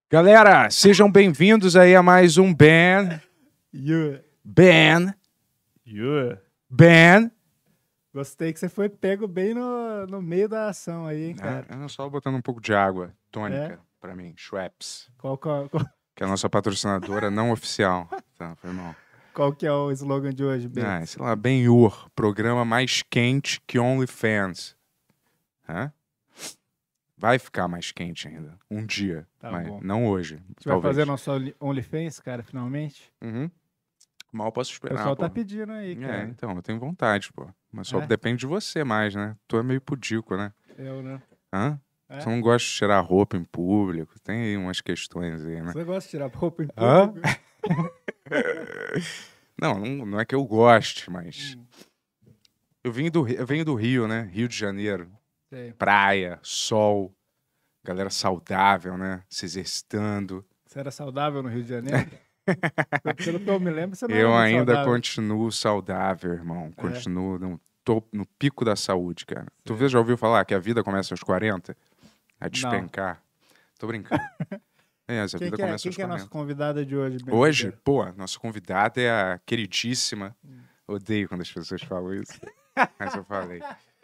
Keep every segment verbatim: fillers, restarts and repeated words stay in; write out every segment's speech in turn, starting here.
Galera, sejam bem-vindos aí a mais um Ben. Yeah. Ben. Yeah. Ben. Gostei que você foi pego bem no, no meio da ação aí, hein, cara. É, é só botando um pouco de água tônica É? pra mim, Schweppes, Qual, qual, qual, que é a nossa patrocinadora não oficial. Tá, foi mal. qual que é o slogan de hoje, Ben? Ah, sei lá, Ben-Hur, programa mais quente que OnlyFans. Hã? Vai ficar mais quente ainda, um dia, Tá mas bom. não hoje. A gente talvez. vai fazer nosso Only- OnlyFans, cara, finalmente. Uhum. Mal posso O esperar, pessoal pô. tá pedindo aí, É, cara. então, eu tenho vontade, pô. Mas só É? depende de você mais, né? Tu é meio pudico, né? Eu, né? Hã? É? Tu não gosta de tirar roupa em público? Tem aí umas questões aí, né? Você gosta de tirar roupa em Hã? público? Não, não, não é que eu goste, mas... Hum, Eu venho, do, Ri- eu venho do Rio, né? Rio de Janeiro. sei. Praia, sol, galera saudável, né? Se exercitando. Você era saudável no Rio de Janeiro? Pelo que eu me lembro, você não era Eu muito ainda saudável. continuo saudável, irmão. É. Continuo no, topo, no pico da saúde, cara. Tu Sei. vê, já ouviu falar que a vida começa aos quarenta? A despencar. Tô brincando. É, essa Quem vida que é, começa quem aos que é a quarenta. nossa convidada de hoje, Ben? Hoje, Ribeiro? pô, nossa convidada é a queridíssima. Odeio quando as pessoas falam isso, mas eu falei.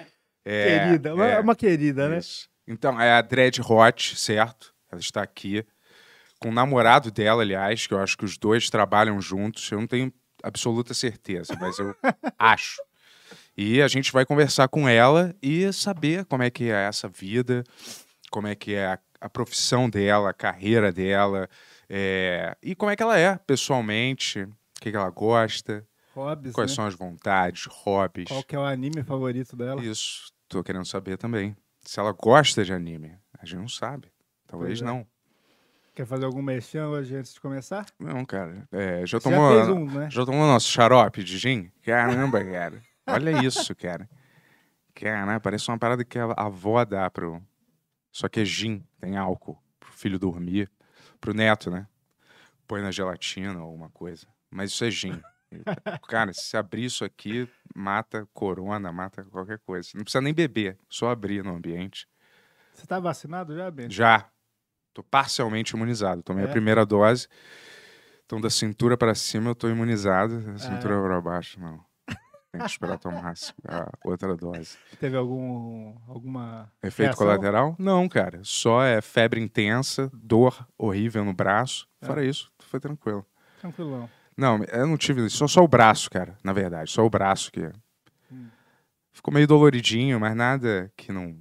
É, Querida, uma, é, uma querida, né? isso. Então, é a Dread Hot, certo? Ela está aqui com o namorado dela, aliás, que eu acho que os dois trabalham juntos. Eu não tenho absoluta certeza, mas eu acho. E a gente vai conversar com ela e saber como é que é essa vida, como é que é a, a profissão dela, a carreira dela, é, e como é que ela é pessoalmente, o que, que ela gosta, Hobbes, quais né? são as vontades, hobbies. Qual que é o anime favorito dela? Isso, tô querendo saber também. Se ela gosta de anime, a gente não sabe. Talvez Pois é. não. Quer fazer algum merchan hoje antes de começar? Não, cara. É, já Você já tomou, fez um, né? já tomou nosso xarope de gin? Caramba, cara. Olha isso, cara. Cara, parece uma parada que a a avó dá pro... Só que é gin, tem álcool. Pro filho dormir. Pro neto, né? Põe na gelatina ou alguma coisa. Mas isso é gin. Cara, se abrir isso aqui, mata corona, mata qualquer coisa. Não precisa nem beber, só abrir no ambiente. Você tá vacinado já, Ben? Já. Tô parcialmente imunizado. Tomei É? a primeira dose. Então, da cintura pra cima, eu tô imunizado. Da Ah, cintura é? pra baixo, não. Tem que esperar tomar a outra dose. Teve algum, alguma Efeito reação? colateral? Não, cara. Só é febre intensa, dor horrível no braço. Fora É. isso, foi tranquilo. Tranquilão. Não, eu não tive só, só o braço, cara, na verdade. Só o braço que Hum. ficou meio doloridinho, mas nada que não...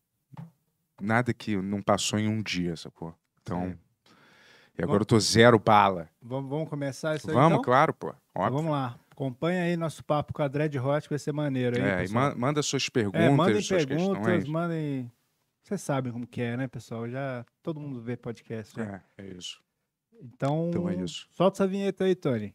Nada que não passou em um dia, sacou? Então... Sei. E agora eu tô zero bala. Vamos, vamos começar isso aí, Vamos, então? claro, pô. Então Óbvio. vamos lá. Acompanha aí nosso papo com a Dread Hot, que vai ser maneiro aí, É, e pessoal. ma- manda suas perguntas, É, mandem suas perguntas, questões. mandem... Vocês sabem como que é, né, pessoal? Já todo mundo vê podcast, né? É, é isso. Então, Então é isso. solta essa vinheta aí, Tony.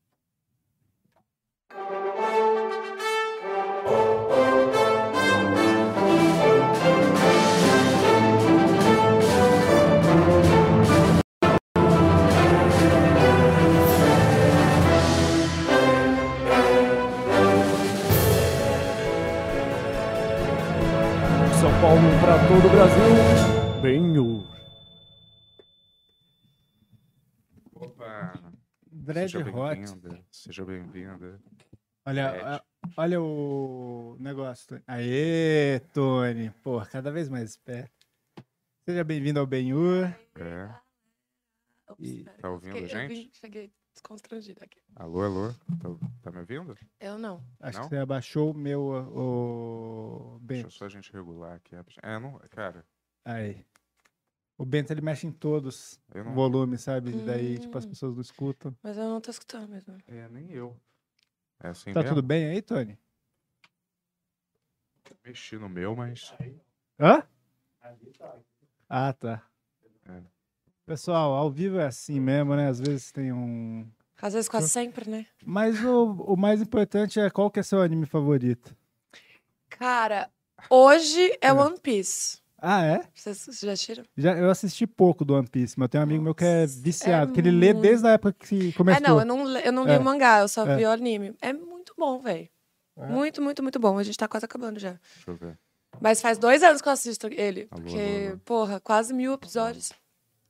São Paulo para todo o Brasil. Benhur. Opa, Dread seja Hot. bem-vinda. Seja bem-vinda. Olha, Dread. a- olha o negócio, Tony. Aê, Tony. Pô, cada vez mais esperto. Seja bem-vindo ao Benhur. É. Ops, E- pera, Tá eu ouvindo fiquei- a eu gente? vim- cheguei desconstrangida aqui. Alô, alô. Tá, tá me ouvindo? Eu não. Acho Não? que você abaixou o meu, o Deixa Bento. só a gente regular aqui. É, não, cara, Aí. O Bento, ele mexe em todos eu o não... volume, sabe? E daí, tipo, as Hum. pessoas não escutam. Mas eu não tô escutando mesmo. É, nem eu. É assim Tá mesmo? tudo bem aí, Tony? Mexi no meu, mas... Hã? Ah, tá. É. Pessoal, ao vivo é assim mesmo, né? Às vezes tem um... Às vezes, quase sempre, né? Mas o, o mais importante é qual que é seu anime favorito. Cara, hoje é É. One Piece. Ah, é? Vocês vocês já assistiram? Já, eu assisti pouco do One Piece, mas eu tenho um amigo meu que é Nossa, viciado, é que ele lê muito- desde a época que É, começou. não, eu não, le- eu não li É. o mangá, eu só É. vi o anime. É muito bom, velho. É? Muito, muito, muito bom. A gente tá quase acabando já. Deixa eu ver. Mas faz dois anos que eu assisto ele. Alô, porque, alô, alô. porra, quase mil episódios.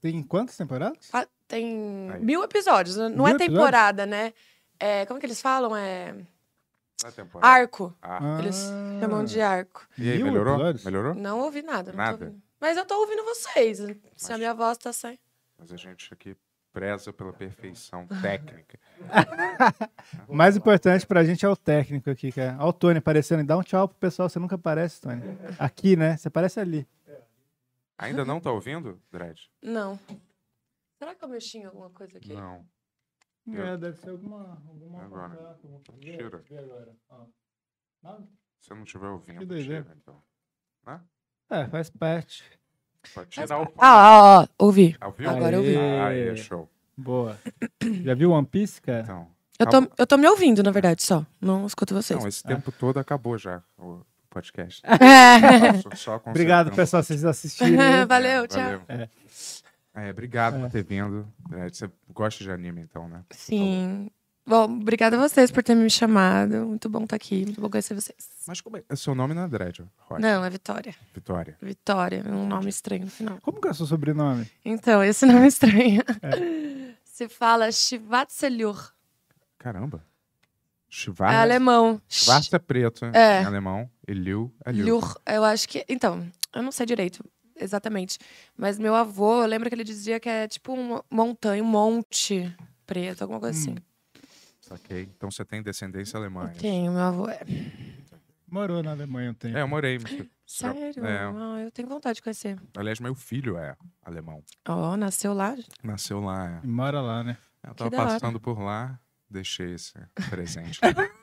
Tem quantas temporadas? Ah, tem Aí. mil episódios. Não Mil é episódios? temporada, né? É, como que eles falam? É Na temporada. arco. Ah. Eles chamam de arco. E aí, Mil melhorou? episódios? Melhorou? Não ouvi nada. Não Nada? Tô ouvindo. Mas eu tô ouvindo vocês. Se Mas- a minha voz tá sem. Mas a gente aqui preza pela perfeição técnica. O mais importante pra gente é o técnico aqui, cara. Olha o Tony aparecendo. Dá um tchau pro pessoal, você nunca aparece, Tony. Aqui, né? Você aparece ali. Ainda não tá ouvindo, Dredd? Não. Será que eu mexi em alguma coisa aqui? Não. Eu- É, deve ser alguma... alguma Agora. contrato, alguma coisa. Vê- Tira. vê agora. Ó. Nada? Se eu não estiver ouvindo, Que doideira. tira, então. É, faz parte. Pode tirar o fone. Ah, ó, ó. Ouvi. Ao vivo? Agora eu vi. Ah, aí, show. Boa. Já viu One Piece, cara? Então. Eu tô, eu tô me ouvindo, na verdade, só. Não escuto vocês. Não, esse tempo todo acabou já o podcast. É. Só- só consertando. Obrigado, pessoal, vocês assistirem. aí. Valeu, É, tchau. valeu. É. É, obrigado É. por ter vindo. É, você gosta de anime, então, né? Sim. Bom, obrigada a vocês por terem me chamado. Muito bom estar aqui. Muito bom conhecer vocês. Mas como é? Seu nome não é Dredd, Rocha? Não, é Vitória. Vitória. Vitória. É um nome estranho no final. Como que é o seu sobrenome? Então, esse nome é estranho. Se fala Shivatselur. Caramba. É Schwarz. alemão. Schwarz é preto, É. em alemão. E Liu é Liu. Lur, eu acho que. Então, eu não sei direito, exatamente. Mas meu avô, eu lembro que ele dizia que é tipo uma montanha, um monte preto, alguma coisa assim. Saquei. Então você tem descendência alemã. é isso? Tenho, meu avô é. Morou na Alemanha um tempo. É, eu morei. Mas... Sério? É. Ah, eu tenho vontade de conhecer. Aliás, meu filho é alemão. Ó, nasceu lá. Nasceu lá. E mora lá, né? É. Eu tava da hora. passando por lá, deixei esse presente.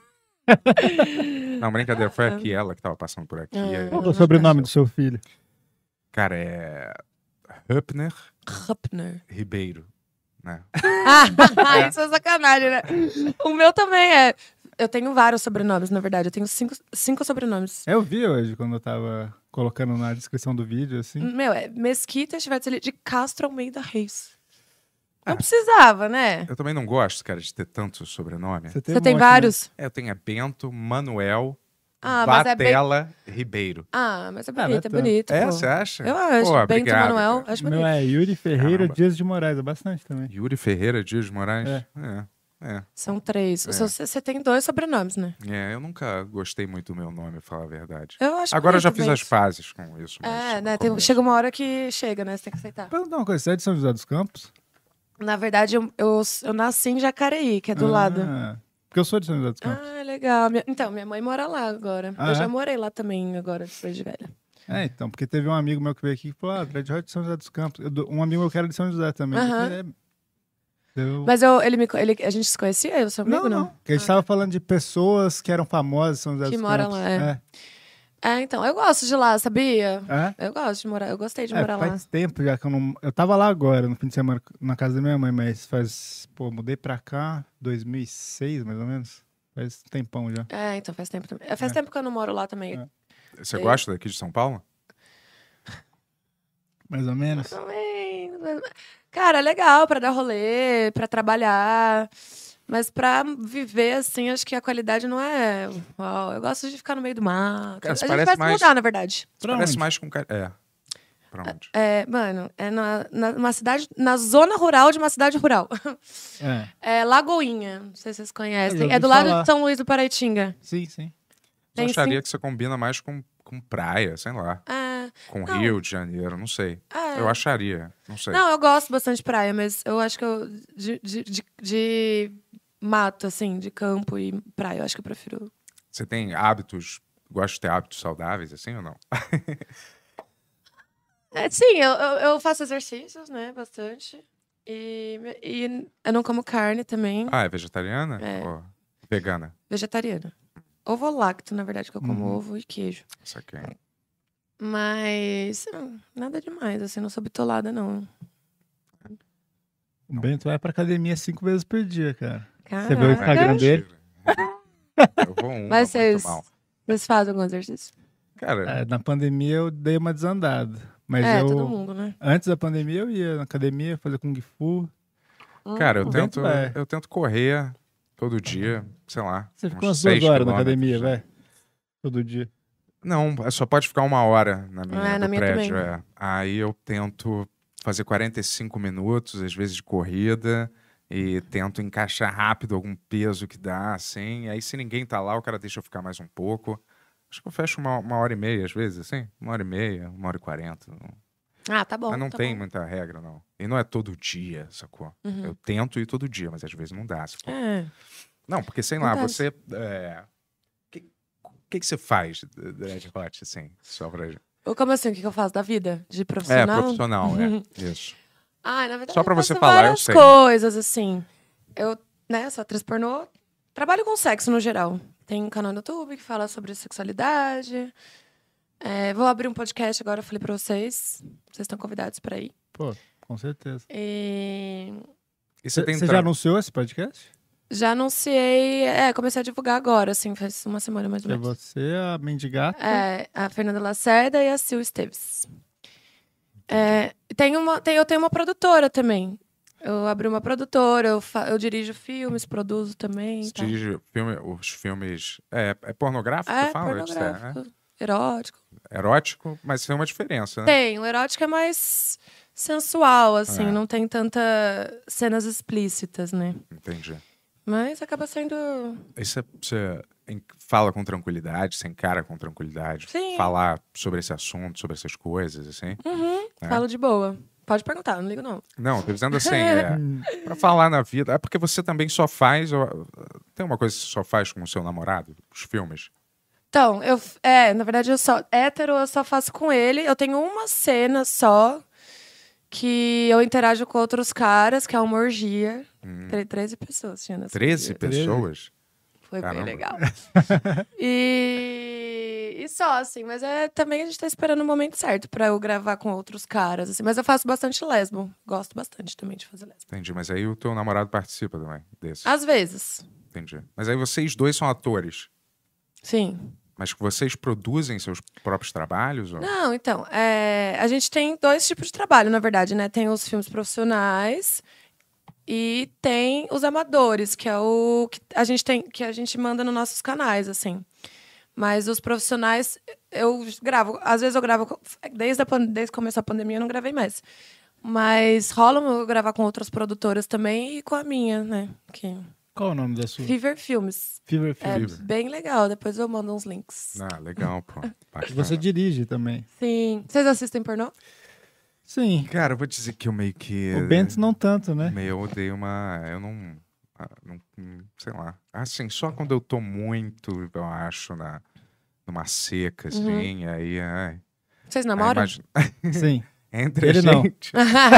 Não, brincadeira, foi aqui ela que tava passando por aqui. Ah. aí- Qual que é o sobrenome do seu filho? Cara, é Höppner Rupner. Ribeiro, né? Ah, isso é sacanagem, né? O meu também é. Eu tenho vários sobrenomes, na verdade. Eu tenho cinco, cinco sobrenomes. Eu vi hoje, quando eu tava colocando na descrição do vídeo, assim. Meu, é Mesquita Schweitzer de Castro Almeida Reis. Não Ah. precisava, né? Eu também não gosto, cara, de ter tanto sobrenome. Você tem, Você um tem monte, né? vários? É, eu tenho é Bento Manuel Ah, mas é bem. Batella Ribeiro. Ah, mas é Ah, bonito, não é é tanto. bonito. É, pô. você acha? Eu acho. Pô, Bento obrigado, Manuel, cara. acho O bonito. meu é Yuri Ferreira Caramba. Dias de Moraes, é bastante também. Yuri Ferreira Dias de Moraes? É. É. É. São três. É. Você, você tem dois sobrenomes, né? É, eu nunca gostei muito do meu nome, pra falar a verdade. Eu acho Agora eu já bonito, fiz mas- as pazes com isso. mas É, no né? Tem- começo- chega uma hora que chega, né? Você tem que aceitar. Perguntar uma coisa, você é de São José dos Campos? Na verdade, eu, eu, eu nasci em Jacareí, que é do Ah, lado. Porque eu sou de São José dos Campos. Ah, legal. Minha- Então, minha mãe mora lá agora. Ah, eu já é? morei lá também agora, depois de velha. É, então, porque teve um amigo meu que veio aqui e falou, ah, Dread Hot de São José dos Campos. Eu dou- um amigo meu que era de São José também. Aham. Eu falei, é- eu- Mas eu, ele me, co- ele, a gente se conhecia, eu sou amigo, Não, não? não. Porque a gente tava falando de pessoas que eram famosas em São José Que dos moram Campos. lá, é. É, então, eu gosto de lá, sabia? É? Eu gosto de morar, eu gostei de É, morar lá. faz tempo já que eu não... Eu tava lá agora, no fim de semana, na casa da minha mãe, mas faz... Pô, mudei pra cá dois mil e seis, mais ou menos. Faz tempão já. É, então faz tempo também. É, Faz É. tempo que eu não moro lá também. É. Você É. gosta daqui de São Paulo? Mais ou menos. Também. Cara, é legal pra dar rolê, pra trabalhar. Mas pra viver, assim, acho que a qualidade não é. Uau, eu gosto de ficar no meio do mato. Cara, a você gente parece vai se mais- mudar, na verdade. Pra Parece onde? mais com... ca- É. Pra onde? É, mano, é na, na, numa cidade, na zona rural de uma cidade rural. É, É Lagoinha, não sei se vocês Eu conhecem. já É ouvi do lado falar. de São Luís do Paraitinga. sim, sim. Eu Tem acharia sim. que você combina mais com, com praia, sei lá. É, Com Não. Rio de Janeiro, não sei. é. Eu acharia, não sei. Não, eu gosto bastante de praia, mas eu acho que eu. De, de, de, de mato, assim, de campo e praia, eu acho que eu prefiro. Você tem hábitos... Gosta de ter hábitos saudáveis, assim, ou não? É, sim, eu, eu, eu faço exercícios, né? Bastante. E, e eu não como carne também. Ah, é vegetariana? É. Ou vegana? Vegetariana. Ovo lacto, na verdade, que eu como Uhum. ovo e queijo. Isso aqui. Mas. hum, nada demais, assim, não sou bitolada, não. O Bento vai pra academia cinco vezes por dia, cara. Caraca. Você viu o Instagram dele? Eu vou um, Mas muito vocês, mal. vocês fazem algum exercício? Cara, É, na pandemia eu dei uma desandada. Mas é, eu... todo mundo, né? Antes da pandemia eu ia na academia, fazer Kung Fu. cara, eu o tento, Bento vai. eu tento correr todo dia, sei lá. Você ficou uns umas duas seis horas na quilômetros. academia, velho? Todo dia. Não, só pode ficar uma hora na minha, É, do na minha prédio. também. É. Aí eu tento fazer quarenta e cinco minutos, às vezes de corrida, e tento encaixar rápido algum peso que dá, assim. Aí se ninguém tá lá, o cara deixa eu ficar mais um pouco. Acho que eu fecho uma, uma hora e meia, às vezes, assim. Uma hora e meia, uma hora e quarenta. Ah, tá bom. Mas não tá tem bom. muita regra, não. E não é todo dia, sacou? Uhum. Eu tento ir todo dia, mas às vezes não dá. Sacou? É. Não, porque, sei lá, Acontece. você... é, O que, que, que você faz do Red Hot, assim? Só pra... Ou como assim, o que que eu faço da vida? De É, profissional? profissional, é. Isso. Ah, na verdade, Só pra eu você faço falar, eu várias sei. coisas, assim. Eu, né, sou atriz pornô, trabalho com sexo no geral. Tem um canal no YouTube que fala sobre sexualidade. É, vou abrir um podcast agora, eu falei pra vocês. Vocês estão convidados pra ir. Pô, com certeza. E E você Você tem já tra- anunciou esse podcast? já anunciei... É, comecei a divulgar agora, assim, faz uma semana mais ou É menos. você, a Mendigata. É, a Fernanda Lacerda e a Sil Esteves. É, tem uma, tem, eu tenho uma produtora também. Eu abri uma produtora, eu, fa- eu dirijo filmes, produzo também. Você tá? dirige filme, os filmes... É, é pornográfico É, que fala? pornográfico, É, erótico. é erótico, mas tem uma diferença, né? Tem, o erótico é mais sensual, assim, É. não tem tanta cenas explícitas, né? Entendi. Mas acaba sendo... Aí você, você en- fala com tranquilidade, você encara com tranquilidade. Sim. Falar sobre esse assunto, sobre essas coisas, assim. Uhum, É. falo de boa. Pode perguntar, não ligo não. Não, tô dizendo assim, é, pra falar na vida. É porque você também só faz... ó, Tem uma coisa que você só faz com o seu namorado? Os filmes? Então, eu... É, na verdade, eu só... Hétero, eu só faço com ele. Eu tenho uma cena só que eu interajo com outros caras, que é uma orgia. Hum. Tre- treze pessoas tinha nessa treze orgia. pessoas? Foi Caramba. bem legal. e... e só, assim, mas é, também a gente tá esperando o momento certo pra eu gravar com outros caras, assim. Mas eu faço bastante lesbo. Gosto bastante também de fazer lesbo. Entendi, mas aí o teu namorado participa também desse. Às vezes, Entendi. Mas aí vocês dois são atores. sim. Mas que vocês produzem seus próprios trabalhos? Ou... Não, então, é, a gente tem dois tipos de trabalho, na verdade, né? Tem os filmes profissionais e tem os amadores, que é o que a gente tem, que a gente manda nos nossos canais, assim. Mas os profissionais, eu gravo. Às vezes eu gravo. com- Desde, a, pan- desde que começou a pandemia, eu não gravei mais. Mas rola eu gravar com outras produtoras também e com a minha, né? Que... Qual o nome da sua? Fever Filmes. Fever É Films. Fever. bem legal. Depois eu mando uns links. Ah, legal, pô. Bacana. Você dirige também. Sim. Vocês assistem pornô? Sim. Cara, eu vou dizer que eu meio que... O Bentes não tanto, né? Meio eu odeio uma... Eu não... ah, não... hum, Sei lá. Assim, só quando eu tô muito, eu acho, na... numa seca, assim, aí... Ai, Vocês aí namoram? imagina- Sim. Entre Ele a não. gente...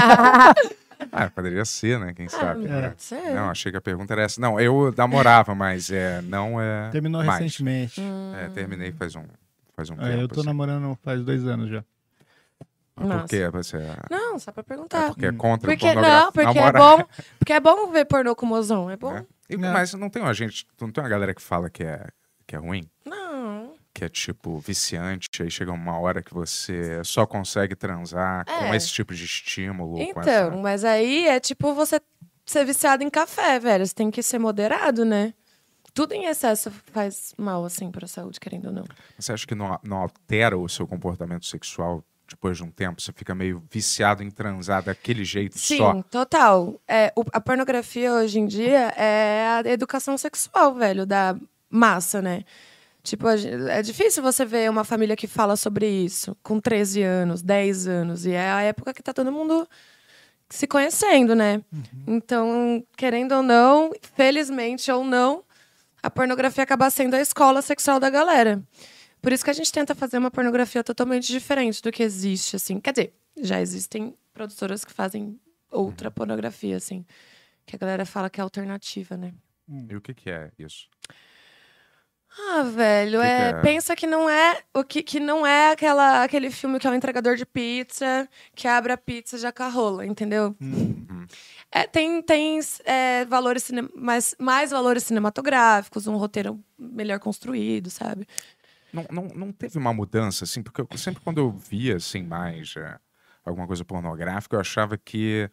Ah, poderia ser, né? Quem sabe? Ah, né? pode ser. Não, achei que a pergunta era essa. Não, eu namorava, mas é, não é. Terminou mais. recentemente. É, terminei faz um, faz um É, tempo. eu tô assim. namorando faz dois anos já. Mas Nossa. por quê? Você Não, só pra é perguntar. porque é contra Porque, o pornografia? não, porque é Namorar, bom. Porque é bom ver pornô com mozão. É bom? né? E- Não. Mas não tem uma gente, não tem uma galera que fala que é, que é ruim? Não. Que é tipo viciante, aí chega uma hora que você só consegue transar com É. esse tipo de estímulo. com Então, essa... mas aí é tipo você ser viciado em café, velho. Você tem que ser moderado, né? Tudo em excesso faz mal, assim, pra saúde, querendo ou não. Você acha que não, não altera o seu comportamento sexual depois de um tempo? Você fica meio viciado em transar daquele jeito Sim, só? total. É, o- a pornografia hoje em dia é a educação sexual, velho, da massa, né? Tipo, a gen- é difícil você ver uma família que fala sobre isso com treze anos, dez anos. E é a época que tá todo mundo se conhecendo, né? Então, querendo ou não, felizmente ou não, a pornografia acaba sendo a escola sexual da galera. Por isso que a gente tenta fazer uma pornografia totalmente diferente do que existe, assim. Quer dizer, já existem produtoras que fazem outra pornografia, assim. Que a galera fala que é alternativa, né? E o que, que é isso? Ah, velho, Que que é, é? pensa que não é o que, que não é aquela, aquele filme que é o entregador de pizza, que abre a pizza e já carrola, entendeu? Uhum. É, tem tem é, valores cine- mais, mais valores cinematográficos, um roteiro melhor construído, sabe? Não, não, não teve uma mudança, assim, porque eu, sempre quando eu via, assim, mais é, alguma coisa pornográfica, eu achava que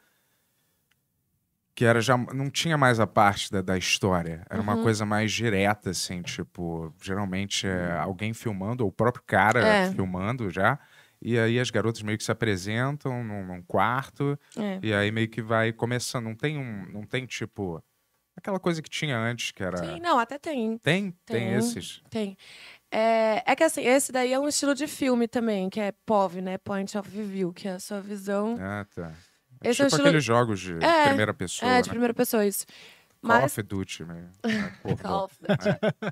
que era já não tinha mais a parte da, da história, era uma Uhum. coisa mais direta, assim, tipo, geralmente é alguém filmando, ou o próprio cara É. filmando já, E aí as garotas meio que se apresentam num, num quarto. É. E aí meio que vai começando. Não tem um. Não tem, tipo. Aquela coisa que tinha antes, que era. Sim, não, até tem. Tem? Tem, Tem. esses. Tem. É, é que assim, esse daí é um estilo de filme também, que é P O V, né? Point of View, que é a sua visão. Ah, tá. É Esse é um tipo estilo- aqueles jogos de É, primeira pessoa, É, de né? primeira pessoa, isso. Call Mas, of Duty, né? É, porra, Call of é.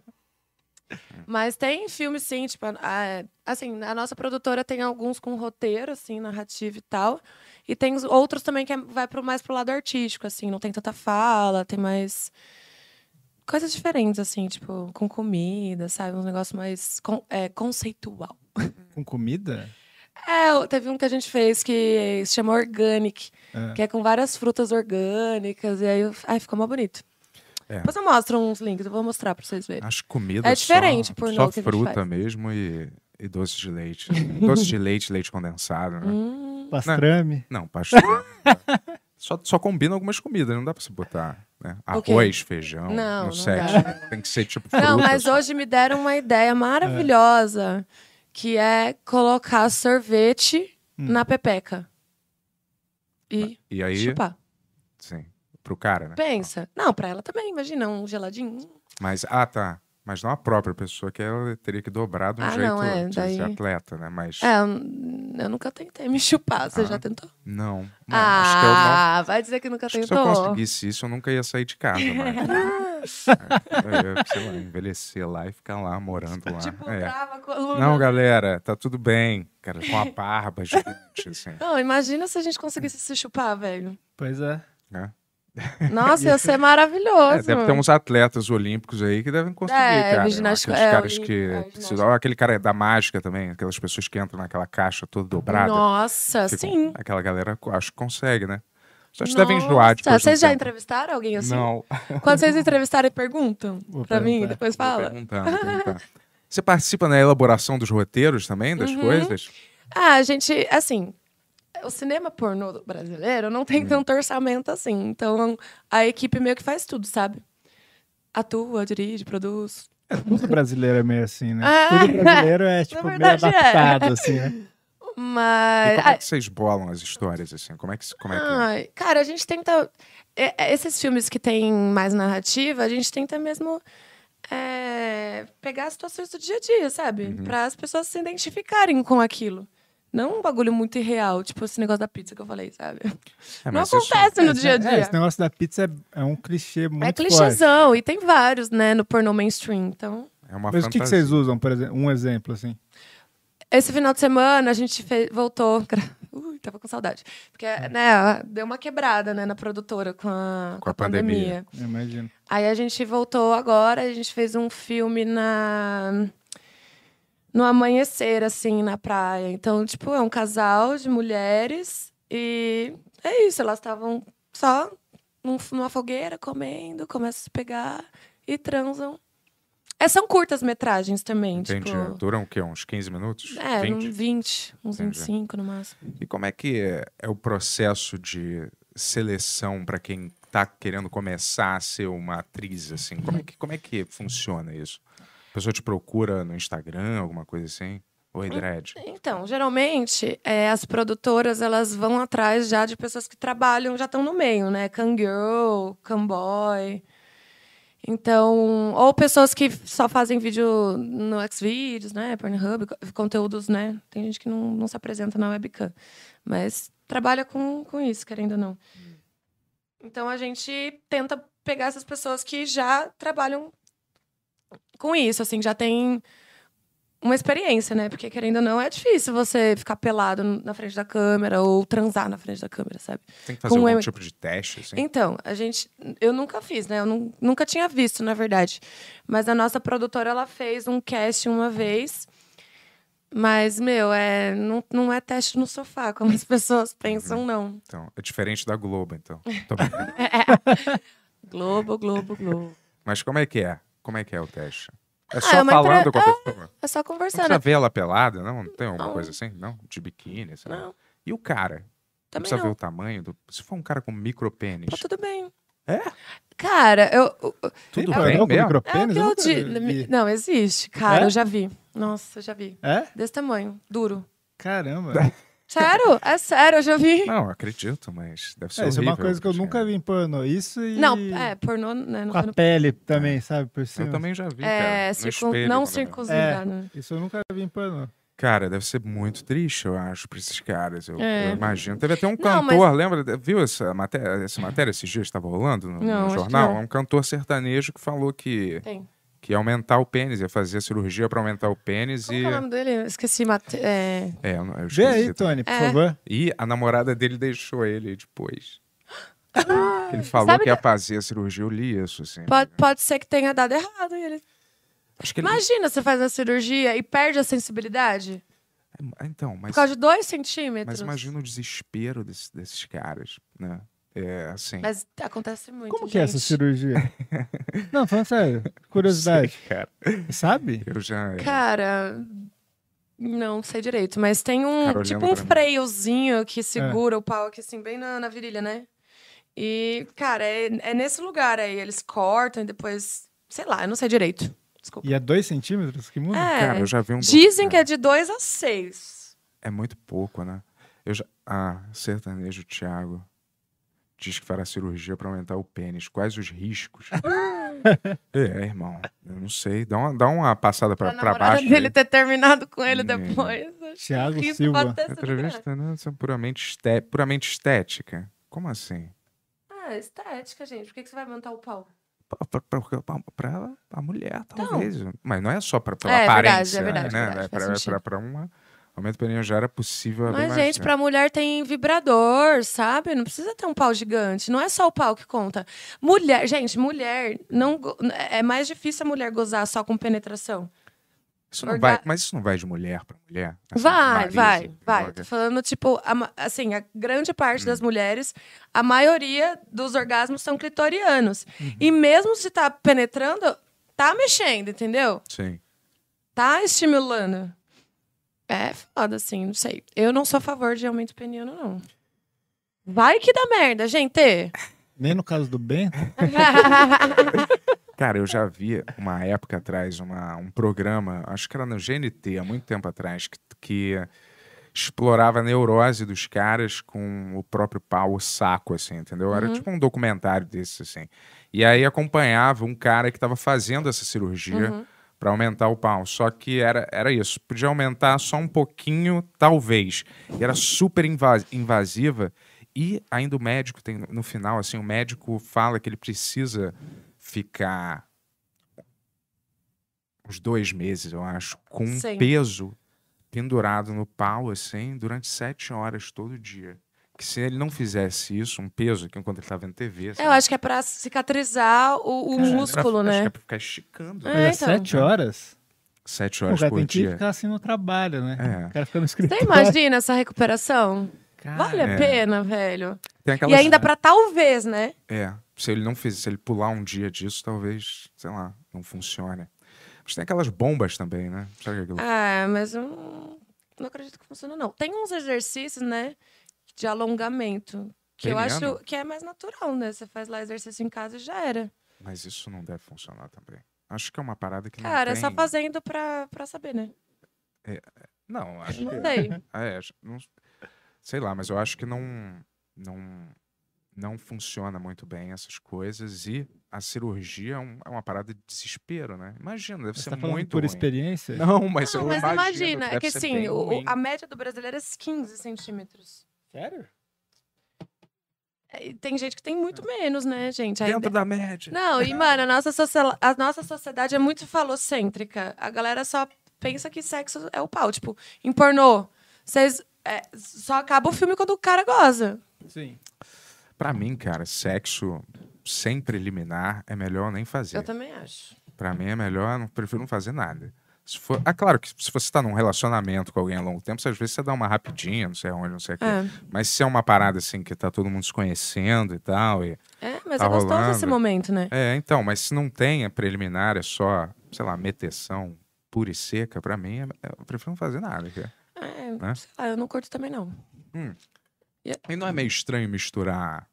mas tem filme, sim, tipo, a- assim, a nossa produtora tem alguns com roteiro, assim, narrativo e tal. E tem os outros também que é- vai pro, mais pro lado artístico, assim, não tem tanta fala, tem mais coisas diferentes, assim, tipo, com comida, sabe? Um negócio mais con- é, conceitual. Com comida? É, teve um que a gente fez que se chama Organic, É. que é com várias frutas orgânicas, e aí, eu- ai, ficou mais bonito. É. Depois eu mostro uns links, eu vou mostrar pra vocês verem. Acho que comida É diferente, só, por só não que a gente fruta faz. mesmo e, e doce de leite. Doce de leite, leite condensado, né? Hum, Pastrame? Não, pastor. só, só combina algumas comidas, não dá pra você botar né? O quê? Arroz, feijão Não, no não set. dá. Tem que ser tipo fruta. Não, mas só. hoje me deram uma ideia maravilhosa, que é colocar sorvete Hum. na pepeca. E E aí, chupar. sim, pro cara, né? Pensa. Não, pra ela também, imagina, um geladinho. Mas, ah, tá. Mas não a própria pessoa, que ela teria que dobrar de um Ah, jeito não, é, de, daí- de atleta, né? Mas É, eu, eu nunca tentei me chupar. Você Ah, já tentou? não. não acho que eu não. Ah, vai dizer que nunca Acho que se eu tentou. conseguisse isso, eu nunca ia sair de casa, mas... eu ia, sei lá, envelhecer lá e ficar lá, morando lá. Tipo, É. trava a coluna. Não, galera, tá tudo bem. Cara, com a barba gigante, assim. Não, imagina se a gente conseguisse se chupar, velho. Pois é. Né? Nossa, ia ser maravilhoso. É, deve ter uns atletas olímpicos aí que devem conseguir, É, cara. ginástica- Aqueles é, caras olímpico, que... é, precisam- ginástica. Ó, aquele cara da mágica também, aquelas pessoas que entram naquela caixa toda dobrada. Nossa, Ficam- sim. Aquela galera, acho que consegue, né? Só que devem enjoar Nossa, depois de um vocês já tempo. entrevistaram alguém assim? Não. Quando vocês entrevistarem, perguntam Vou pra mim, perguntar. depois Vou fala. perguntar, vou perguntar. Você participa na elaboração dos roteiros também, das Uhum. coisas? Ah, a gente, assim, o cinema pornô brasileiro não tem tanto orçamento assim. Então, a equipe meio que faz tudo, sabe? Atua, dirige, produz. Tudo brasileiro é meio assim, né? Ah, Tudo brasileiro é, tipo, meio verdade, é. adaptado, assim, né? E Mas. como é que vocês bolam as histórias, assim? Como é que, como é, que é? Ai, cara, a gente tenta. é, é, Esses filmes que tem mais narrativa, a gente tenta mesmo é, pegar as situações do dia a dia, sabe? Uhum. Para as pessoas se identificarem com aquilo. Não um bagulho muito irreal, tipo esse negócio da pizza que eu falei, sabe? É, Não mas isso- acontece no Esse- dia a é, dia. esse negócio da pizza é, é um clichê muito É forte. clichêzão, e tem vários, né, no pornô mainstream. Então, É uma Mas o que, que fantasia. vocês usam, por exemplo? Um exemplo, assim. esse final de semana a gente fez, voltou. gra- Ui, tava com saudade. Porque, né, deu uma quebrada, né, na produtora com a, Com a pandemia. Eu imagino. Aí a gente voltou agora, a gente fez um filme na no amanhecer, assim, na praia. Então, tipo, é um casal de mulheres e é isso, elas estavam só num- numa fogueira comendo, começam a se pegar e transam. É, são curtas metragens também, Entendi. tipo. Duram o quê? Uns quinze minutos? É, vinte? uns vinte, uns Entendi. vinte e cinco no máximo. E como é que é, é o processo de seleção para quem tá querendo começar a ser uma atriz, assim? Como é que, como é que funciona isso? A pessoa te procura no Instagram, alguma coisa assim? Oi, Dredd. Então, geralmente, é, as produtoras, elas vão atrás já de pessoas que trabalham, já estão no meio, né? Cangirl, Camboy. Então, ou pessoas que só fazem vídeo no Xvideos, né? Pornhub, co- conteúdos, né? Tem gente que não, não se apresenta na webcam. Mas trabalha com, com isso, querendo ou não. Então, a gente tenta pegar essas pessoas que já trabalham com isso, assim, já tem uma experiência, né? Porque, querendo ou não, é difícil você ficar pelado na frente da câmera ou transar na frente da câmera, sabe? Tem que fazer Com algum M- tipo de teste, assim? Então, a gente... Eu nunca fiz, né? Eu nu- nunca tinha visto, na verdade. Mas a nossa produtora, ela fez um casting uma vez. Mas, meu, é, não, não é teste no sofá, como as pessoas pensam, não. Então, é diferente da Globo, então. Tô brincando. Globo, Globo, Globo. Mas como é que é? Como é que é o teste? É é só uma falando entre- com a pessoa? É só Não conversando. precisa ver ela pelada, não? Não tem alguma Não. coisa assim? Não? De biquíni, sei lá. Não, E o cara? Não também precisa ver não. o tamanho do... Se for um cara com micropênis, Tá tudo bem. É? Cara, eu... eu- tudo Tem bem pornô com mesmo? É o micropênis? que Eu eu nunca digo. vi. Não, existe. Cara, É? eu já vi. Nossa, eu já vi. É? Desse tamanho. Duro. Caramba. Sério? É sério, eu já vi. Não, acredito, mas deve ser É, isso é uma horrível, coisa que eu porque- nunca vi em pornô. Isso e Não, é, pornô, né? Não com a foi no... pele também, sabe? Por cima. Eu também já vi, É, cara. No circun... espelho, não quando eu- circuncidado. Isso eu nunca vi em pornô. Cara, deve ser muito triste, eu acho, pra esses caras. Eu, É. eu imagino. Teve até um Não, cantor, lembra? Viu essa matéria, essa matéria esses dias? Estava rolando no, Não, no acho que jornal? não. Um cantor sertanejo que falou que, Tem. que ia aumentar o pênis, ia fazer a cirurgia pra aumentar o pênis Como e. que é o nome dele? Eu esqueci. Mate... É... É, eu, não- eu Vê esqueci. aí, Tony, por É. favor. E a namorada dele deixou ele depois. Ele falou Sabe que ia que- fazer a cirurgia, eu li isso, assim. Pode, pode ser que tenha dado errado. E ele... Acho que ele. Imagina você faz a cirurgia e perde a sensibilidade É, Então, mas. por causa de dois centímetros. Mas imagina o desespero desse- desses caras, né? É, assim. Mas acontece muito, Como que é essa gente. cirurgia? Não, falando sério. Curiosidade. Sei, cara. Sabe? Eu já. Cara, não sei direito, mas tem um Carolina tipo um pra mim. freiozinho que segura o pau aqui assim bem na, na virilha, né? E, cara, é, é nesse lugar aí. Eles cortam e depois, sei lá, eu não sei direito. Desculpa. E é dois centímetros que muda? É, Cara, eu já vi um. dizem que é documentário. de dois a seis. É muito pouco, né? Eu já... Ah, sertanejo Thiago diz que fará cirurgia pra aumentar o pênis. Quais os riscos? É, irmão. Eu não sei. Dá uma, dá uma passada pra, Pra pra namorada baixo. dele aí. ter terminado com ele Hum. depois. Thiago Risco Silva. pode ter sido Entrevista, né? Isso é puramente, esté... puramente estética. Como assim? Ah, estética, gente. Por que, que você vai aumentar o pau? Pra, pra, pra, pra a mulher, talvez. Mas não é só pra, pela É, é verdade, aparência, é verdade, né? verdade, É faz pra, pra, sentido. pra uma... Aumento peniano já era possível. há bem Mas, mais gente, tempo. pra mulher tem vibrador, sabe? Não precisa ter um pau gigante. Não é só o pau que conta. Mulher, gente, mulher não go- é mais difícil a mulher gozar só com penetração. Isso não Orga- vai, mas isso não vai de mulher pra mulher? Assim, Vai, Marisa, vai, vai. droga. Tô falando, tipo, a ma- assim, a grande parte Hum. das mulheres, a maioria dos orgasmos são clitorianos. Uhum. E mesmo se tá penetrando, tá mexendo, entendeu? Sim. Tá estimulando. É foda, assim, não sei. Eu não sou a favor de aumento peniano, não. Vai que dá merda, gente. Nem no caso do Bento. Cara, eu já vi uma época atrás uma, um programa, acho que era no G N T, há muito tempo atrás, que, que explorava a neurose dos caras com o próprio pau, o saco, assim, entendeu? Era Uhum. tipo um documentário desse, assim. E aí acompanhava um cara que estava fazendo essa cirurgia Uhum. para aumentar o pau. Só que era, era isso, podia aumentar só um pouquinho, talvez. E era super invas- invasiva. E ainda o médico tem, no final, assim, o médico fala que ele precisa ficar uns dois meses, eu acho, com um Sim. peso pendurado no pau, assim, durante sete horas todo dia. Que se ele não fizesse isso, um peso, que enquanto ele tá vendo T V... Eu acho que é pra cicatrizar o, o músculo, Acho né? que é pra ficar esticando. É, Mas é então. sete horas? Sete O horas cara por tem que dia. ficar assim no trabalho, né? É. O cara fica no Você escritório. imagina essa recuperação? Cara, Vale a é. pena, velho. Tem E aquelas... ainda pra talvez, né? É, se ele não fizer, se ele pular um dia disso, talvez, sei lá, não funcione. Mas tem aquelas bombas também, né? Sabe aquilo? Ah, mas eu não, não acredito que funciona, não. Tem uns exercícios, né, de alongamento, que eu Peniano? acho que é mais natural, né? Você faz lá exercício em casa e já era. Mas isso não deve funcionar também. Acho que é uma parada que Cara, não é tem... só fazendo pra, pra saber, né? Não, acho Não que... sei. É, acho- não- sei lá, mas eu acho que não, não, não funciona muito bem essas coisas e a cirurgia é, um- é uma parada de desespero, né? Imagina, deve Você ser tá falando muito por ruim. experiência? Não, mas Não, eu mas imagino, imagina, é deve que ser assim, bem o- o- ruim. a média do brasileiro é quinze centímetros. Sério? É, e tem gente que tem muito menos, né, gente? Aí- Dentro da média. Não, e, mano, a nossa, socia- a nossa sociedade é muito falocêntrica. A galera só pensa que sexo é o pau. Tipo, em pornô, vocês é, só acaba o filme quando o cara goza. Sim. Pra mim, cara, sexo sem preliminar é melhor nem fazer. Eu também acho. Pra mim é melhor, não prefiro não fazer nada. Se for, ah, claro que se você tá num relacionamento com alguém há longo tempo, às vezes você dá uma rapidinha, não sei aonde, não sei o quê. É, Mas se é uma parada assim que tá todo mundo se conhecendo e tal, e é mas Tá é gostoso rolando. esse momento, né? é, então, mas se não tem a preliminar, é só, sei lá, meteção pura e seca, pra mim, é- eu prefiro não fazer nada. Cara. É, Né? sei lá, eu não curto também, não. E não é meio estranho misturar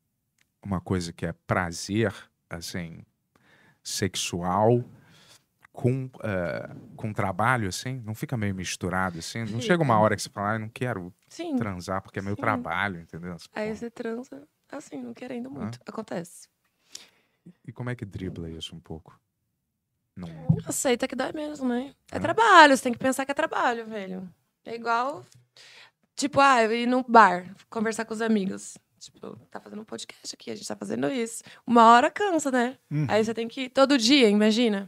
uma coisa que é prazer, assim, sexual, com, eh, com trabalho, assim? Não fica meio misturado, assim? Não chega uma hora que você fala, ah, eu não quero Sim. transar porque é meu Sim. trabalho, entendeu? Aí Pô, você transa, assim, não querendo muito. Acontece. E como é que dribla isso um pouco? Não... Aceita que dói menos, né? É Ah. trabalho, você tem que pensar que é trabalho, velho. É igual, tipo, ah, eu ir no bar, conversar com os amigos. Tipo, tá fazendo um podcast aqui, a gente tá fazendo isso. Uma hora cansa, né? Uhum. Aí você tem que ir todo dia, imagina.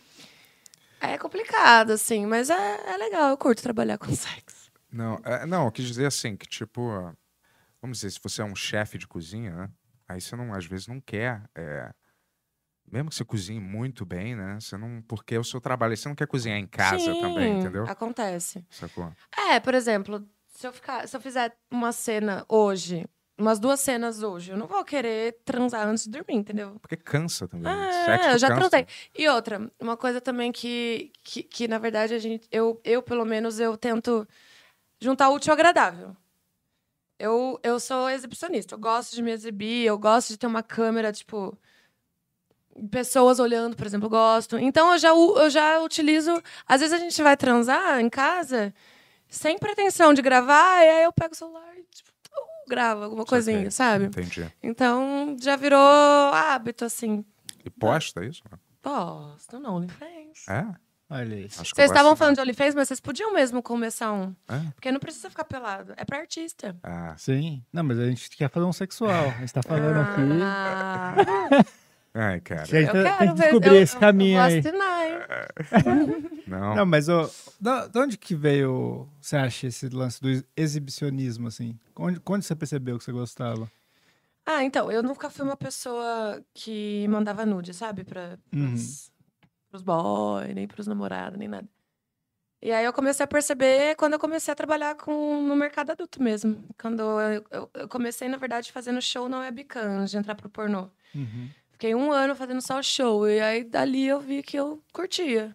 É complicado, assim, mas é, é legal, eu curto trabalhar com sexo. Não, é, não, eu quis dizer assim, que tipo, vamos dizer, se você é um chefe de cozinha, né? Aí você não, às vezes não quer, é, mesmo que você cozinhe muito bem, né? Você não, porque é o seu trabalho, você não quer cozinhar em casa Sim, também, entendeu? acontece. Sacou? É, por exemplo, se eu, ficar, se eu fizer uma cena hoje, umas duas cenas hoje, eu não vou querer transar antes de dormir, entendeu? Porque cansa também. Ah, Sexo eu já cansa. transei. E outra, uma coisa também que, que, que, na verdade, a gente, eu, eu, pelo menos, eu tento juntar o útil ao agradável. Eu, eu sou exibicionista, eu gosto de me exibir, eu gosto de ter uma câmera, tipo, pessoas olhando, por exemplo, eu gosto. Então, eu já, u- eu já utilizo... Às vezes, a gente vai transar em casa sem pretensão de gravar, e aí eu pego o celular e, tipo, uh, gravo alguma coisinha, sabe? Entendi. Então, já virou hábito, assim. E posta isso? Posto, não, OnlyFans. É? Olha isso. Acho que eu Vocês vou estavam assinar. falando de OnlyFans, mas vocês podiam mesmo começar um. É? Porque não precisa ficar pelado. É pra artista. Ah, Sim. Não, mas a gente quer fazer um sexual. A gente tá falando aqui. Ah, ai, cara. Que a gente eu tá- quero tem que ver. descobrir eu, esse eu- caminho eu vou aí. assinar, hein? Não. Não, mas ô, da, de onde que veio, você acha, esse lance do ex- exibicionismo, assim? Onde, quando você percebeu que você gostava? Ah, então, eu nunca fui uma pessoa que mandava nude, sabe? Pra, pros, pros boys, nem pros namorados, nem nada. E aí eu comecei a perceber quando eu comecei a trabalhar com, no mercado adulto mesmo. Quando eu, eu, eu comecei, na verdade, fazendo show na webcam, antes de entrar pro pornô. Uhum. Fiquei um ano fazendo só show. E aí, dali, eu vi que eu curtia.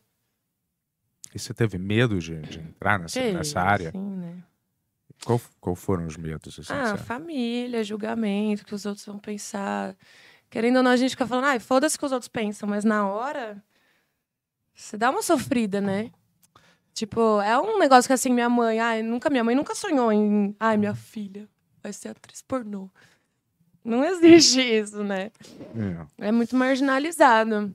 E você teve medo de, de entrar nessa, Sim, nessa área? Sim, né? Qual, qual foram os medos? Assim, Ah, você- família, julgamento, que os outros vão pensar. Querendo ou não, a gente fica falando, ai, foda-se o que os outros pensam, mas na hora, você dá uma sofrida, né? Tipo, é um negócio que assim, minha mãe, ai, nunca, minha mãe nunca sonhou em, ai, minha filha vai ser atriz pornô. Não existe isso, né? É. É muito marginalizado.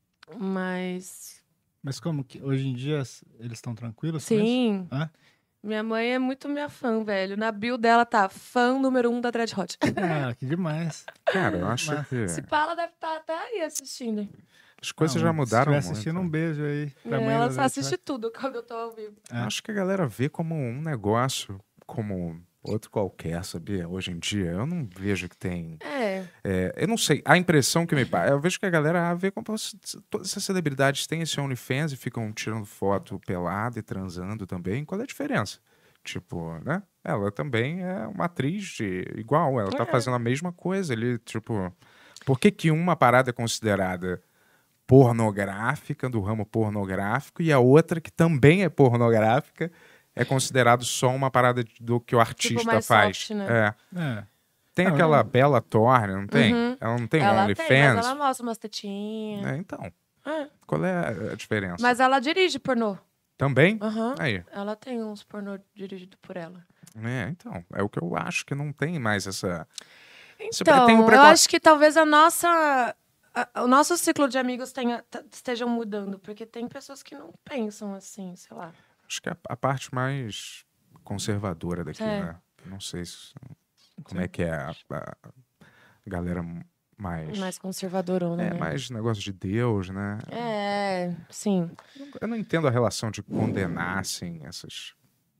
Mas, Mas como que hoje em dia eles estão tranquilos com isso? sim. Hã? Minha mãe é muito minha fã, velho. Na bio dela tá fã número um da Dread Hot. Ah, que demais. Cara, eu acho Mas- que Se pá, ela deve estar até aí assistindo. as coisas Não, já mudaram Se muito. estiver assistindo, um beijo aí pra É, mãe ela da só Dread assiste Hot. tudo quando eu tô ao vivo. É. Acho que a galera vê como um negócio, como outro qualquer, sabia? Hoje em dia, eu não vejo que tem... É, é, eu não sei, a impressão que me passa... Eu vejo que a galera vê como se- todas essas celebridades têm esse OnlyFans e ficam tirando foto pelada e transando também. Qual é a diferença? Tipo, né? Ela também é uma atriz de- igual, ela tá É. fazendo a mesma coisa ali, tipo... Por que que uma parada é considerada pornográfica, do ramo pornográfico, e a outra, que também é pornográfica, é considerado só uma parada de- do que o artista mais faz. soft, né? É. É. Tem Não, aquela eu- Bela Thorne, não tem? Uhum. Ela não tem um ela tem, mas OnlyFans? ela mostra umas tetinhas. É, então, É. qual é a diferença? Mas ela dirige pornô. Também? Aham. Aí. Ela tem uns pornô dirigido por ela. É, então, é o que eu acho, que não tem mais essa... Você Então, tem um eu preconce- acho que talvez a nossa... a- o nosso ciclo de amigos tenha, t- estejam mudando. Porque tem pessoas que não pensam assim, sei lá. Acho que é a, a parte mais conservadora daqui, É. né? Não sei se- como é que é a, a galera mais... Mais conservadorona, É, né? mais negócio de Deus, né? É, sim. Eu não entendo a relação de condenar, assim, essas...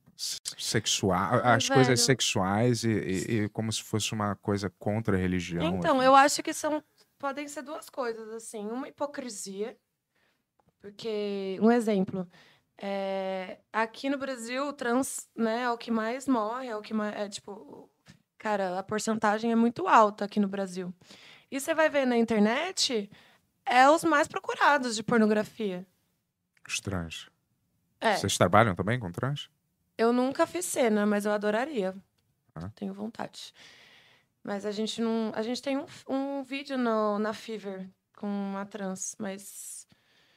Sexual, Ai, as coisas velho. sexuais e, e- e como se fosse uma coisa contra a religião. Então, assim. eu acho que são podem ser duas coisas, assim. Uma hipocrisia, porque, um exemplo, é, aqui no Brasil, o trans, né, é o que mais morre, é o que mais, é, tipo, cara, a porcentagem é muito alta aqui no Brasil. E você vai ver na internet, é os mais procurados de pornografia. Os trans. É, Vocês trabalham também com trans? eu nunca fiz cena, mas eu adoraria. Ah. Tenho vontade. Mas a gente não. A gente tem um, um vídeo no, na Fever com uma trans, mas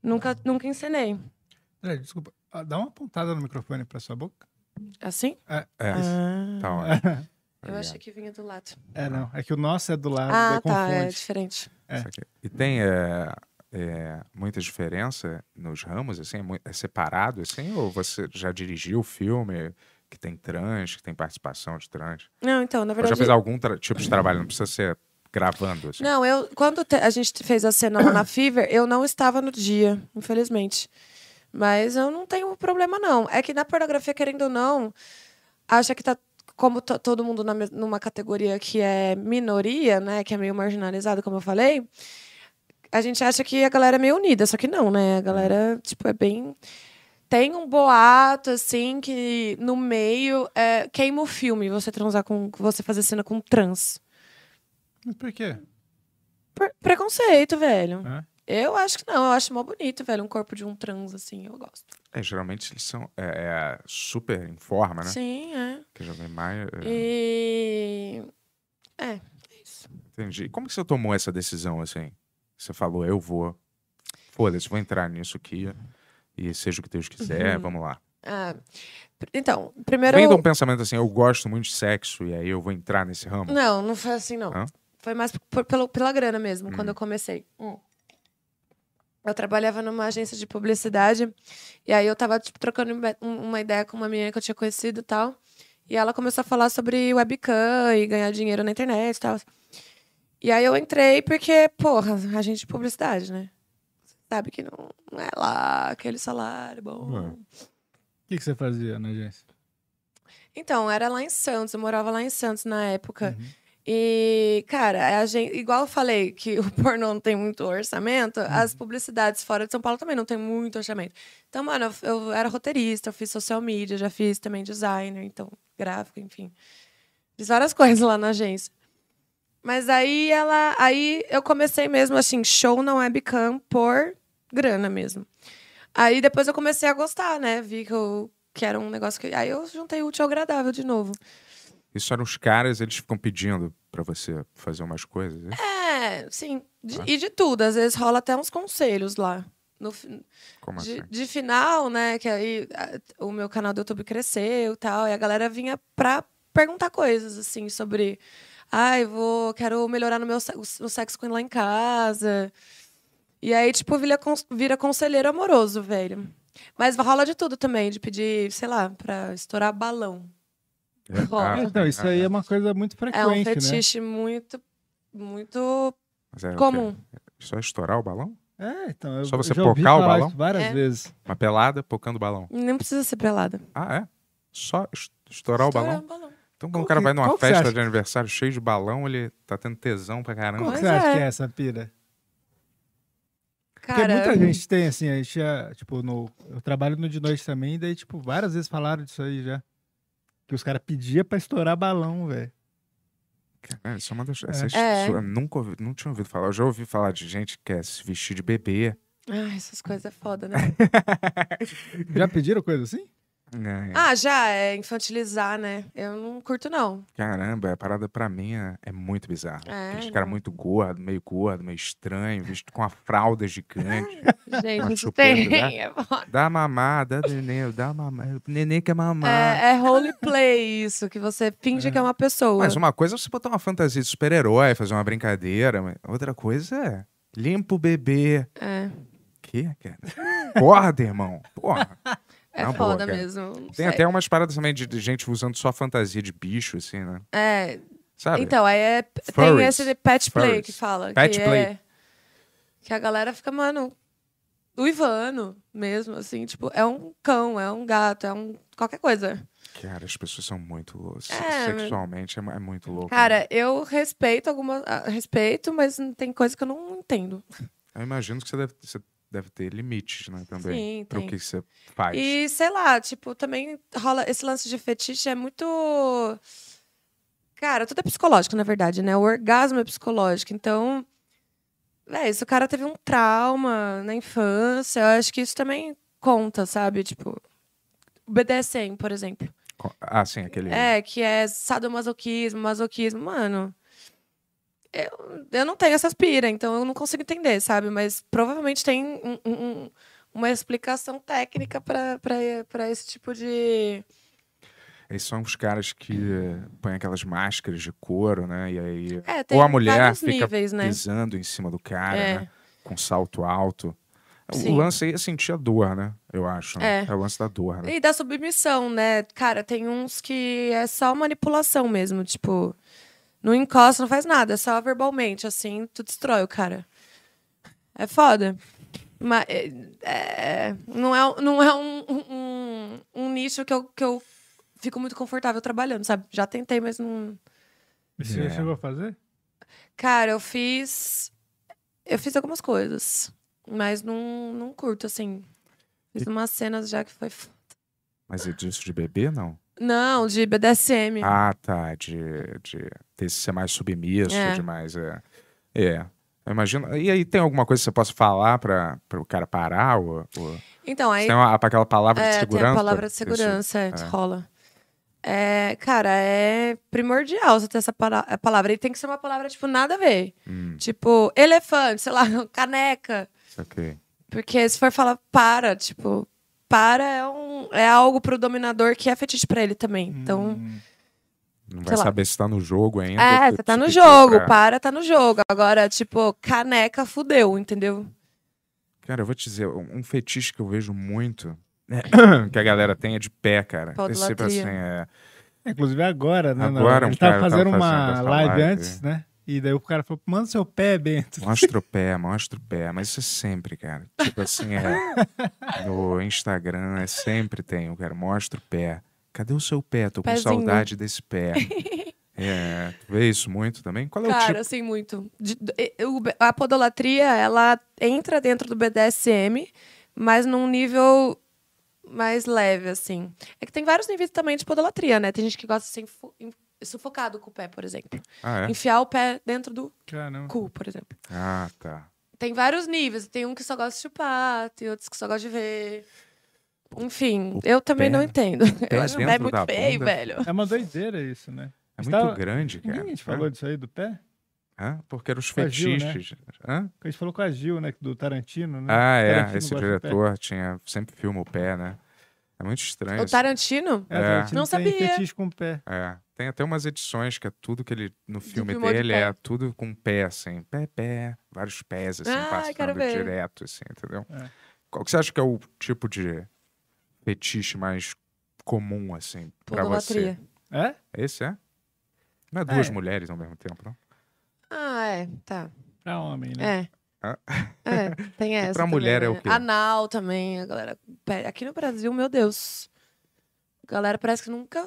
Nunca, nunca encenei. André, desculpa, ah, dá uma pontada no microfone pra sua boca. Assim? É, É, Ah, tá ótimo. eu achei que vinha do lado. é não. É que o nosso é do lado, Ah, daí tá. É confunde. diferente. É. Isso aqui. E tem é, é, muita diferença nos ramos, assim? É, mui- é separado, assim? Ou você já dirigiu o filme que tem trans, que tem participação de trans? Não, então, na Ou já verdade... fez algum tra- tipo de trabalho? Não precisa ser gravando, assim. Não, eu... Quando te- a gente fez a cena lá na Fever, eu não estava no dia, infelizmente. Mas eu não tenho problema, não. É que na pornografia, querendo ou não, acha que tá... Como to- todo mundo na mes- numa categoria que é minoria, né? Que é meio marginalizado, como eu falei... A gente acha que a galera é meio unida, só que não, né? A galera, tipo, é bem... Tem um boato, assim, que no meio é, queima o filme você transar com... Você fazer cena com trans. Mas por quê? Pre- preconceito, velho. É? Eu acho que não, eu acho mó bonito, velho, um corpo de um trans, assim, eu gosto. É, geralmente eles são é, é super em forma, né? Sim, é. Que já vem mais... é, E... É, é isso. Entendi. E como que você tomou essa decisão, assim? Você falou, eu vou... Foda-se, vou entrar nisso aqui. E seja o que Deus quiser, Uhum. vamos lá. Ah, pr- então, primeiro... Vem de um pensamento assim, eu gosto muito de sexo, e aí eu vou entrar nesse ramo. Não, não foi assim, não. Hã? Foi mais por- pelo, pela grana mesmo, Hum. quando eu comecei. Hum. Eu trabalhava numa agência de publicidade, e aí eu tava, tipo, trocando uma- um- uma ideia com uma menina que eu tinha conhecido e tal. E ela começou a falar sobre webcam e ganhar dinheiro na internet e tal. E aí eu entrei porque, porra, agente de publicidade, né? Sabe que não, não é lá aquele salário bom. Ué. O que, que você fazia na agência? Então, era lá em Santos, eu morava lá em Santos na época. Uhum. E, cara, a gente, igual eu falei que o pornô não tem muito orçamento, as publicidades fora de São Paulo também não tem muito orçamento. Então, mano, eu, eu era roteirista, eu fiz social media, já fiz também designer, então, gráfico, enfim. Fiz várias coisas lá na agência. Mas aí ela. Aí eu comecei mesmo assim, show na webcam por grana mesmo. Aí depois eu comecei a gostar, né? Vi que, eu, que era um negócio que. Aí eu juntei o útil ao agradável de novo. Isso eram os caras, eles ficam pedindo pra você fazer umas coisas. né? É, sim. De- Ah. E de tudo. Às vezes rola até uns conselhos lá. No, fi- Como de, assim? de final, né? Que aí a- o meu canal do YouTube cresceu e tal. E a galera vinha pra perguntar coisas, assim, sobre. Ai, vou, quero melhorar no meu se- o sexo com ele lá em casa. E aí, tipo, vira, cons- vira conselheiro amoroso, velho. Mas rola de tudo também, de pedir, sei lá, pra estourar balão. É, rola. ah, Então, isso aí é uma coisa muito frequente, É um né? fetiche muito, muito Mas é o quê? comum. Só estourar o balão? É, então, eu, Só você eu já ouvi pocar o falar balão? isso várias É. vezes. Uma pelada, pocando o balão. Nem precisa ser pelada. Ah, é? Só es- estourar o Estourar balão? o balão. Então, quando Qual o cara que- vai numa qual que você festa acha de aniversário cheio de balão, ele tá tendo tesão pra caramba. Qual que Pois você acha é. que é essa pira? Porque Cara, muita gente tem, assim, a gente já, tipo, no, eu trabalho no de noite também, e daí, tipo, várias vezes falaram disso aí já. Que os caras pediam pra estourar balão, velho. É, isso é uma das. Essas, É. eu nunca ouvi, não tinha ouvido falar. Eu já ouvi falar de gente que quer se vestir de bebê. Ai, essas coisas é foda, né? Já pediram coisa assim? É, Ah, já, é infantilizar, né? Eu não curto, não. Caramba, a parada pra mim é, é muito bizarra. É, Aqueles caras não. muito gordo, meio gordo, meio estranho, visto com a fralda gigante. Gente, Uma isso chupeta, tem. né? É, foda. Dá mamar, dá neném, dá mamar. O neném quer mamar. é, é roleplay isso, que você finge que é uma pessoa. Mas uma coisa é você botar uma fantasia de super-herói, fazer uma brincadeira. mas outra coisa é limpa o bebê. É, Que, cara? Acorda, irmão. Porra. é Na boa, foda cara. mesmo. não Tem sei. até umas paradas também de, de gente usando só fantasia de bicho, assim, né? É, Sabe? então, aí é, tem Furries. esse pet play Furries. que fala. Pet que play. É, que a galera fica, mano, uivando mesmo, assim. Tipo, é um cão, é um gato, é um... qualquer coisa. Cara, as pessoas são muito loucas. É, Sexualmente é, é muito louco. né? Cara, eu respeito alguma... ah, respeito, mas tem coisa que eu não entendo. Eu imagino que você deve, você deve ter limites, né, também. Sim, Pro tem. que você faz. E, sei lá, tipo, também rola... Esse lance de fetiche é muito... Cara, tudo é psicológico, na verdade, né? O orgasmo é psicológico. Então, é, se o cara teve um trauma na infância, eu acho que isso também conta, sabe? Tipo, o B D S M, por exemplo. Co- Ah, sim, aquele... É, que é sadomasoquismo, masoquismo. Mano, Eu, eu não tenho essas pira, então eu não consigo entender, sabe? Mas provavelmente tem um, um, uma explicação técnica pra, pra, pra esse tipo de... Eles são os caras que põem aquelas máscaras de couro, né? E aí. É, tem Ou a mulher vários fica níveis, né? pisando em cima do cara, É. né? Com salto alto. O Sim. lance aí é sentir a dor, né? Eu acho. Né? É. É o lance da dor, né? E da submissão, né? Cara, tem uns que é só manipulação mesmo, tipo... Não encosta, não faz nada, é só verbalmente, assim, tu destrói o cara. É foda. Mas é, é, não é, não é um, um, um nicho que eu, que eu fico muito confortável trabalhando, sabe? Já tentei, mas não... Você É. chegou a fazer? Cara, eu fiz... Eu fiz algumas coisas, mas não, não curto, assim. Fiz umas cenas já que foi... f- Mas é disso de bebê, não? Não, de B D S M. Ah, tá. De, de ter ser mais submisso, É. de mais. É. é. Eu imagino. E aí, tem alguma coisa que você possa falar para o cara parar? Ou, ou... Então, aí... Você tem uma, aquela palavra de É, segurança? tem a palavra de Isso, segurança, é, é. rola. É, cara, é primordial você ter essa para- a palavra. E tem que ser uma palavra, tipo, nada a ver. Hum, Tipo, elefante, sei lá, caneca. ok. Porque se for falar para, tipo, para é, um, é algo pro dominador que é fetiche pra ele também. Então, Hum. Não sei vai lá. saber se tá no jogo ainda. é, se- você tá se no pediu jogo, pra- para tá no jogo. Agora, tipo, caneca fudeu, entendeu? Cara, eu vou te dizer, um um fetiche que eu vejo muito, né, que a galera tem é de pé, cara. Esse tipo assim, Podolatria. é... Inclusive agora, né? Agora Ele um tava cara fazendo tava uma fazendo essa live, live, antes, né? E daí o cara falou, manda seu pé, Bento. Mostra o pé, mostra o pé. Mas isso é sempre, cara. Tipo assim, é... No Instagram, é sempre tem. O cara mostra o pé. Cadê o seu pé? Tô com Pezinho. saudade desse pé. É, tu vê isso muito também? Qual é o Cara, tipo? assim, muito. De- de- e- o B- a podolatria, ela entra dentro do B D S M, mas num nível mais leve, assim. É que tem vários níveis também de podolatria, né? Tem gente que gosta de ser info- in- sufocado com o pé, por exemplo. Ah, é? Enfiar o pé dentro do Caramba. cu, por exemplo. Ah, tá. Tem vários níveis. Tem um que só gosta de chupar, tem outros que só gosta de ver. Enfim, O eu também pé- não entendo. pé Eu acho o pé dentro muito da feio, bunda? velho. É uma doideira isso, né? É Mas muito tava- grande, cara. Ninguém te Hã? falou disso aí do pé? Hã? Porque eram os Com a Gil, né? fetiches. Hã? A gente falou com a Gil, né? Do Tarantino, né? Ah, é. Tarantino Esse gosta do pé. diretor tinha sempre filma o pé, né? É muito estranho. O isso. Tarantino? É, É. Tarantino Não tem sabia. fetiche com o pé. É. Tem até umas edições que é tudo que ele. No filme filmou de dele pé. é tudo com pé, assim. Pé, pé. Vários pés, assim, Ai, quero passando ver. direto, assim, entendeu? É. Qual que você acha que é o tipo de fetiche mais comum, assim, pra você? Podolatria. É? Esse é? Não é duas É. mulheres ao mesmo tempo, não? Ah, é. Tá. Pra homem, né? É. Ah. É, tem essa. pra também, mulher é né? o quê? Anal também, a galera. pé- Aqui no Brasil, meu Deus. A galera parece que nunca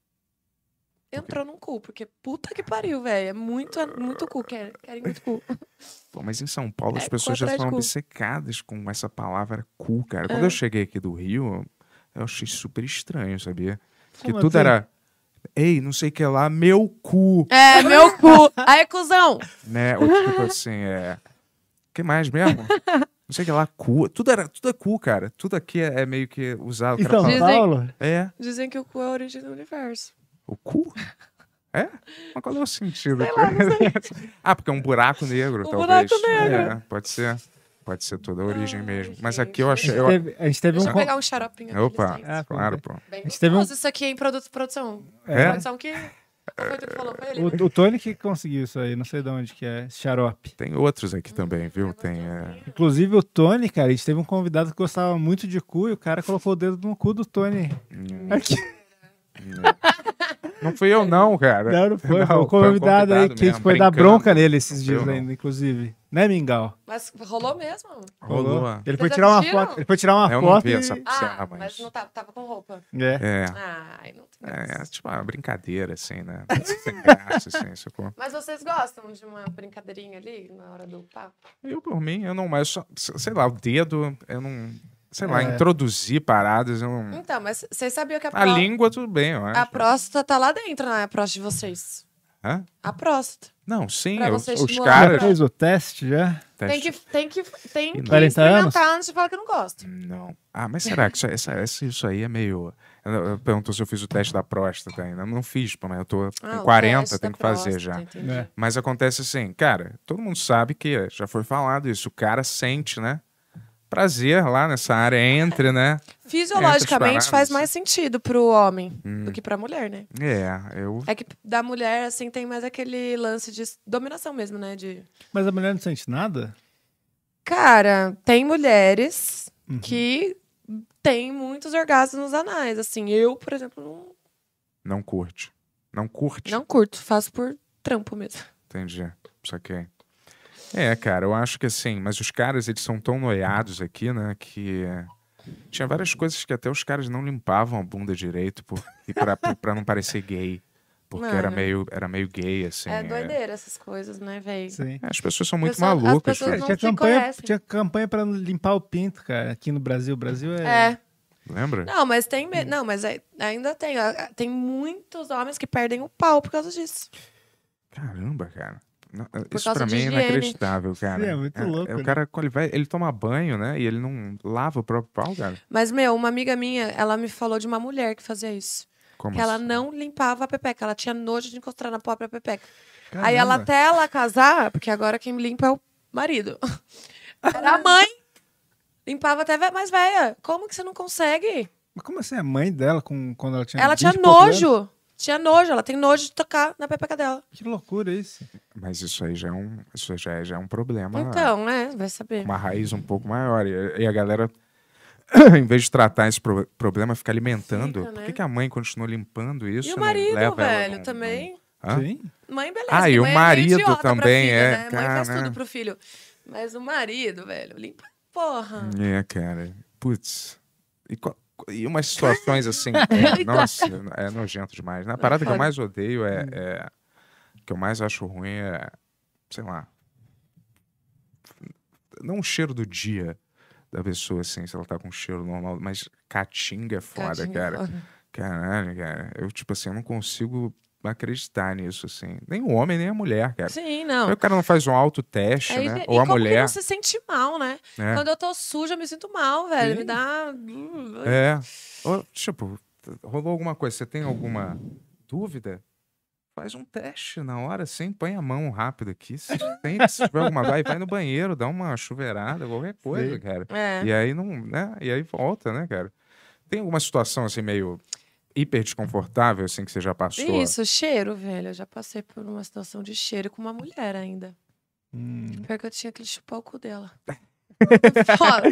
entrou num cu, porque puta que pariu, velho. É muito, muito cu, querem, querem muito cu. Pô, mas em São Paulo as É, pessoas já cu atrás de estão cu. obcecadas com essa palavra cu, cara. Quando É. eu cheguei aqui do Rio, eu achei super estranho, sabia? Porque Como tudo assim? era, ei, não sei o que lá, meu cu, É, meu cu. Aí, cuzão. né? Ou tipo assim, é... que mais mesmo? Não sei o que lá, cu. Tudo, era, tudo é cu, cara. Tudo aqui é, é meio que usado. Em O cara São fala, Dizem- Paulo? é, Dizem que o cu é a origem do universo. o cu? É? Mas qual é o sentido? Sei lá, não ah, porque é um buraco negro, Um talvez. buraco negro. É, pode ser. Pode ser toda a origem Ai, mesmo. Mas gente. aqui eu A achei... gente Eu... teve, a gente teve Deixa um... eu con- pegar um xaropinho aqui. Opa, licença. Ah, claro, pô. pô. Bem gente teve um- gostoso isso aqui em produto produção. É? Produção que... Qual foi tu que falou? Foi ele? O, o Tony que conseguiu isso aí, não sei de onde que é, esse xarope. Tem outros aqui também, viu? Tem... É... Inclusive o Tony, cara, a gente teve um convidado que gostava muito de cu e o cara colocou o dedo no cu do Tony. hum, Aqui. Não fui eu não, cara. Não, não foi, Não, foi o foi um convidado aí convidado que a gente mesmo, foi dar brincando. bronca nele esses Não dias foi eu, não. ainda, inclusive. Né, Mingau? Mas rolou mesmo? Rolou. Ele foi Vocês tirar uma assistiram? foto. Ele foi tirar uma Eu não foto vi e... essa Ah, cena, mas mas... não tava, tava com roupa. É. É, Ai, não tem é, graça. tipo uma brincadeira, assim, né? Sem graça, assim, sacou? Mas vocês gostam de uma brincadeirinha ali na hora do papo? Eu, por mim, eu não... Mas só, sei lá, o dedo, eu não... Sei lá, É. introduzir paradas, eu não... Então, mas vocês sabiam que a, A pró- língua, tudo bem, eu acho. a próstata tá lá dentro, né? A próstata de vocês. Hã? A próstata. Não, sim, Pra eu- você os estimular. Já caras... fez o teste já? Tem que, tem que, tem que quarenta experimentar anos? antes de falar que não gosta. Não. Ah, mas será que isso, essa- essa- isso aí é meio... Eu, eu perguntou se eu fiz o teste da próstata ainda. Eu não fiz, pô, mas eu tô com Ah, o quarenta, teste tem da que fazer próstata, já. entendi. É. Mas acontece assim, cara, todo mundo sabe que já foi falado isso. O cara sente, né? Prazer lá nessa área, entre, né? Fisiologicamente Entre as faz paradas. mais sentido pro homem Hum. do que pra mulher, né? É, eu... É que da mulher, assim, tem mais aquele lance de dominação mesmo, né? De... Mas a mulher não sente nada? Cara, tem mulheres Uhum. que têm muitos orgasmos nos anais. Assim, eu, por exemplo, não, Não curte. Não curte? não curto. Faço por trampo mesmo. Entendi. Saquei. É, cara, eu acho que assim, mas os caras, eles são tão noiados aqui, né, que tinha várias coisas que até os caras não limpavam a bunda direito por, e pra, pra não parecer gay. Porque era Mano. meio, era meio gay, assim. É é. doideira essas coisas, né, velho? Sim. As pessoas são muito Pessoa- as malucas. pessoas cara. não Tinha se campanha, conhecem. tinha campanha pra limpar o pinto, cara, aqui no Brasil. O Brasil é... É. Lembra? Não, mas tem. me- Não, mas aí- ainda tem. ó, Tem muitos homens que perdem o pau por causa disso. Caramba, cara. Não, Isso causa pra de mim é higiene. inacreditável, cara. Sim, é muito louco, O né? cara, quando ele vai, ele toma banho, né? E ele não lava o próprio pau, cara. Mas, meu, uma amiga minha, ela me falou de uma mulher que fazia isso. Como Que ela assim? não limpava a pepeca. Ela tinha nojo de encostar na própria pepeca. Caramba. Aí ela, até ela casar, porque agora quem limpa é o marido. Era a mãe. Limpava até ve- mais velha. Como que você não consegue? Mas como assim a mãe dela, com, quando ela tinha Ela tinha vinte e poucos anos? nojo. Tinha nojo. Ela tem nojo de tocar na pepeca dela. Que loucura isso. Mas isso aí já é um, isso já é, já é um problema. Então, né? Vai saber. Uma raiz um pouco maior. E, e a galera, em vez de tratar esse pro- problema, fica alimentando. Fica, Por né? que, que a mãe continua limpando isso? E o não marido, leva ela velho, num- também. num- Hã? Sim. Mãe, beleza. Ah, que e o mãe é meio marido idiota pra também, filha, é, Né? Mãe faz cara, tudo né? pro filho. Mas o marido, velho, limpa. Porra. É, cara. Putz. E, qual- e umas situações assim. é, nossa, é nojento demais. Né? A parada que eu foda. mais odeio é, é. Que eu mais acho ruim é. Sei lá. Não o cheiro do dia da pessoa, assim, se ela tá com cheiro normal, mas caatinga é foda, Tadinha, cara. foda. Caralho, cara. Eu, tipo assim, eu não consigo acreditar nisso, assim. Nem o homem, nem a mulher, cara. Sim, Aí não. o cara não faz um autoteste, Aí, né? e Ou a como que mulher. não se sente mal, né? né? Quando eu tô suja, eu me sinto mal, velho. Sim. Me dá. É. Ou, tipo, rolou alguma coisa, você tem alguma dúvida? Faz um teste na hora, assim, põe a mão rápido aqui. Se, tem, se tiver alguma vai, vai no banheiro, dá uma chuveirada, qualquer coisa, Sim. cara. É. E aí não, né? E aí volta, né, cara? Tem alguma situação assim meio hiper desconfortável, assim, que você já passou? Isso, cheiro, velho. Eu já passei por uma situação de cheiro com uma mulher ainda. Hum. Pior que eu tinha que chupar o cu dela. Foda.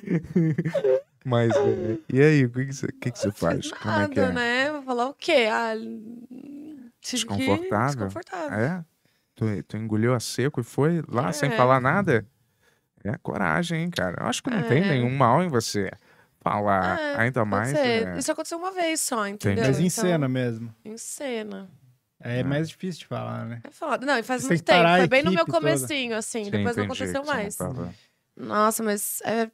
Mas, é, e aí, o que, que, você, o que, que você faz? Como é que Nada, é? né? Vou falar o quê? Ah, tive que- Desconfortável? Desconfortável. É? Tu, tu engoliu a seco e foi lá sem É. falar nada? É coragem, hein, cara? Eu acho que não tem É. nenhum mal em você falar, É, ainda pode mais. ser. é, Isso aconteceu uma vez só, entendeu? Mas em Então, cena mesmo. Em cena. É mais difícil de falar, né? É foda. Não, e faz Você tem muito que parar tempo. a Foi bem no meu equipe toda. comecinho, assim. sim, Depois não entendi aconteceu que você não mais. tava- Nossa, mas é...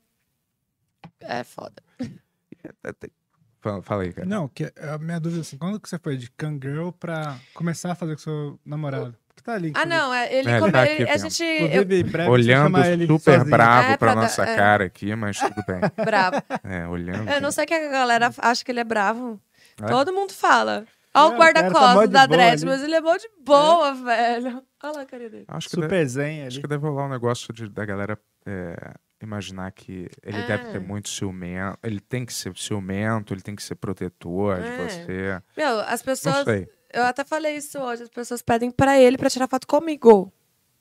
É foda. É, tem- Fala, fala aí, cara. Não, que a minha dúvida é assim, quando que você foi de Kangirl pra começar a fazer com seu namorado? Porque tá ali. Ah, não. É, ele É, ele come... tá ele- aqui a vendo. gente... Eu... Inclusive, em breve, Olhando você chamar ele super sozinho. bravo É, pra pra dar- nossa é. cara aqui, mas tudo bem. Bravo. É, olhando. Eu não sei que a galera acha que ele é bravo. É? Todo mundo fala. Olha Não, o o cara tá mó guarda-costas de da boa Dredd, ali. mas ele é mó de boa, velho. Olha lá a cara dele. Acho que, deve, Super zen acho ali. que deve rolar um negócio de, da galera é, imaginar que ele É. deve ter muito ciumento. Ele tem que ser ciumento, ele tem que ser protetor de É. você. Meu, as Não pessoas... sei. Eu até falei isso hoje. As pessoas pedem pra ele pra tirar foto comigo.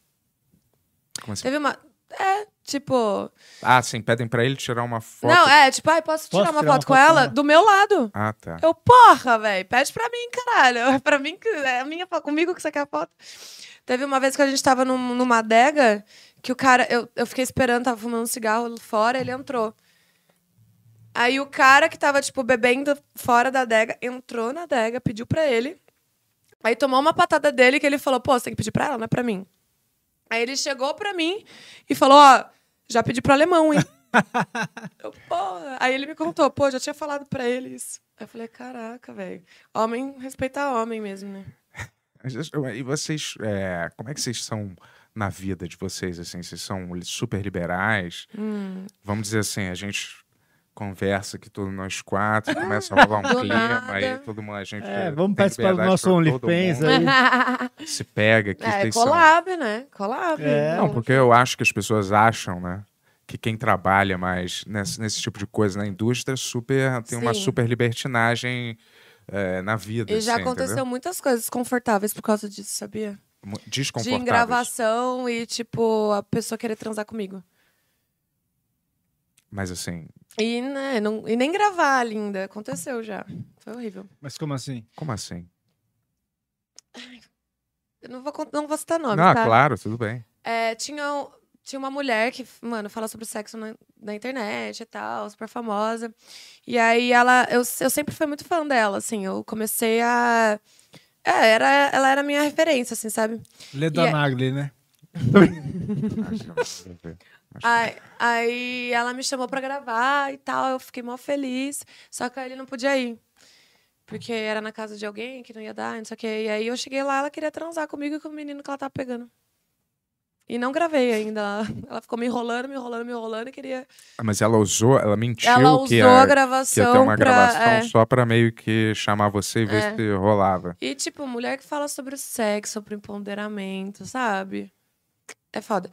Como assim? Teve uma... É, tipo... Ah, sim, pedem pra ele tirar uma foto. Não, é, tipo, ai, posso tirar Posso uma tirar foto uma com foto com ela? ela? Do meu lado. Ah, tá. Eu, porra, velho, pede pra mim, caralho. É pra mim, que é a minha, fo- comigo que você quer a foto. Teve uma vez que a gente tava num, numa adega, que o cara, eu, eu fiquei esperando, tava fumando um cigarro fora, ele entrou. Aí o cara que tava, tipo, bebendo fora da adega, entrou na adega, pediu pra ele. Aí tomou uma patada dele que ele falou, pô, você tem que pedir pra ela, não é pra mim. Aí ele chegou pra mim e falou, ó, já pedi pro alemão, hein? Eu, porra. Aí ele me contou, pô, já tinha falado pra ele isso. Aí eu falei, caraca, velho. Homem respeita homem mesmo, né? E vocês, é, como é que vocês são na vida de vocês, assim? Vocês são super liberais? Hum. Vamos dizer assim, a gente conversa aqui todos nós quatro, começa a rolar um Do clima, nada. aí todo mundo, a gente É, tem vamos participar do liberdade nosso pra todo OnlyFans mundo, aí. se pega aqui. É, vocês são- collab, né? Collab. É. Não, porque eu acho que as pessoas acham, né, que quem trabalha mais nesse, nesse tipo de coisa na indústria super, tem uma Sim. super libertinagem é, na vida. E já assim, aconteceu entendeu? muitas coisas desconfortáveis por causa disso, sabia? Mu- De Desconfortáveis. gravação e, tipo, a pessoa querer transar comigo. Mas assim, E, né, não, e nem gravar, linda. Aconteceu já. Foi horrível. Mas como assim? como assim? Eu não vou, con- não vou citar nomes, Não, tá? claro, tudo bem. É, tinha, tinha uma mulher que, mano, fala sobre sexo na, na internet e tal, super famosa. E aí ela, eu, eu sempre fui muito fã dela, assim. Eu comecei a. É, era, ela era a minha referência, assim, sabe? Lê do E é- Anagli, né? Acho que não tem a ver. Acho que- Aí, aí ela me chamou pra gravar e tal, eu fiquei mó feliz. Só que aí ele não podia ir. Porque era na casa de alguém que não ia dar, não sei o quê. E aí eu cheguei lá, ela queria transar comigo e com o menino que ela tava pegando. E não gravei ainda. Ela, ela ficou me enrolando, me enrolando, me enrolando e queria. Ah, Mas ela usou, ela mentiu ela que usou ia, a que ia gravação ter uma pra. gravação é. só pra meio que chamar você e ver É. se rolava. E, tipo, mulher que fala sobre o sexo, sobre empoderamento, sabe? É foda.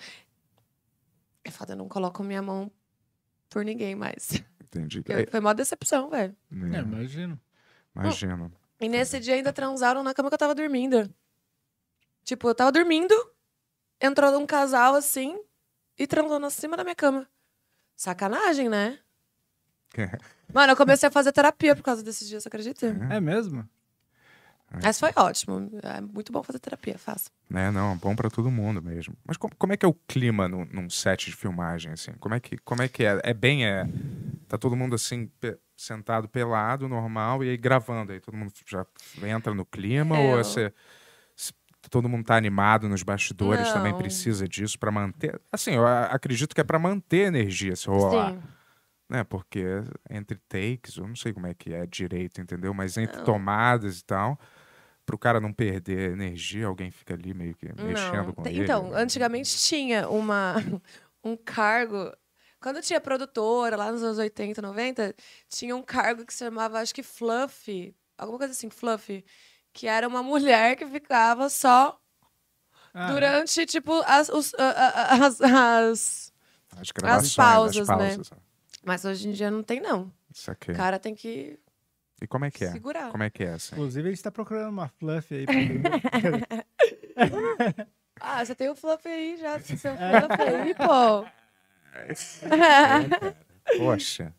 É foda, eu não coloco minha mão por ninguém mais. Entendi. Eu- Foi uma decepção, velho. É, É, imagino. imagino. E nesse dia ainda transaram na cama que eu tava dormindo. Tipo, eu tava dormindo, entrou um casal assim e transou na cima da minha cama. Sacanagem, né? Mano, eu comecei a fazer terapia por causa desses dias, você acredita? É mesmo? Mas foi ótimo. É muito bom fazer terapia, faço. É, não, bom pra todo mundo mesmo. Mas como, como é que é o clima num, num set de filmagem, assim? Como é que, como é, que é? É bem, é... Tá todo mundo, assim, pe- sentado pelado, normal, e aí gravando. Aí todo mundo já entra no clima? É, Ou eu- você... se todo mundo tá animado nos bastidores, também Não. precisa disso pra manter... Assim, eu a- acredito que é pra manter a energia, se rolar. Sim. Né? Porque entre takes, eu não sei como é que é direito, entendeu? Mas entre Não. tomadas e tal... Pro cara não perder energia, alguém fica ali meio que mexendo Não. com Tem- ele. Então, né? antigamente tinha uma, um cargo. Quando tinha produtora, lá nos anos oitenta, noventa, tinha um cargo que se chamava, acho que Fluffy. Alguma coisa assim, Fluffy. Que era uma mulher que ficava só Ah, durante, tipo, as, os- a- a- as, as- As gravações, pausas, as né? pausas. Mas hoje em dia não tem, não. Isso aqui. O cara tem que E como é que é? segurar. Como é que é, assim? Inclusive, a gente tá procurando uma fluff aí. pra- Ah, você tem o Fluffy aí já. Você tem o É. Fluffy aí, pô. Poxa.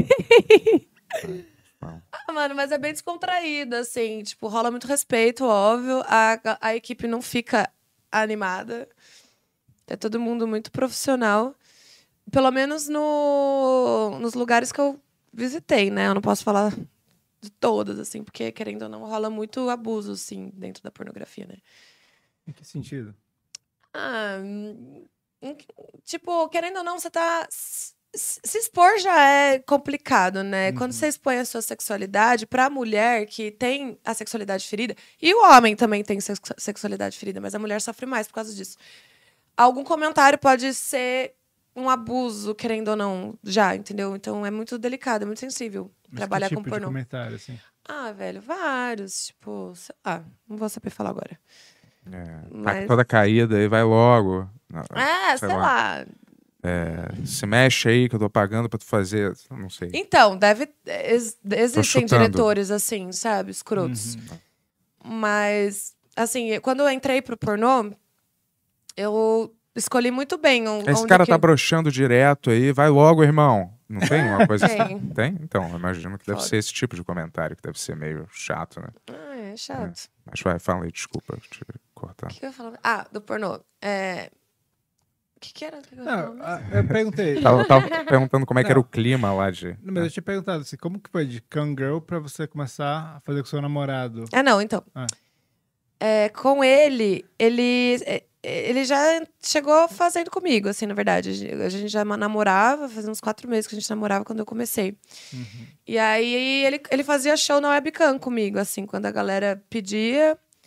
Bom, Ah, mano, mas é bem descontraído, assim. Tipo, rola muito respeito, óbvio. A, a equipe não fica animada. É todo mundo muito profissional. Pelo menos no, nos lugares que eu visitei, né? Eu não posso falar de todas, assim, porque, querendo ou não, rola muito abuso, assim, dentro da pornografia, né? Em que sentido? Ah, hum, hum, tipo, querendo ou não, você tá. s- s- Se expor já é complicado, né? Quando você expõe a sua sexualidade pra mulher que tem a sexualidade ferida, e o homem também tem sex- sexualidade ferida, mas a mulher sofre mais por causa disso. Algum comentário pode ser um abuso, querendo ou não, já, entendeu? Então é muito delicado, é muito sensível Mas trabalhar que com tipo pornô. de comentário, assim? Ah, velho, vários. Tipo, sei lá, não vou saber falar agora. é, tá Mas- toda caída aí, vai logo. Não, É, sei, sei lá. lá. é, se mexe aí que eu tô pagando pra tu fazer. Não sei. Então, deve. ex- existem chutando. diretores assim, sabe? Escrotos. Uhum. Mas, assim, quando eu entrei pro pornô, eu escolhi muito bem on- Esse onde cara que... tá broxando direto aí, vai logo, irmão. Não tem uma coisa Tem. assim? Tem? Então, eu imagino que deve Foda. ser esse tipo de comentário, que deve ser meio chato, né? Ah, é chato. Mas vai, fala aí, desculpa te cortar. O que, que eu ia falar? Ah, do pornô. É... O que, que era? O que que eu ia falar Não, mesmo? ah, eu perguntei. Tava, tava perguntando como é que Não. era o clima lá de... Não, mas eu tinha perguntado assim, como que foi de Cam Girl pra você começar a fazer com seu namorado? Ah, não, então. Ah. É, com ele, ele, é, ele já chegou fazendo comigo, assim, na verdade. A gente- A gente já namorava, fazia uns quatro meses que a gente namorava quando eu comecei. Uhum. E aí ele, ele fazia show na webcam comigo, assim, quando a galera pedia.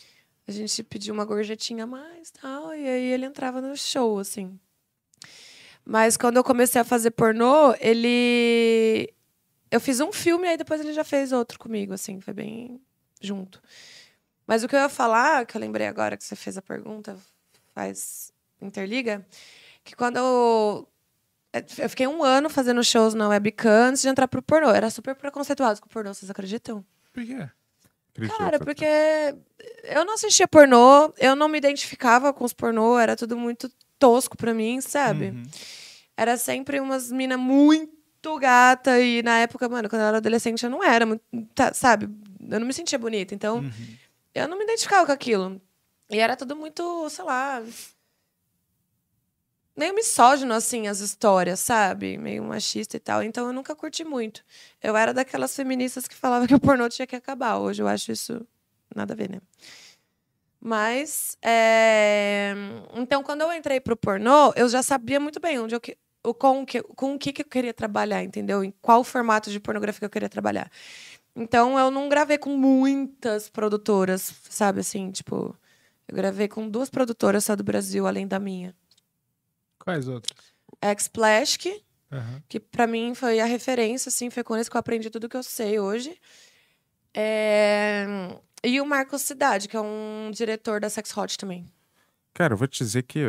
A gente pediu uma gorjetinha a mais e tal, e aí ele entrava no show, assim. Mas quando eu comecei a fazer pornô, ele... Eu fiz um filme, aí depois ele já fez outro comigo, assim, foi bem junto. Mas o que eu ia falar, que eu lembrei agora que você fez a pergunta, faz interliga, que quando eu... Eu fiquei um ano fazendo shows na webcam antes de entrar pro pornô. Era super preconceituado com o pornô, vocês acreditam? Por quê? Cara, porque eu não assistia pornô, eu não me identificava com os pornô, era tudo muito tosco pra mim, sabe? Uhum. Era sempre umas minas muito gata e na época, mano, quando eu era adolescente eu não era muito, tá, sabe? Eu não me sentia bonita, então Uhum. eu não me identificava com aquilo. E era tudo muito, sei lá, meio misógino, assim, as histórias, sabe? Meio machista e tal. Então eu nunca curti muito. Eu era daquelas feministas que falavam que o pornô tinha que acabar. Hoje eu acho isso nada a ver, né? Mas, é... então, quando eu entrei pro pornô, eu já sabia muito bem onde eu que... o, com, que... com o que, que eu queria trabalhar, entendeu? Em qual formato de pornografia que eu queria trabalhar. Então, eu não gravei com muitas produtoras, sabe? Assim, tipo... Eu gravei com duas produtoras só do Brasil, além da minha. Quais outros? X-Splash, Uhum. que pra mim foi a referência, assim, foi com esse que eu aprendi tudo que eu sei hoje. É... E o Marcos Cidade, que é um diretor da Sex Hot também. Cara, eu vou te dizer que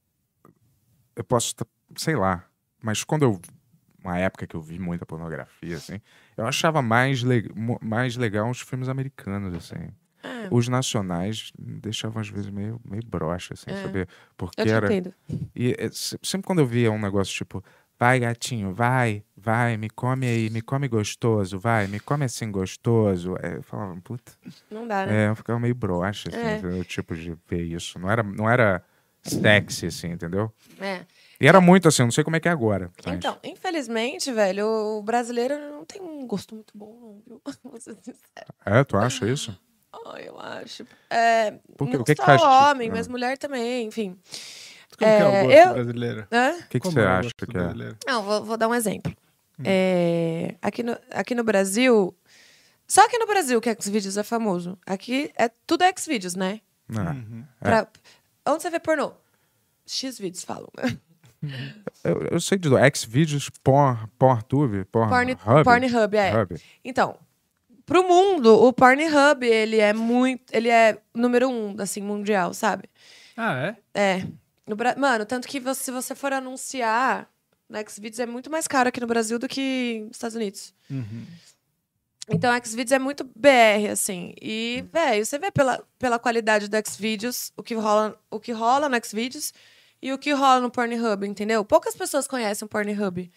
eu posso, tá- sei lá, mas quando eu, uma época que eu vi muita pornografia, assim, eu achava mais, le- mo- mais legal os filmes americanos, assim. É, Os nacionais me deixavam às vezes meio, meio broxa, assim, É. saber? Porque eu te era... entendo. E é, se- sempre quando eu via um negócio tipo, vai gatinho, vai, vai, me come aí, me come gostoso, vai, me come assim gostoso. É, eu falava, puta. Não dá, né? É, eu ficava meio broxa, assim, É. entendeu? Tipo de ver isso. Não era, não era sexy, assim, entendeu? É. E era muito assim, eu não sei como é que é agora. mas- Então, infelizmente, velho, o brasileiro não tem um gosto muito bom, não, viu? Vou ser sincera. É, tu acha isso? Ai, eu acho. É, Por quê? não O que que só faz- homem, Ah. mas mulher também, enfim. Como que é o É, gosto eu- brasileiro? Hã? O que, que Como você é o acha gosto que é? brasileiro? Não, vou, vou dar um exemplo. Hum. É, aqui, no, aqui no Brasil... Só aqui no Brasil que Xvideos é famoso. Aqui é tudo Xvideos, né? Ah, Uhum. Pra, Onde você vê pornô? X-Vídeos falam. eu, eu sei de Xvideos, Porn, PornTube, Porn, Pornhub. Pornhub, é. Hub. Então, pro mundo, o Pornhub, ele é muito... Ele é número um, assim, mundial, sabe? Ah, é? É. No Bra... Mano, tanto que você, se você for anunciar no Xvideos, é muito mais caro aqui no Brasil do que nos Estados Unidos. Uhum. Então, o Xvideos é muito B R, assim. E, velho, você vê pela, pela qualidade do Xvideos, o que rola, o que rola no Xvideos e o que rola no Pornhub, entendeu? Poucas pessoas conhecem o Pornhub.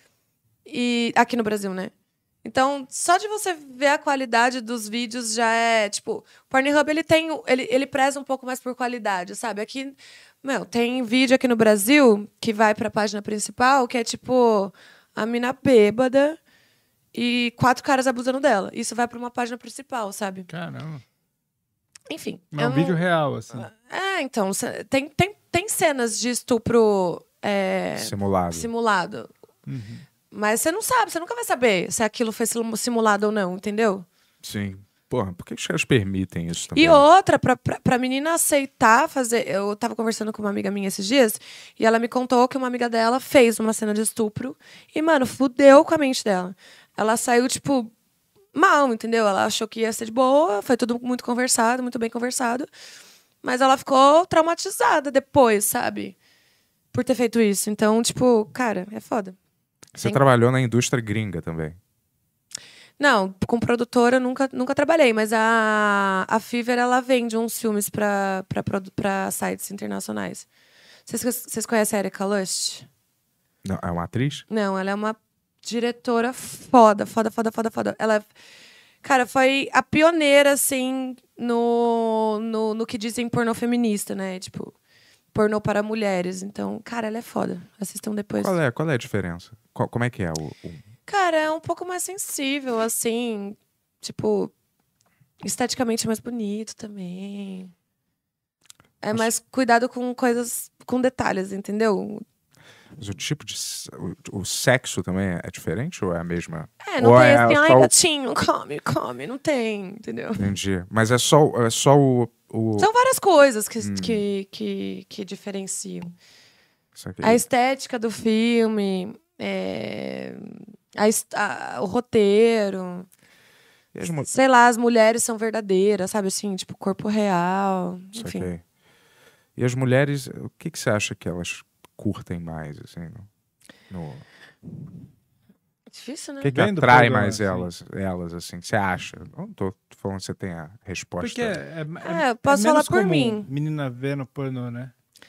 E aqui no Brasil, né? Então, só de você ver a qualidade dos vídeos já é, tipo, o Pornhub, ele tem, o- ele, ele preza um pouco mais por qualidade, sabe? Aqui, meu, tem vídeo aqui no Brasil que vai pra página principal, que é tipo a mina bêbada e quatro caras abusando dela. Isso vai pra uma página principal, sabe? Caramba. Enfim. Mas é eu um não- vídeo real, assim. É, então, cê- tem, tem, tem cenas de estupro é, Simulado. simulado. Uhum. Mas você não sabe, você nunca vai saber se aquilo foi simu- simulado ou não, entendeu? Sim. Porra, por que os caras permitem isso também? E outra, pra, pra, pra menina aceitar fazer. Eu tava conversando com uma amiga minha esses dias e ela me contou que uma amiga dela fez uma cena de estupro e, mano, fudeu com a mente dela. Ela saiu, tipo, mal, entendeu? Ela achou que ia ser de boa, foi tudo muito conversado, muito bem conversado. Mas ela ficou traumatizada depois, sabe? Por ter feito isso. Então, tipo, cara, é foda. Você Tem- trabalhou na indústria gringa também. Não, com produtora eu nunca, nunca trabalhei, mas a, a Fever, ela vende uns filmes pra, pra, produ- pra sites internacionais. Vocês, vocês conhecem a Erika Lust? Não, é uma atriz? Não, ela é uma diretora foda, foda, foda, foda, foda. Ela, cara, foi a pioneira, assim, no, no, no que dizem pornô feminista, né? Tipo, pornô para mulheres. Então, cara, ela é foda. Assistam depois. Qual é, qual é a diferença? Qual- como é que é o... o- Cara, é um pouco mais sensível, assim. Tipo, esteticamente mais bonito também. É Mas- mais cuidado com coisas, com detalhes, entendeu? Mas o tipo de... s- O, o sexo também é diferente ou é a mesma? É, não Ou tem é assim, ai, só o- gatinho, come, come. Não tem, entendeu? Entendi. Mas é só, é só o, o... São várias coisas que, Hum. que, que, que diferenciam. Saquei. A estética do filme, é, a his- a- o roteiro, E as mu- sei lá, as mulheres são verdadeiras, sabe assim, tipo, corpo real, enfim. Saquei. E as mulheres, o que, que você acha que elas curtem mais, assim? No... no... Difícil, né? O que, que Vendo atrai pornô, mais assim. elas, elas, assim? Você acha? Eu não tô falando que você tem a resposta. Porque é, É, eu posso falar menos por comum mim. menina vendo pornô, né?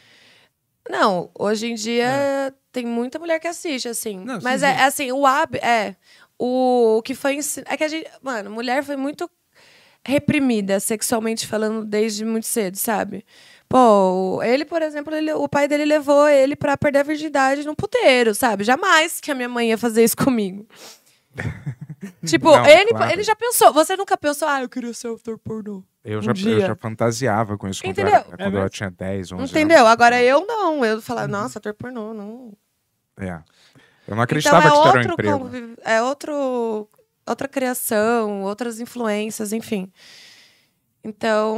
Não, hoje em dia tem muita mulher que assiste, assim. Não, Mas sim, é, sim. é assim, o hábito. É. O, o que foi ensinado. É que a gente. Mano, mulher foi muito reprimida sexualmente falando desde muito cedo, sabe? Pô, ele, por exemplo, ele- o pai dele levou ele pra perder a virgindade no puteiro, sabe? Jamais que a minha mãe ia fazer isso comigo. Tipo, Não, ele, claro. ele já pensou. Você nunca pensou, ah, eu queria ser ator pornô. Eu um já, eu dia. já fantasiava com isso quando, eu, Entendeu? era- quando É eu mesmo? tinha dez, onze Entendeu? anos. Agora eu não. Eu falava, nossa, ator pornô, não. É. Eu não acreditava Então é que isso era um outro emprego. conviv- é outro outra criação, outras influências, enfim. Então,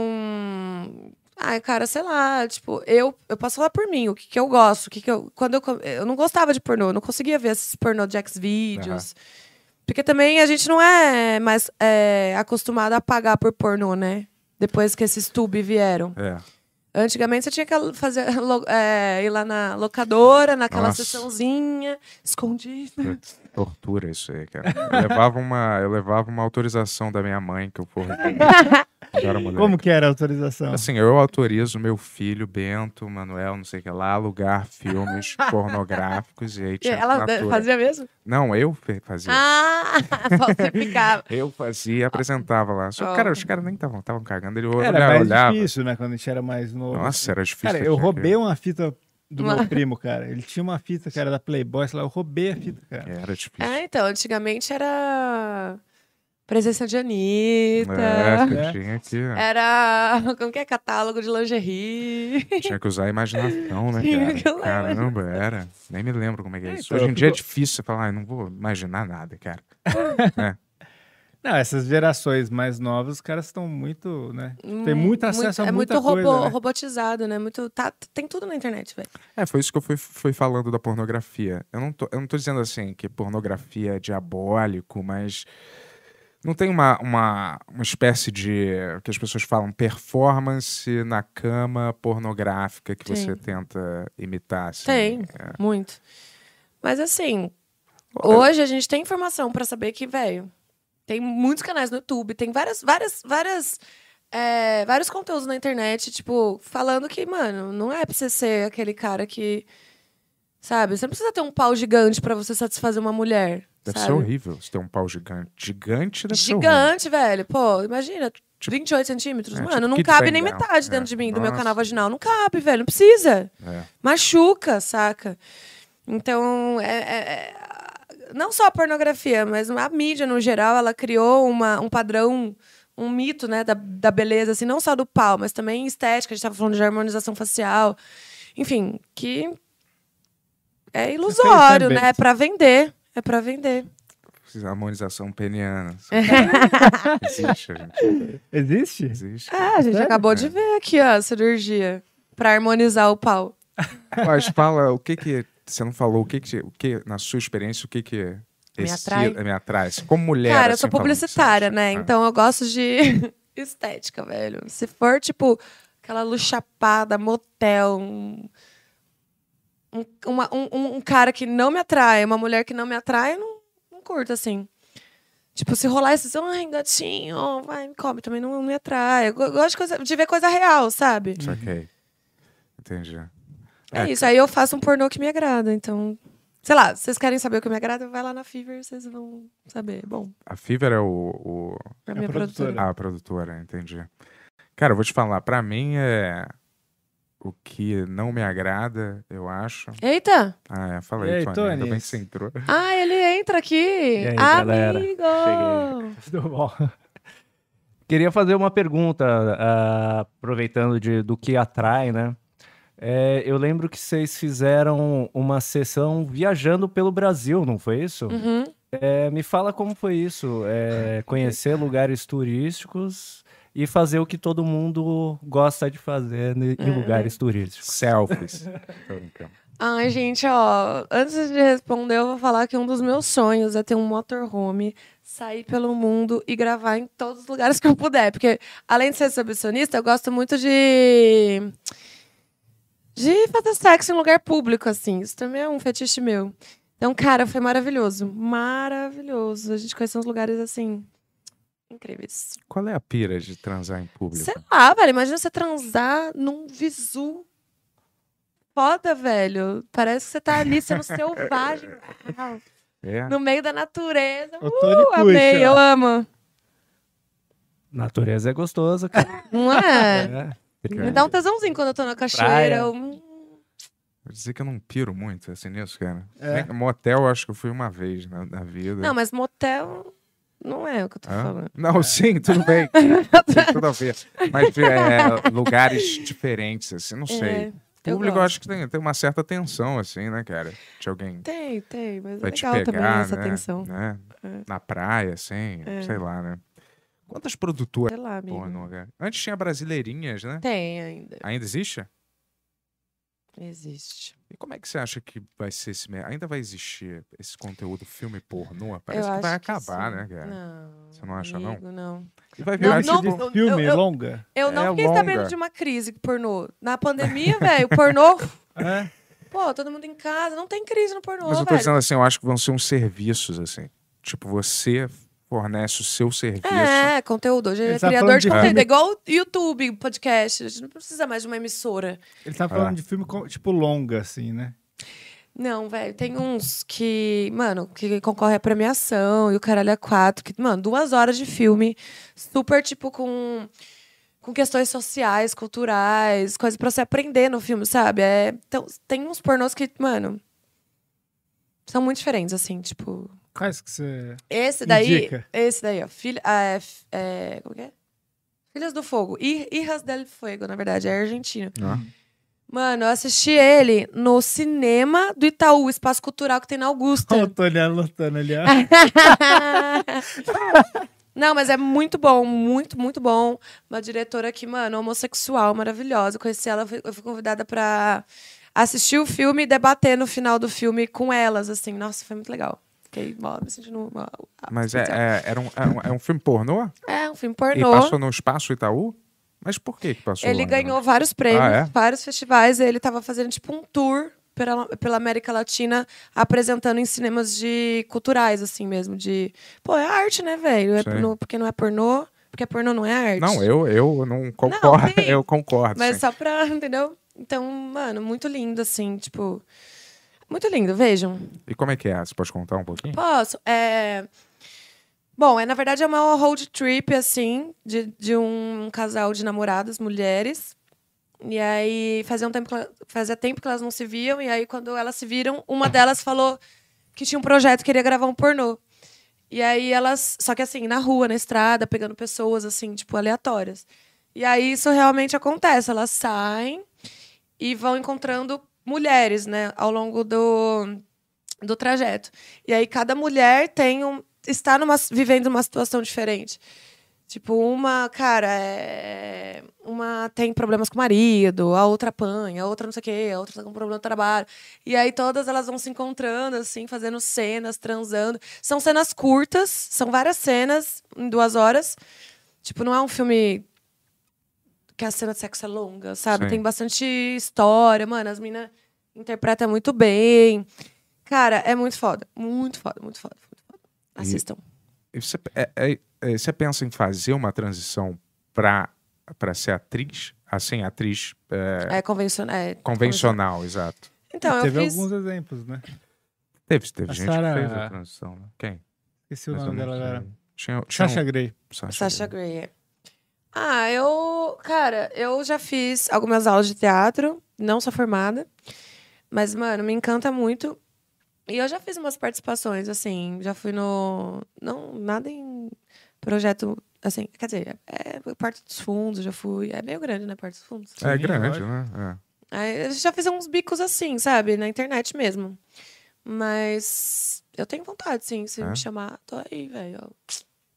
ai, cara, sei lá, tipo, eu, eu posso falar por mim, o que, que eu gosto, o que, que eu quando eu, co- eu não gostava de pornô, eu não conseguia ver esses pornô de Xvideos. Porque também a gente não é mais é, acostumado a pagar por pornô, né? Depois que esses tube vieram. É. Antigamente você tinha que fazer, lo- é, ir lá na locadora, naquela Nossa. sessãozinha, escondida. Putz, tortura isso aí, cara. Eu levava uma, eu levava uma autorização da minha mãe, que eu porra. quando eu era moleque. Como que era a autorização? Assim, eu autorizo meu filho, Bento, Manuel, não sei o que lá, alugar filmes pornográficos e aí E tinha ela assinatura. fazia mesmo? Não, eu fe- fazia. Ah, falsificava. Eu fazia e apresentava lá. Só que, Ó. cara, os caras nem estavam estavam cagando. Ele Era olhava, mais olhava. difícil, né? Quando a gente era mais novo. Nossa, era difícil. Cara, eu tinha roubei que- uma fita do Uma- meu primo, cara. Ele tinha uma fita que era da Playboy, sei lá, eu roubei a fita, cara. Era difícil. É, então, antigamente era presença de Anitta. É, você É. tinha que, Era, como que é? Catálogo de lingerie. tinha que usar a imaginação, né, Tinha que cara? usar a Caramba, era. Nem me lembro como é que é É, isso. então, Hoje em eu dia é fico- difícil você falar, ah, não vou imaginar nada, cara. Não, essas gerações mais novas, os caras estão muito, né? Tem muito acesso a é muita muito coisa, robô- né? robotizado, né? Muito, tá, tem tudo na internet, velho. É, foi isso que eu fui, fui falando da pornografia. Eu não, tô, eu não tô dizendo assim que pornografia é diabólico, mas não tem uma, uma, uma espécie de, que as pessoas falam, performance na cama pornográfica que Tem. você tenta imitar. Assim. Tem, É. muito. Mas assim, hoje a gente tem informação pra saber que, velho, tem muitos canais no YouTube, tem várias, várias, várias, é, vários conteúdos na internet, tipo, falando que, mano, não é pra você ser aquele cara que, sabe, você não precisa ter um pau gigante pra você satisfazer uma mulher. Deve sabe? ser horrível você ter um pau gigante. Gigante deve ser horrível. Gigante, velho. Pô, imagina, vinte e oito centímetros. é, Mano, tipo não Kid cabe nem Bengala. metade dentro É, de mim, do meu nossa. canal vaginal. Não cabe, velho. Não precisa. É. Machuca, saca? Então, é, é- é- não só a pornografia, mas a mídia, no geral, ela criou uma, um padrão, um mito, né, da, da beleza, assim, não só do pau, mas também estética. A gente tava falando de harmonização facial. Enfim, que é ilusório, também. né? É pra vender. É pra vender. Precisa harmonização peniana. Existe, gente. Existe? Existe. Ah, a gente Sério? acabou de ver aqui, ó, a cirurgia. Pra harmonizar o pau. Mas fala, o que que... Você não falou, o que que, o que na sua experiência, o que que... Me esse- atrai? Me atrai. Assim, como mulher, Cara, eu assim, sou falando, publicitária, você né? acha? Ah. Então eu gosto de estética, velho. Se for, tipo, aquela luz chapada, motel, um, um, uma- um- um- um cara que não me atrai, uma mulher que não me atrai, eu não, não curto, assim. Tipo, se rolar esses, ai, gatinho, vai, me come, também não, não me atrai. Eu go- gosto de, coisa- de ver coisa real, sabe? Saquei. Entendi. É, É, isso, aí eu faço um pornô que me agrada, então... Sei lá, vocês querem saber o que me agrada, vai lá na Fever, vocês vão saber. Bom, A Fever é o... o... pra É minha a produtora. produtora. Ah, a produtora, entendi. Cara, eu vou te falar, pra mim é... O que não me agrada, eu acho... Eita! Ah, é, fala E aí, aí, Tony. Ainda bem Tonis? que você entrou. Ah, ele entra aqui! E aí, galera? Amigo! Tudo bom. Queria fazer uma pergunta, ah, aproveitando de, do que atrai, né? É, eu lembro que vocês fizeram uma sessão viajando pelo Brasil, não foi isso? Uhum. É, me fala como foi isso, é, conhecer lugares turísticos e fazer o que todo mundo gosta de fazer ne- em É. lugares turísticos. Selfies. Tô brincando. Ai, gente, ó, antes de responder, eu vou falar que um dos meus sonhos é ter um motorhome, sair pelo mundo e gravar em todos os lugares que eu puder. Porque, além de ser exibicionista, eu gosto muito de. de fazer sexo em lugar público, assim. Isso também é um fetiche meu. Então, cara, foi maravilhoso. Maravilhoso. A gente conheceu uns lugares, assim, incríveis. Qual é a pira de transar em público? Sei lá, velho. Imagina você transar num visu. Foda, velho. Parece que você tá ali sendo selvagem. É. No meio da natureza. O Tony Uh, amei, puxa. eu amo. Natureza é gostosa, cara. Não é? É. Me dá um tesãozinho quando eu tô na cachoeira. Praia. Eu... hum, Vou dizer que eu não piro muito assim nisso, cara. É. Nem- Motel, eu acho que eu fui uma vez na, na vida. Não, mas motel não é o que eu tô Hã? falando. Não, sim, tudo bem. Tem tudo a ver. Mas é, lugares diferentes, assim, não sei. É, eu Público, eu, gosto. acho que tem, tem uma certa tensão, assim, né, cara? De alguém Tem, tem, mas vai é te legal também pegar, essa né? tensão. né? É. Na praia, assim, É. sei lá, né? Quantas produtoras Sei lá, amigo. pornô, cara? Antes tinha Brasileirinhas, né? Tem ainda. Ainda existe? Existe. E como é que você acha que vai ser esse... mer- Ainda vai existir esse conteúdo filme pornô? Parece eu que vai acho acabar, sim. né, cara? Não. Você não acha, não? amigo, não? E vai Não, virar, não, tipo... não, Filme, eu- eu- longa? Eu não É fiquei longa. sabendo de uma crise pornô. Na pandemia, velho, pornô. É. Pô, todo mundo em casa. Não tem crise no pornô, Mas eu tô velho. dizendo assim, eu acho que vão ser uns serviços, assim. Tipo, você fornece o seu serviço. É, conteúdo. Hoje Ele é tá criador falando de de conteúdo. filme- É igual YouTube, podcast. A gente não precisa mais de uma emissora. Ele tá falando Ah. de filme, com- tipo, longa, assim, né? Não, velho, tem uns que, mano, que concorre à premiação e o caralho é quatro, que, mano, duas horas de filme, super, tipo, com, com questões sociais, culturais, coisas pra você aprender no filme, sabe? É, então, tem uns pornôs que, mano, são muito diferentes, assim, tipo... Quais que você... Esse daí, Indica. esse daí, ó, filha, ah, é, f- é, como que é? Filhas do Fogo, I- Hijas del Fuego, na verdade, é argentino. Ah. Mano, eu assisti ele no cinema do Itaú, espaço cultural que tem na Augusta. Olha o Tony anotando ali, ó. Não, mas é muito bom, muito, muito bom. Uma diretora que, mano, homossexual, maravilhosa. Eu conheci ela, eu fui- eu fui convidada pra assistir o filme e debater no final do filme com elas, assim. Nossa, foi muito legal. Fiquei ó, me sentindo... Uma, Mas é, é, era um, é, um, é um filme pornô? é um filme E pornô. passou no Espaço Itaú? Mas por que que passou Ele lá, ganhou né? vários prêmios, Ah, é? vários festivais. Ele tava fazendo, tipo, um tour pela, pela América Latina, apresentando em cinemas de culturais, assim mesmo. De... Pô, é arte, né, velho? É Sei. pornô- porque não é pornô, porque pornô não é arte. Não, eu, eu não concordo. sim. eu concordo. Mas sim. só pra, entendeu? Então, mano, muito lindo, assim, tipo... Muito lindo, vejam. E como é que é? Você pode contar um pouquinho? Posso? É... Bom, é, na verdade é uma road trip, assim, de, de um casal de namoradas, mulheres. E aí, fazia, um tempo que ela- fazia tempo que elas não se viam. E aí, quando elas se viram, uma delas falou que tinha um projeto, queria gravar um pornô. E aí, elas... Só que assim, na rua, na estrada, pegando pessoas, assim, tipo, aleatórias. E aí, isso realmente acontece. Elas saem e vão encontrando mulheres, né? Ao longo do, do trajeto. E aí, cada mulher tem um... Está numa, vivendo uma situação diferente. Tipo, uma, cara, é... uma tem problemas com o marido, a outra apanha, a outra não sei o quê, a outra tá com problema no trabalho. E aí todas elas vão se encontrando, assim, fazendo cenas, transando. São cenas curtas, são várias cenas em duas horas. Tipo, não é um filme que a cena de sexo é longa, sabe? Sim. Tem bastante história, mano, as minas interpretam muito bem. Cara, é muito foda, muito foda, muito foda. Muito foda. Assistam. E você, é- é- é- você pensa em fazer uma transição pra, pra ser atriz? Assim, atriz é, É, convencional. É convencional, exato. Então, eu Teve fiz... alguns exemplos, né? Teve, teve A gente Sarah- que fez a transição, né? Quem? Esqueci o Mas eu nome não dela sei. agora. Tinha, tinha Sasha um- Grey. Sasha Sasha Grey. Grey. é. Ah, eu... Cara, eu já fiz algumas aulas de teatro. Não sou formada. Mas, mano, me encanta muito. E eu já fiz umas participações, assim. Já fui no... Não, nada em projeto... Assim, quer dizer, é parte dos fundos, já fui... É meio grande, né, parte dos fundos. É Sim, grande, lógico. né? Aí eu já fiz uns bicos assim, sabe? Na internet mesmo. Mas eu tenho vontade, sim. Se É? me chamar, tô aí, velho.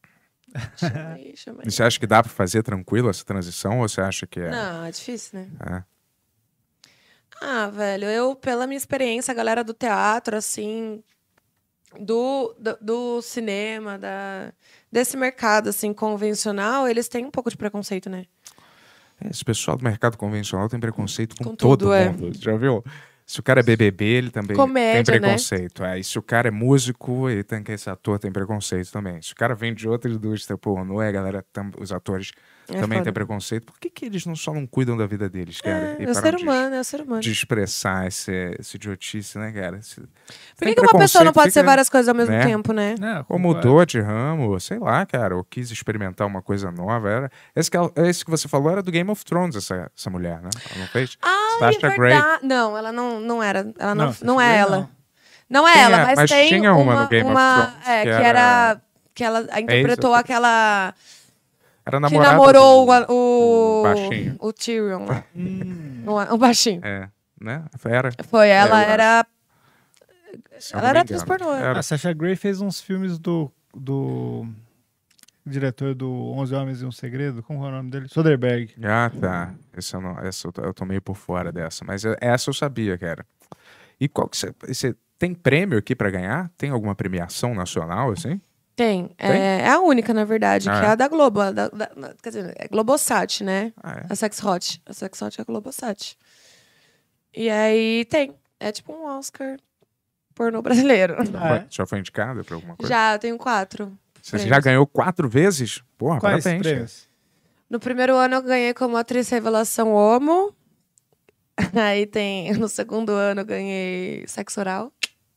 Chama aí, chama aí. E você acha que dá pra fazer tranquilo essa transição ou você acha que é... Não, é difícil, né? é? Ah, velho, eu, pela minha experiência, a galera do teatro, assim, do, do, do cinema, da, desse mercado, assim, convencional, eles têm um pouco de preconceito, né? Esse pessoal do mercado convencional tem preconceito com, Com todo tudo, é. mundo. Já viu? Se o cara é B B B, ele também Comédia, tem né? preconceito. É, e se o cara é músico, ele tem que esse ator tem preconceito também. Se o cara vem de outra indústria, pô, não é, galera, tam- os atores É também foda. têm preconceito. Por que, que eles não só não cuidam da vida deles, cara? É, E é o param ser de- humano, é o ser humano. De expressar esse, esse idiotice, né, cara? Esse- Por tem que, que uma pessoa não preconceito, pode ser fica- várias coisas ao mesmo né? tempo, né? Não, Ou concordo. mudou de ramo, sei lá, cara, ou quis experimentar uma coisa nova. Era... Esse, que, ela- esse que você falou era do Game of Thrones, essa, essa mulher, né? Ela não fez? Ah, Sasha é Grey. verdade. Não, ela não, não era. Ela não, Não, não, Sasha é Grey ela. não. Não, é Quem ela, é? mas, Mas tem tinha uma uma, no Game of uma- Thrones, é, que que era- era... Que ela interpretou isso. aquela... Era Que namorada namorou do- o... o baixinho. O Tyrion lá. Hum, O, o baixinho. É, né? Era. Foi, ela eu acho. era... se eu Ela não era me atriz engano. pornô. Era. a Sasha Grey fez uns filmes do, do diretor do onze Homens e um Segredo. Como é o nome dele? Soderbergh. Ah, tá. Esse eu, não, essa eu, tô, eu tô meio por fora dessa. Mas eu- essa eu sabia, cara. E qual que você... Você tem prêmio aqui pra ganhar? Tem alguma premiação nacional, assim? Tem. Tem? É, é a única, na verdade, Ah, que é é? a da Globo. a da- da- quer dizer, é Globosat, né? Ah, é? A Sex Hot. A Sex Hot é a Globosat. E aí tem. É tipo um Oscar pornô brasileiro. Ah, Foi- é? Já foi indicada pra alguma coisa? Já, eu tenho quatro. Você prêmios. já ganhou quatro vezes? Porra, Quais parabéns. cara. prêmios? No primeiro ano eu ganhei como atriz revelação homo. Aí tem. No segundo ano eu ganhei sexo oral.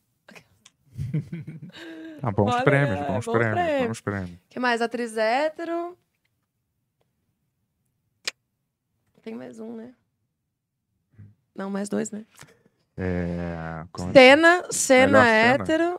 Ah, bons Olha, prêmios, é, bons bons prêmios, prêmios. bons prêmios. Que mais? Atriz hétero. Tem mais um, né? Não, mais dois, né? É... como- Cena, cena Melhor cena. hétero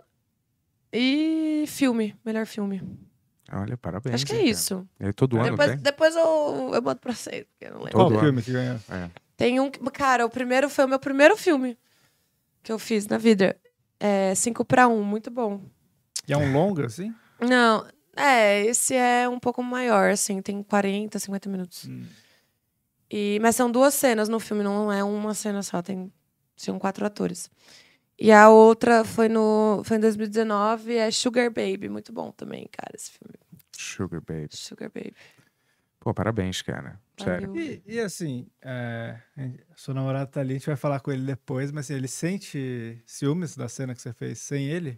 e filme. Melhor filme. Olha, parabéns. Acho que é hein, cara. isso. E aí, todo ano Depois, tem? depois eu, eu boto pra vocês, porque eu não lembro. Qual Todo filme que ganhou? É. Tem um. que- Cara, o primeiro foi o meu primeiro filme que eu fiz na vida. É cinco para um, muito bom. E é um longa, assim? Não, é, esse é um pouco maior, assim, tem quarenta, cinquenta minutos. Hum. E, mas são duas cenas no filme, não é uma cena só, tem, são quatro atores. E a outra foi, no, foi em dois mil e dezenove, é Sugar Baby, muito bom também, cara, esse filme. Sugar Baby. Sugar Baby. Pô, parabéns, cara. Sério. Valeu. E, e assim, é, seu namorado tá ali, a gente vai falar com ele depois, mas assim, ele sente ciúmes da cena que você fez sem ele?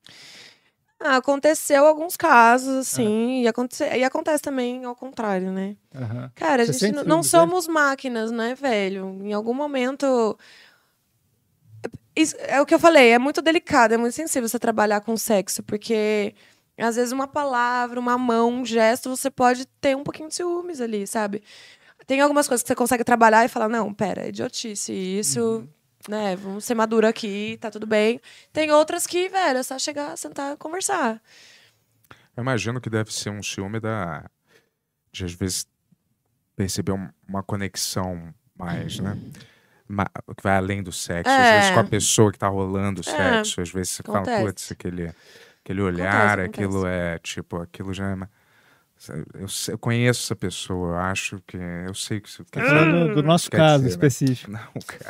Ah, aconteceu alguns casos, assim, e, aconte, e acontece também ao contrário, né? Aham. Cara, a Você gente sente n- não ciúmes somos máquinas, né, velho? Em algum momento. Isso é o que eu falei, é muito delicado, é muito sensível você trabalhar com sexo, porque às vezes uma palavra, uma mão, um gesto, você pode ter um pouquinho de ciúmes ali, sabe? Tem algumas coisas que você consegue trabalhar e falar, não, pera, é idiotice, isso, né? Vamos ser madura aqui, tá tudo bem. Tem outras que, velho, é só chegar, sentar, conversar. Eu imagino que deve ser um ciúme da... de, às vezes, perceber um- uma conexão mais, né? Ma- que vai além do sexo. Às É. vezes com a pessoa que tá rolando o É. sexo. Às vezes você fala, Acontece. putz, aquele, aquele olhar, Acontece, aquilo acontece. é, tipo, aquilo já é... ma- Eu, sei- eu conheço essa pessoa, eu acho que... Eu sei que isso... Tá falando do nosso Quer caso dizer, né? específico. Não, cara.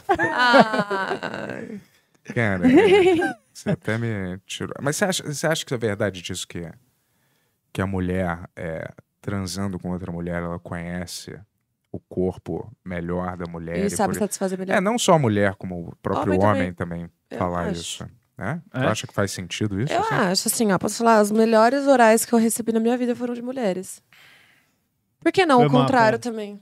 Ah, Cara, é, você até me tirou. Mas você acha, você acha que é verdade disso que, que a mulher, é, transando com outra mulher, ela conhece o corpo melhor da mulher? e sabe por- satisfazer melhor. É, não só a mulher, como o próprio Homem homem também, Eu falar acho. isso. Né? Tu É? acha que faz sentido isso? Eu assim? acho, assim, ó, posso falar, os melhores orais que eu recebi na minha vida foram de mulheres. Por que não Foi o uma contrário boa. também?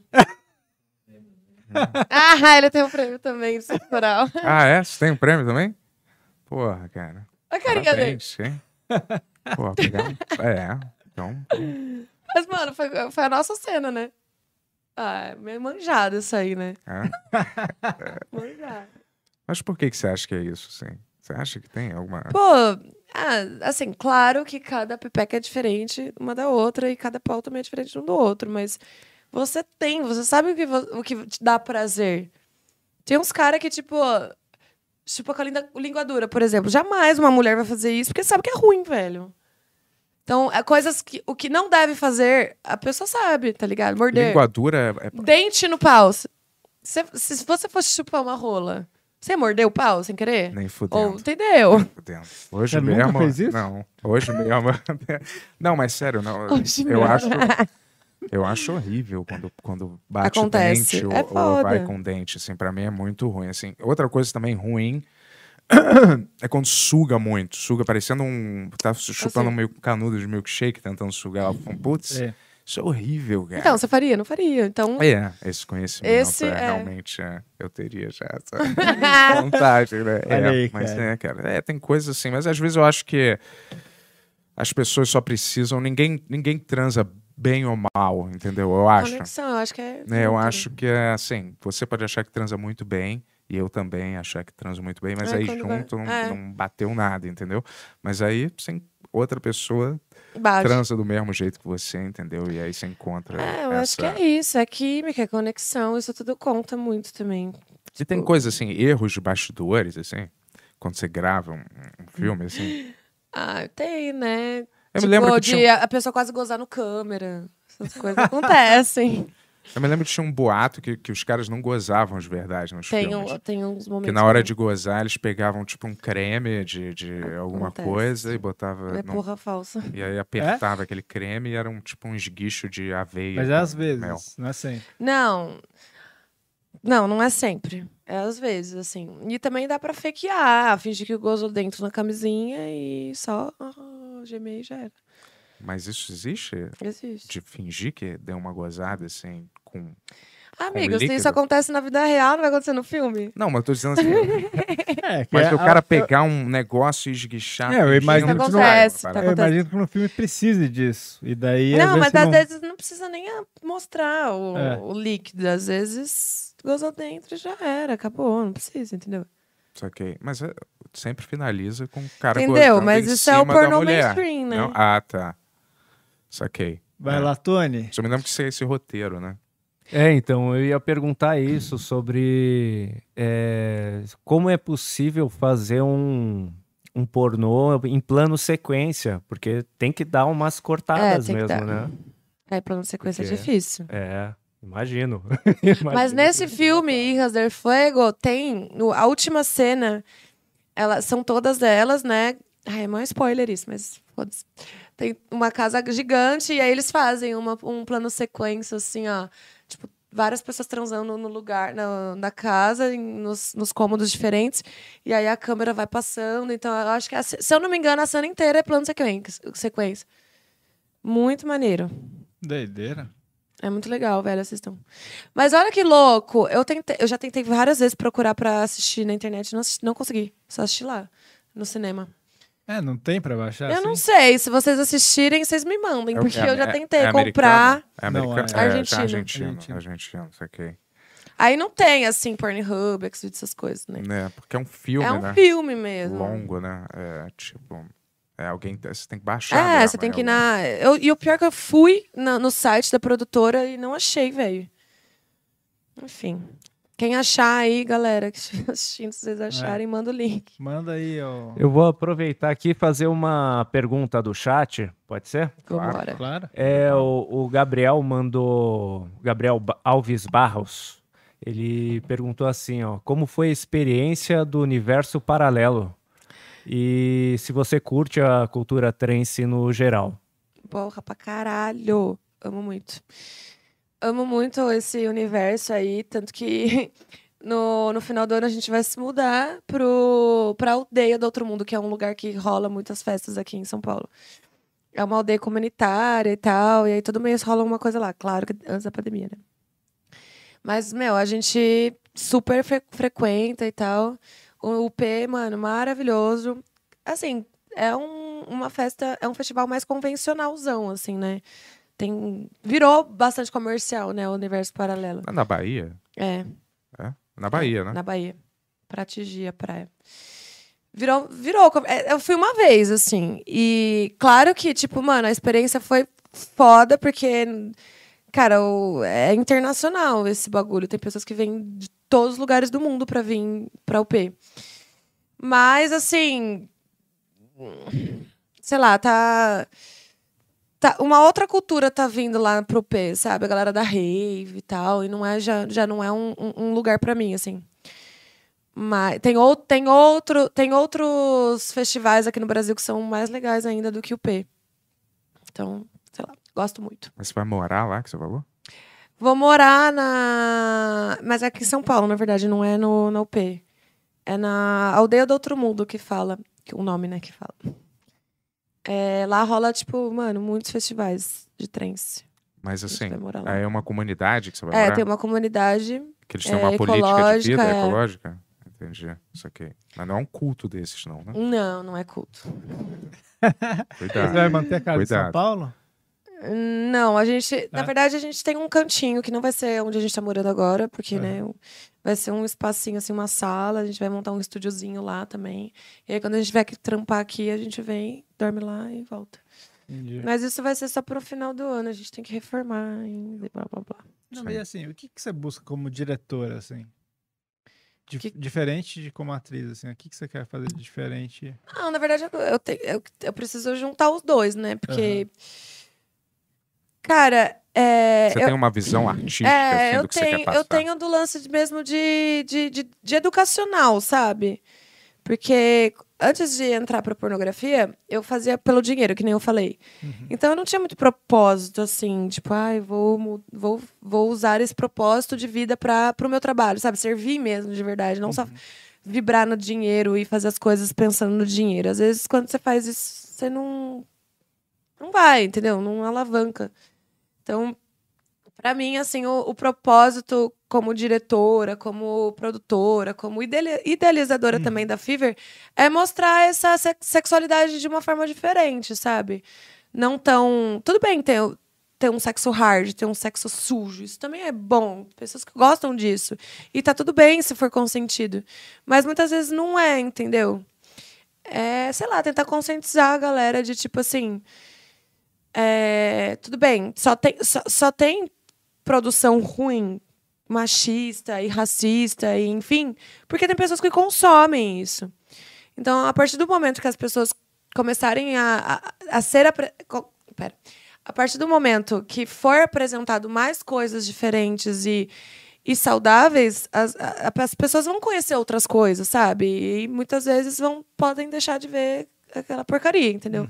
Ah, ele tem um prêmio também de sexo oral. Ah, é? Você tem um prêmio também? Porra, cara. A carinha dele. Parabéns, hein? Pô, legal. É, então... Mas, mano, foi, foi a nossa cena, né? Ah, é meio manjado isso aí, né? É. Manjado. Mas por que, que você acha que é isso, assim? Você acha que tem alguma... Pô, ah, assim, claro que cada pepeca é diferente uma da outra e cada pau também é diferente um do outro, mas você tem, você sabe o que, vo- o que te dá prazer. Tem uns caras que, tipo, tipo com a linda- língua dura, por exemplo. Jamais uma mulher vai fazer isso porque sabe que é ruim, velho. Então, é coisas que o que não deve fazer, a pessoa sabe, tá ligado? Morder. Língua dura é... Dente no pau. Se, se você fosse chupar uma rola, você mordeu o pau sem querer? Nem fudendo. Ou, entendeu? Nem fudendo. Hoje Você mesmo... nunca fez isso? Não. Hoje mesmo... Não, mas sério, não. Hoje eu mesmo. acho... Eu acho horrível quando, quando bate Acontece. o dente É ou, ou vai foda. com dente. Assim, pra mim é muito ruim. Assim, outra coisa também ruim é quando suga muito. Suga parecendo um... Tá chupando Assim. meio canudo de milkshake, tentando sugar. Putz, É. isso é horrível, cara. Então, você faria? Não faria. Então, É, esse conhecimento Esse é, é- realmente é, eu teria já essa vontade, né? Olha É, aí, mas cara. é, cara, é, tem coisas assim, mas às vezes eu acho que as pessoas só precisam, ninguém, ninguém transa bem ou mal, entendeu? Eu acho. conexão, eu acho que é. Né, eu muito. acho que é assim, você pode achar que transa muito bem, e eu também achar que transo muito bem, mas É, aí quando vai- junto não, é. não bateu nada, entendeu? Mas aí, sem outra pessoa Baixo. transa do mesmo jeito que você, entendeu? E aí você encontra É, eu essa... acho que é isso. É química, é conexão. Isso tudo conta muito também. E tem coisas assim, erros de bastidores, assim, quando você grava um, um filme, assim. Ah, tem, né? Eu tipo, me lembro que de tinha, a pessoa quase gozar no câmera. Essas coisas acontecem. eu me lembro que tinha um boato que, que os caras não gozavam de verdade nos Tem, filmes. um, tem uns momentos. Que na hora que de gozar, eles pegavam tipo um creme de, de alguma Acontece. coisa e botava. É num- porra falsa. E aí apertava aquele creme e era um tipo um esguicho de aveia. Mas é com às vezes, mel. não é sempre. Não. Não, não é sempre. É às vezes, assim. E também dá pra fakear, fingir que gozou dentro na camisinha e só ah, gemer e já era. Mas isso existe? Existe. De fingir que deu uma gozada assim com. Amigo, se líquido? isso acontece na vida real, não vai acontecer no filme? Não, mas eu tô dizendo assim. É, que Mas é o cara a- pegar um negócio e esguichar. É, eu fingindo imagino que que vai, acontece, uma tá Eu parada. imagino que no filme precise disso. E daí. não, mas vezes, às não... vezes não precisa nem ah, mostrar o, É. o líquido. Às vezes gozou dentro e já era, acabou, não precisa, entendeu? Saquei. Mas é, sempre finaliza com o cara Entendeu? gozando Mas em isso é o cima da pornô mulher. mainstream, né? Não? Ah, tá. Saquei. Vai É. lá, Tony. Só me lembro que isso é esse roteiro, né? É, então, eu ia perguntar isso sobre é, como é possível fazer um, um pornô em plano sequência, porque tem que dar umas cortadas tem que mesmo, dar. né? É, plano sequência é Porque- difícil. É, imagino. Mas Imagino nesse que- filme, Hijas del Fuego, tem no- a última cena, elas, são todas elas, né? Ai, é maior spoiler isso, mas foda-se. Tem uma casa gigante e aí eles fazem uma- um plano sequência, assim, ó. Tipo, várias pessoas transando no lugar, na, na casa, em- nos, nos cômodos diferentes. E aí a câmera vai passando. Então, eu acho que, a ce- se eu não me engano, a cena inteira é plano sequência. sequência. Muito maneiro. Doideira. É muito legal, velho, assistam. Mas olha que louco, eu, tentei, eu já tentei várias vezes procurar pra assistir na internet, não, assisti- não consegui, só assisti lá, no cinema. É, não tem pra baixar? eu assim? não sei, se vocês assistirem, vocês me mandem, É o- porque é- eu já é- tentei é comprar. americano? É Não, americano? é- É, Argentino. argentino. Argentino. Argentino, saquei. Aí não tem, assim, Pornhub, Xvideos, essas coisas, né? Né? Porque é um filme, é um né? filme mesmo. Longo, né? É tipo. É alguém. Você tem que baixar. É, mesmo, você tem é que ir um- na... Eu, e o pior é que eu fui na- no site da produtora e não achei, velho. Enfim. Quem achar aí, galera, que estiver assistindo, se vocês acharem, manda o link. Manda aí, ó. Eu vou aproveitar aqui e fazer uma pergunta do chat, pode ser? Claro. Vambora. Claro. É, o, o Gabriel mandou. Gabriel Ba- Alves Barros. Ele perguntou assim, ó, como foi a experiência do universo paralelo? E se você curte a cultura trance no geral. Porra, pra caralho. Amo muito. Amo muito esse universo aí, tanto que no, no final do ano a gente vai se mudar pro, pra aldeia do Outro Mundo, que é um lugar que rola muitas festas aqui em São Paulo. É uma aldeia comunitária e tal, e aí todo mês rola uma coisa lá, claro que antes da pandemia, né? Mas, meu, a gente super fre- frequenta e tal. O U P, mano, maravilhoso. Assim, é um, uma festa, é um festival mais convencionalzão, assim, né? Tem, virou bastante comercial, né? O Universo Paralelo. É na Bahia? É. É? Na Bahia, né? Na Bahia. Pra atingir a praia. Virou, virou. com- é, Eu fui uma vez, assim. E claro que, tipo, mano, a experiência foi foda, porque, cara, o- é internacional esse bagulho. Tem pessoas que vêm de todos os lugares do mundo pra vir pra U P. Mas, assim. Sei lá, tá. tá, uma outra cultura tá vindo lá pro P, sabe? A galera da rave e tal. E não é, já, já não é um, um, um lugar pra mim, assim. Mas tem, ou, tem, outro, tem outros festivais aqui no Brasil que são mais legais ainda do que o P. Então, sei lá, gosto muito. Mas você vai morar lá, que você falou? Vou morar na... Mas é aqui em São Paulo, na verdade, não é no, no U P. É na Aldeia do Outro Mundo que fala. Que o nome, né, que fala. É, lá rola, tipo, mano, muitos festivais de trance. Mas A gente assim, vai morar lá. aí é uma comunidade que você vai É, morar? tem uma comunidade. Que eles têm é, uma política de vida ecológica, é. ecológica? Entendi. Isso aqui. Mas não é um culto desses, não, né? Não, não é culto. Você Cuidado. vai manter a casa em São Cuidado. Paulo? Não, a gente... Na É? verdade, a gente tem um cantinho que não vai ser onde a gente tá morando agora, porque, Uhum. né, vai ser um espacinho, assim, uma sala. A gente vai montar um estúdiozinho lá também. E aí, quando a gente tiver que trampar aqui, a gente vem, dorme lá e volta. Entendi. Mas isso vai ser só pro final do ano. A gente tem que reformar ainda e blá, blá, blá. Não, mas assim, o que, que você busca como diretora, assim? Di- Que- Diferente de como atriz, assim, o que, que você quer fazer de diferente? Não, na verdade, eu, eu, te- eu, eu preciso juntar os dois, né? Porque... Cara, é... Você eu- tem uma visão artística É, assim, eu do que você quer tenho, passar? eu tenho do lance de- mesmo de, de, de, de educacional, sabe? Porque antes de entrar pra pornografia, eu fazia pelo dinheiro, que nem eu falei. Então eu não tinha muito propósito, assim, tipo, ai, vou, mu- vou, vou usar esse propósito de vida para o meu trabalho, sabe? Servir mesmo, de verdade. Não só vibrar no dinheiro e fazer as coisas pensando no dinheiro. Às vezes, quando você faz isso, você não. Não vai, entendeu? Não alavanca. Então, pra mim, assim, o, o propósito como diretora, como produtora, como ideali- idealizadora também da Fever é mostrar essa se- sexualidade de uma forma diferente, sabe? Não tão... Tudo bem ter, ter um sexo hard, ter um sexo sujo. Isso também é bom. Pessoas que gostam disso. E tá tudo bem se for consentido. Mas muitas vezes não é, entendeu? É, sei lá, tentar conscientizar a galera de, tipo assim... É, tudo bem, só tem, só, só tem produção ruim, machista e racista, e enfim, porque tem pessoas que consomem isso. Então, a partir do momento que as pessoas começarem a, a, a ser... Apre... co- Pera. A partir do momento que for apresentado mais coisas diferentes e, e saudáveis, as, a- as pessoas vão conhecer outras coisas, sabe? E muitas vezes vão, podem deixar de ver aquela porcaria, entendeu?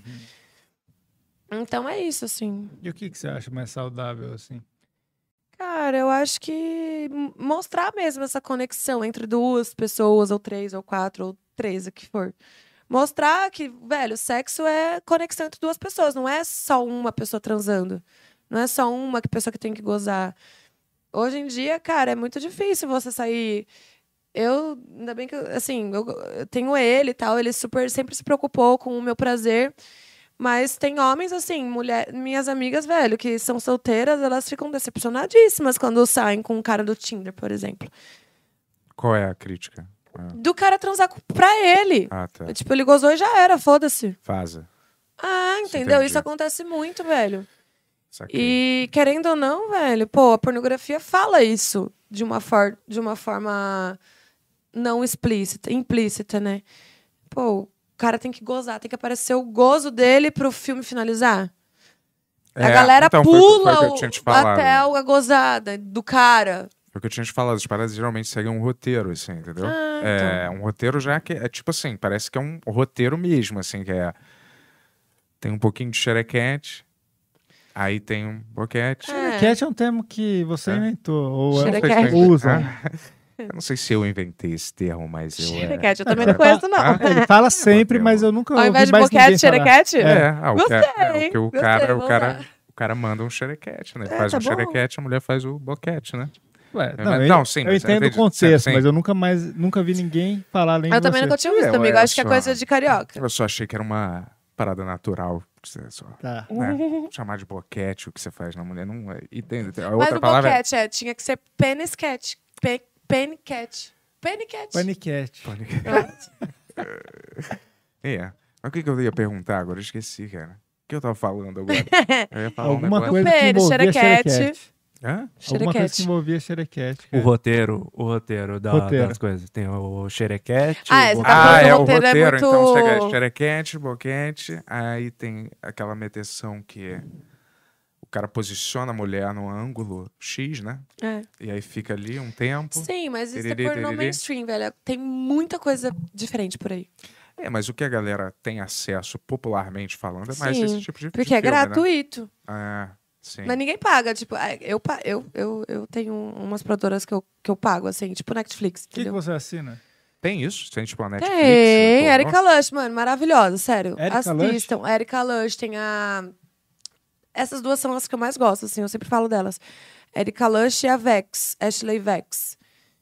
Então é isso, assim. E o que, que você acha mais saudável, assim? Cara, eu acho que m- mostrar mesmo essa conexão entre duas pessoas, ou três, ou quatro, ou três, o que for. Mostrar que, velho, sexo é conexão entre duas pessoas, não é só uma pessoa transando. Não é só uma que- pessoa que tem que gozar. Hoje em dia, cara, é muito difícil você sair. Eu, ainda bem que, eu- assim, eu, eu tenho ele e tal, ele super sempre se preocupou com o meu prazer. Mas tem homens, assim, mulher, minhas amigas, velho, que são solteiras, elas ficam decepcionadíssimas quando saem com um cara do Tinder, por exemplo. Qual é a crítica? Ah, Do cara transar com- pra ele. Ah, tá. Tipo, ele gozou e já era, foda-se. Vaza. Ah, Isso, entendeu? entendi. Isso acontece muito, velho. Saquei. E, querendo ou não, velho, pô, a pornografia fala isso de uma, for de uma forma não explícita, implícita, né? Pô, o cara tem que gozar, tem que aparecer o gozo dele pro filme finalizar. A É, galera então, foi o que- foi pula o que eu o- tinha te falado. até a gozada do cara. Foi o que eu tinha te falado. As paradas geralmente seguem um roteiro, assim, entendeu? Ah, É um roteiro já que é tipo assim, parece que é um roteiro mesmo, assim, que é. Tem um pouquinho de xerequete, aí tem um boquete. É. Cat é um termo que você É. inventou, ou é- Xerequete. usam. Ah, eu não sei se eu inventei esse termo, mas eu. É, Xerequete, eu também É, não conheço, não. Ah, Ele fala sempre, Botei mas um- eu nunca Ao ouvi invés de mais ninguém boquete, falar. xerequete? é, ah, o Gostei, cara, é, o que o gostei, cara, o vou cara, usar. o cara manda um xerequete, né? Ele É, faz tá um bom. xerequete, a mulher faz o boquete, né? Ué, Mas- não, eu, não, sim, eu mas entendo o entendi. contexto, Sim. mas eu nunca mais nunca vi ninguém falar além Eu de também você. nunca tinha visto, É, amigo. ué, Acho que é só- coisa de carioca. Eu só achei que era uma parada natural. Só, Tá. né? Chamar de boquete o que você faz na mulher. Não, é- entende? A Mas outra o palavra é boquete, é, tinha que ser penis cat. Pe penny cat. Penny cat. Paniquete. É. Mas o que, que eu ia perguntar agora? Eu esqueci, cara. O que eu tava falando agora? Eu ia falar Alguma um negócio. coisa Pênis, que envolvia xerequete. xerequete. Hã? Alguma coisa que Xerequete. envolvia xerequete. O cara. roteiro, o roteiro, da- Roteiro. das coisas. Tem o xerequete. Ah, o você tá Ah, falando que é o o roteiro é roteiro. muito- Então chega xerequente, boquete, aí tem aquela meteção que o cara posiciona a mulher no ângulo X, né? É. E aí fica ali um tempo. Sim, mas isso Tererê, é pornô tererê. mainstream, velho. Tem muita coisa diferente por aí. É, mas o que a galera tem acesso popularmente falando é mais Sim, esse tipo de, de Porque é filme, né? gratuito. Ah, sim. Mas ninguém paga. Tipo, é, eu, pa- eu, eu, eu tenho umas produtoras que eu, que eu pago, assim, tipo Netflix, O que, que entendeu? você assina? Tem isso? Tem tipo a Netflix? Tem, pornô? Erika Lush, mano, maravilhosa, sério. Erika Lush? Assistam, Erika Lush, tem a... Essas duas são as que eu mais gosto, assim, eu sempre falo delas. Erika Lush e a Vex, Ashley Vex.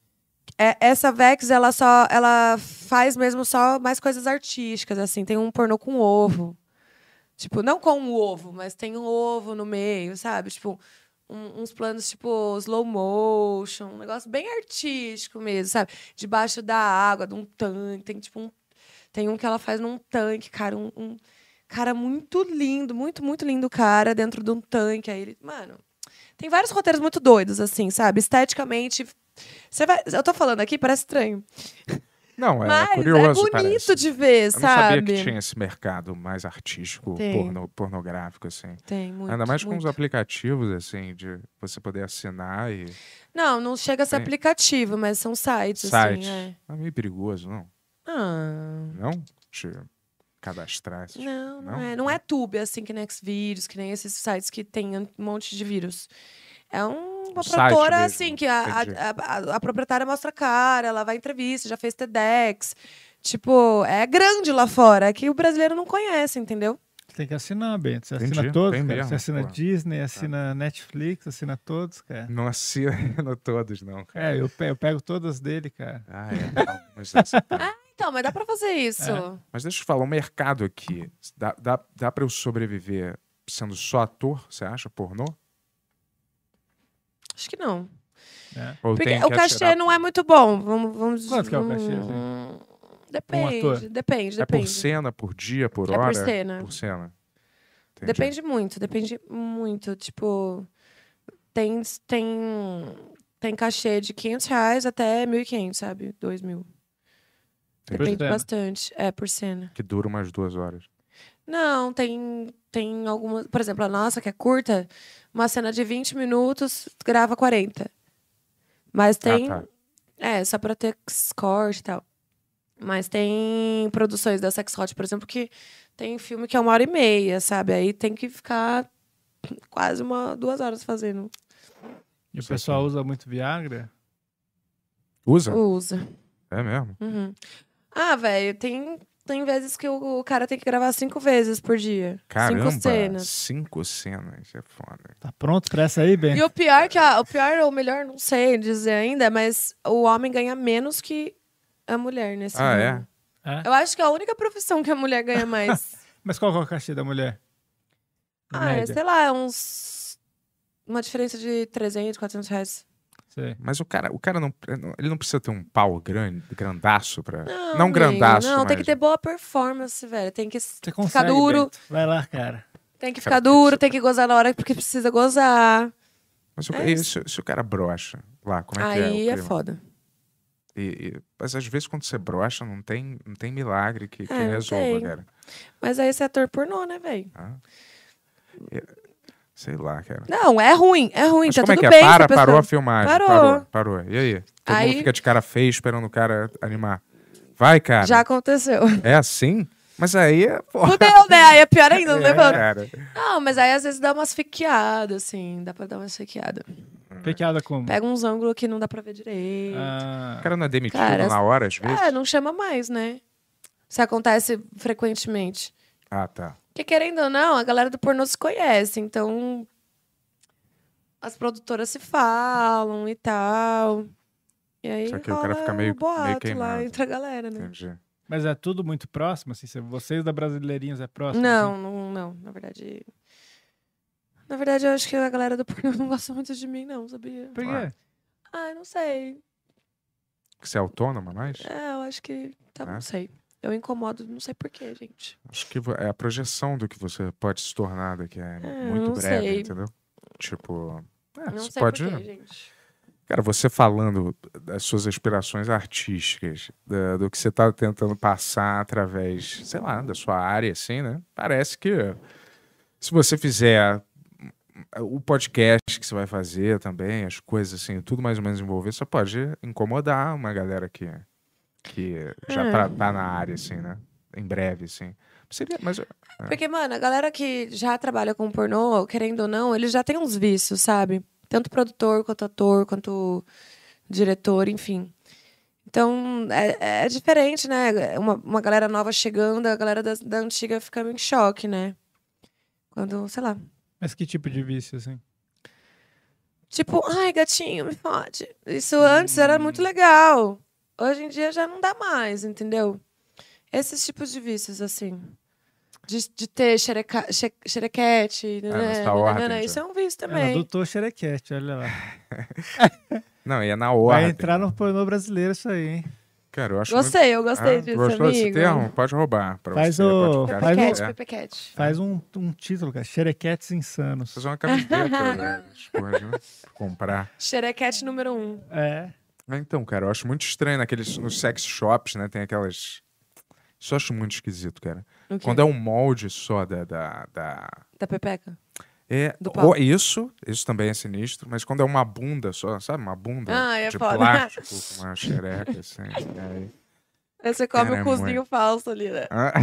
É, essa Vex, ela só, ela faz mesmo só mais coisas artísticas, assim, tem um pornô com ovo. Tipo, não com um ovo, mas tem um ovo no meio, sabe? Tipo, um- uns planos, tipo, slow motion, um negócio bem artístico mesmo, sabe? Debaixo da água, de um tanque. Tem, tipo, um, tem um que ela faz num tanque, cara. Um, um cara muito lindo, muito, muito lindo cara dentro de um tanque. Aí ele, mano, tem vários roteiros muito doidos, assim, sabe? Esteticamente. Você vai, eu tô falando aqui, parece estranho. Não, é mas curioso, é bonito parece. de ver, Eu não sabe? sabia que tinha esse mercado mais artístico, Tem. porno- pornográfico, assim. Tem, muito. Ainda mais com muito. os aplicativos, assim, de você poder assinar e... Não, não chega a ser Tem. aplicativo, mas são sites, Sites. assim, é. É meio perigoso, não? Ah, Não? Te cadastrar esses... não, não, Não? é. Não é tube, assim, que nem Xvideos, que nem esses sites que tem um monte de vírus. É um- uma Um site produtora, mesmo, assim, que a, entendi. a, a- a proprietária mostra a cara, ela vai em entrevista, já fez TEDx. Tipo, é grande lá fora, é que o brasileiro não conhece, entendeu? Você tem que assinar, Bento. Você Entendi, assina todos, tem cara. mesmo, Você assina pô. Disney, assina Netflix, assina todos, cara. Não assino todos, não, cara. É, eu pe- eu pego todas dele, cara. Ah, é. Não, mas, assim, tá. Então, mas dá pra fazer isso. É. Mas deixa eu te falar, o mercado aqui, dá, dá, dá pra eu sobreviver sendo só ator, você acha, pornô? Acho que não. É. Ou Porque tem o que cachê atirar não por- é muito bom. Vamos, vamos, Quanto que é o cachê, vamos- assim? Hum, Um Depende, ator? depende, É depende. por cena, por dia, por É por hora? cena. Por cena. Entendi. Depende muito, depende muito. Tipo, tem, tem, tem cachê de quinhentos reais até mil e quinhentos, sabe? dois mil. Entendi. Depende cena. bastante. É, por cena. Que dura umas duas horas. Não, tem, tem algumas... Por exemplo, a nossa, que é curta, uma cena de vinte minutos, grava quarenta. Mas tem... Ah, tá. É, só pra ter corte e tal. Mas tem produções da Sex Hot, por exemplo, que tem filme que é uma hora e meia, sabe? Aí tem que ficar quase uma, duas horas fazendo. E o Isso pessoal aqui. usa muito Viagra? Usa? Usa. É mesmo? Uhum. Ah, velho, tem, tem vezes que o, o cara tem que gravar cinco vezes por dia. Caramba, Cinco cenas. cinco cenas, é foda. Tá pronto pra essa aí, Bento? E o pior que a, o pior ou melhor, não sei dizer ainda, mas o homem ganha menos que a mulher nesse Ah, é? ramo. É? Eu acho que é a única profissão que a mulher ganha mais. Mas qual que é o cachê da mulher? Na ah, é, média. sei lá, uns uma diferença de trezentos, quatrocentos reais. Sei. Mas o cara, o cara não, ele não precisa ter um pau grande, grandaço pra... Não, Não, amigo, grandaço, Não, tem mas- que ter boa performance, velho. Tem que Você ficar consegue, duro, Bento. Vai lá, cara. tem que ficar duro, tem que gozar na hora porque precisa gozar. Mas o, É e isso. se, se o cara brocha lá, como é que é? Aí o é clima? foda. E, e- mas às vezes quando você brocha, não tem, não tem milagre que, que É, não resolva, tem. cara. Mas aí você é ator pornô, né, velho? Ah. É, sei lá, cara. Não, é ruim, é ruim, Mas tá como é tudo que é? bem. se Para, a pessoa- parou a filmagem. Parou. Parou, parou. E aí? Todo Aí- mundo fica de cara feia esperando o cara animar. Vai, cara. Já aconteceu. É assim? Mas aí é... Porra. Fudeu, né? Aí é pior ainda, não É, levanta. cara. Não, mas aí às vezes dá umas fiqueadas, assim. Dá pra dar umas fiqueadas. Pequeada como? Pega uns ângulos que não dá pra ver direito. Ah, O cara não é demitido Cara, na hora, às vezes? É, não chama mais, né? Se acontece frequentemente. Ah, tá. Porque querendo ou não, a galera do pornô se conhece, então as produtoras se falam e tal. E aí Só que o cara rola fica meio- o boato meio lá queimado. entre a galera, né? Entendi. mas é tudo muito próximo, assim? se- Vocês da Brasileirinhos é próximo? Não, assim? não, não. Na verdade. Na verdade, eu acho que a galera do pornô não gosta muito de mim, não, sabia? Por quê? Ué. Ah, não sei. Você é autônoma, mais? É, eu acho que. Tá, É? não sei. Eu incomodo, não sei porquê, gente. Acho que vo- é a projeção do que você pode se tornar daqui é, É, muito não breve, sei. entendeu? Tipo, É, Não você sei pode... por quê, gente. Cara, você falando das suas aspirações artísticas, da- do que você tá tentando passar através, sei lá, da sua área, assim, né? Parece que se você fizer o podcast que você vai fazer também, as coisas assim, tudo mais ou menos envolver, você pode incomodar uma galera que, que já É. tá, tá na área, assim, né? Em breve, assim. Seria, mas... é. Porque, mano, a galera que já trabalha com pornô, querendo ou não, eles já têm uns vícios, sabe? Tanto produtor, quanto ator, quanto diretor, enfim. Então, é, é diferente, né? Uma, uma galera nova chegando, a galera da, da antiga fica em choque, né? Quando, sei lá. Mas que tipo de vício, assim? Tipo, ai, gatinho, me fode. Isso antes era muito legal. Hoje em dia já não dá mais, entendeu? Esses tipos de vícios, assim. De, de ter xereca, xe, xerequete, né? nessa ordem, Nanana, já. isso é um vício Ela também. adotou xerequete, olha lá. Não, e é na ordem. Vai entrar no pornô brasileiro isso aí, hein? Cara, eu acho Gostei, eu muito... gostei Ah, disso, gostou desse amigo. termo? Pode roubar. Pra Faz você, o- podcast. faz o- Pepequete, É. pepequete. Faz um, um título, cara. Xerequetes insanos. Fazer uma camiseta, né? Pode, né? Comprar. Xerequete número um. É. Ah, então, cara, eu acho muito estranho naqueles nos sex shops, né? Tem aquelas. Isso eu acho muito esquisito, cara. O quê? Quando é um molde só da. da, da... Da pepeca? É, Do pau. ou isso, isso também é sinistro, mas quando é uma bunda só, sabe? Uma bunda Ah, é de foda. plástico, com uma xereca, assim. Aí... Aí você come Cara, é o cozinho falso ali, né? Ah,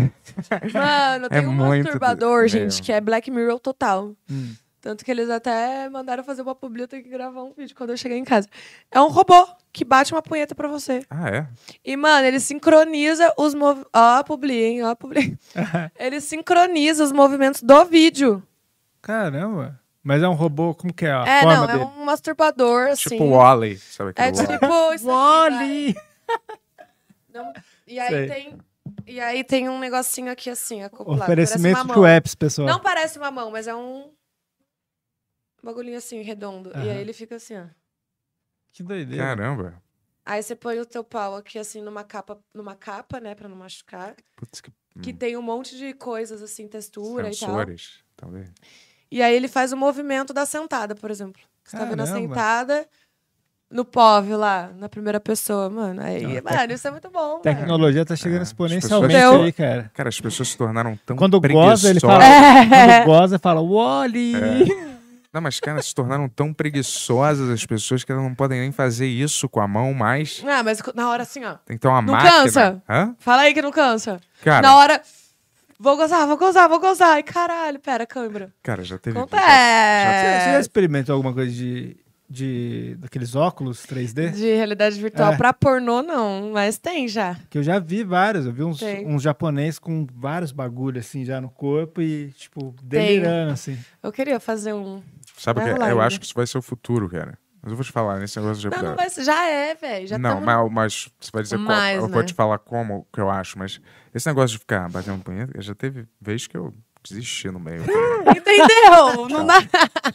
Mano, tem É um muito masturbador, meio- gente, que é Black Mirror total. Hum. Tanto que eles até mandaram fazer uma publi, eu tenho que gravar um vídeo quando eu chegar em casa. É um robô que bate uma punheta pra você. ah, é? E, mano, ele sincroniza os movimentos... Ó a publi, hein? Ó a publi. Ele sincroniza os movimentos do vídeo. Caramba. Mas é um robô, como que é a é, forma não, dele? é um masturbador, assim. Tipo o Wall-E, sabe aquele É Wall-E? tipo... isso aqui, Wall-E! vai. Não- E aí Sei. tem... E aí tem um negocinho aqui, assim, acoplado. Oferecimento parece uma pro mão. apps, pessoal. Não parece uma mão, mas é um... bagulhinho assim, redondo. E Aham. aí ele fica assim, ó. Que doideira. Caramba. Aí você põe o teu pau aqui, assim, numa capa, numa capa, né? Pra não machucar. Putz, que Que tem um monte de coisas, assim, textura e tal. sensores, talvez. E aí ele faz o movimento da sentada, por exemplo. Você tá vendo a Caramba. sentada no P O V lá, na primeira pessoa, mano. Aí, Ah, mano, isso é muito bom, A velho. tecnologia tá chegando É, exponencialmente as pessoas- aí, cara. Cara, as pessoas se tornaram tão Quando goza, ele preguiçosas. fala. É. Quando goza, fala Wally! Não, mas, cara, se tornaram tão preguiçosas as pessoas que elas não podem nem fazer isso com a mão mais. Ah, mas na hora assim, ó. Tem que ter uma Não máquina. cansa? Hã? Fala aí que não cansa. Cara, Na hora. Vou gozar, vou gozar, vou gozar. Ai, caralho, pera, câmera. cara, já teve. Acontece. Você, você já experimentou alguma coisa de, de daqueles óculos três D? De realidade virtual É. pra pornô, não. Mas tem já. Que eu já vi vários. Eu vi uns, Tem. uns japonês com vários bagulhos assim já no corpo e, tipo, delirando assim. Eu queria fazer um. Sabe o que? Vai rolar Eu ainda. acho que isso vai ser o futuro, cara. Mas eu vou te falar nesse negócio de. Não, não vai ser. Já é, velho. Já não, tamo- mas, mas você vai dizer qual. Mais, Eu vou né? te falar como que eu acho, mas esse negócio de ficar batendo punheta, já teve vez que eu desisti no meio. Entendeu? Não dá.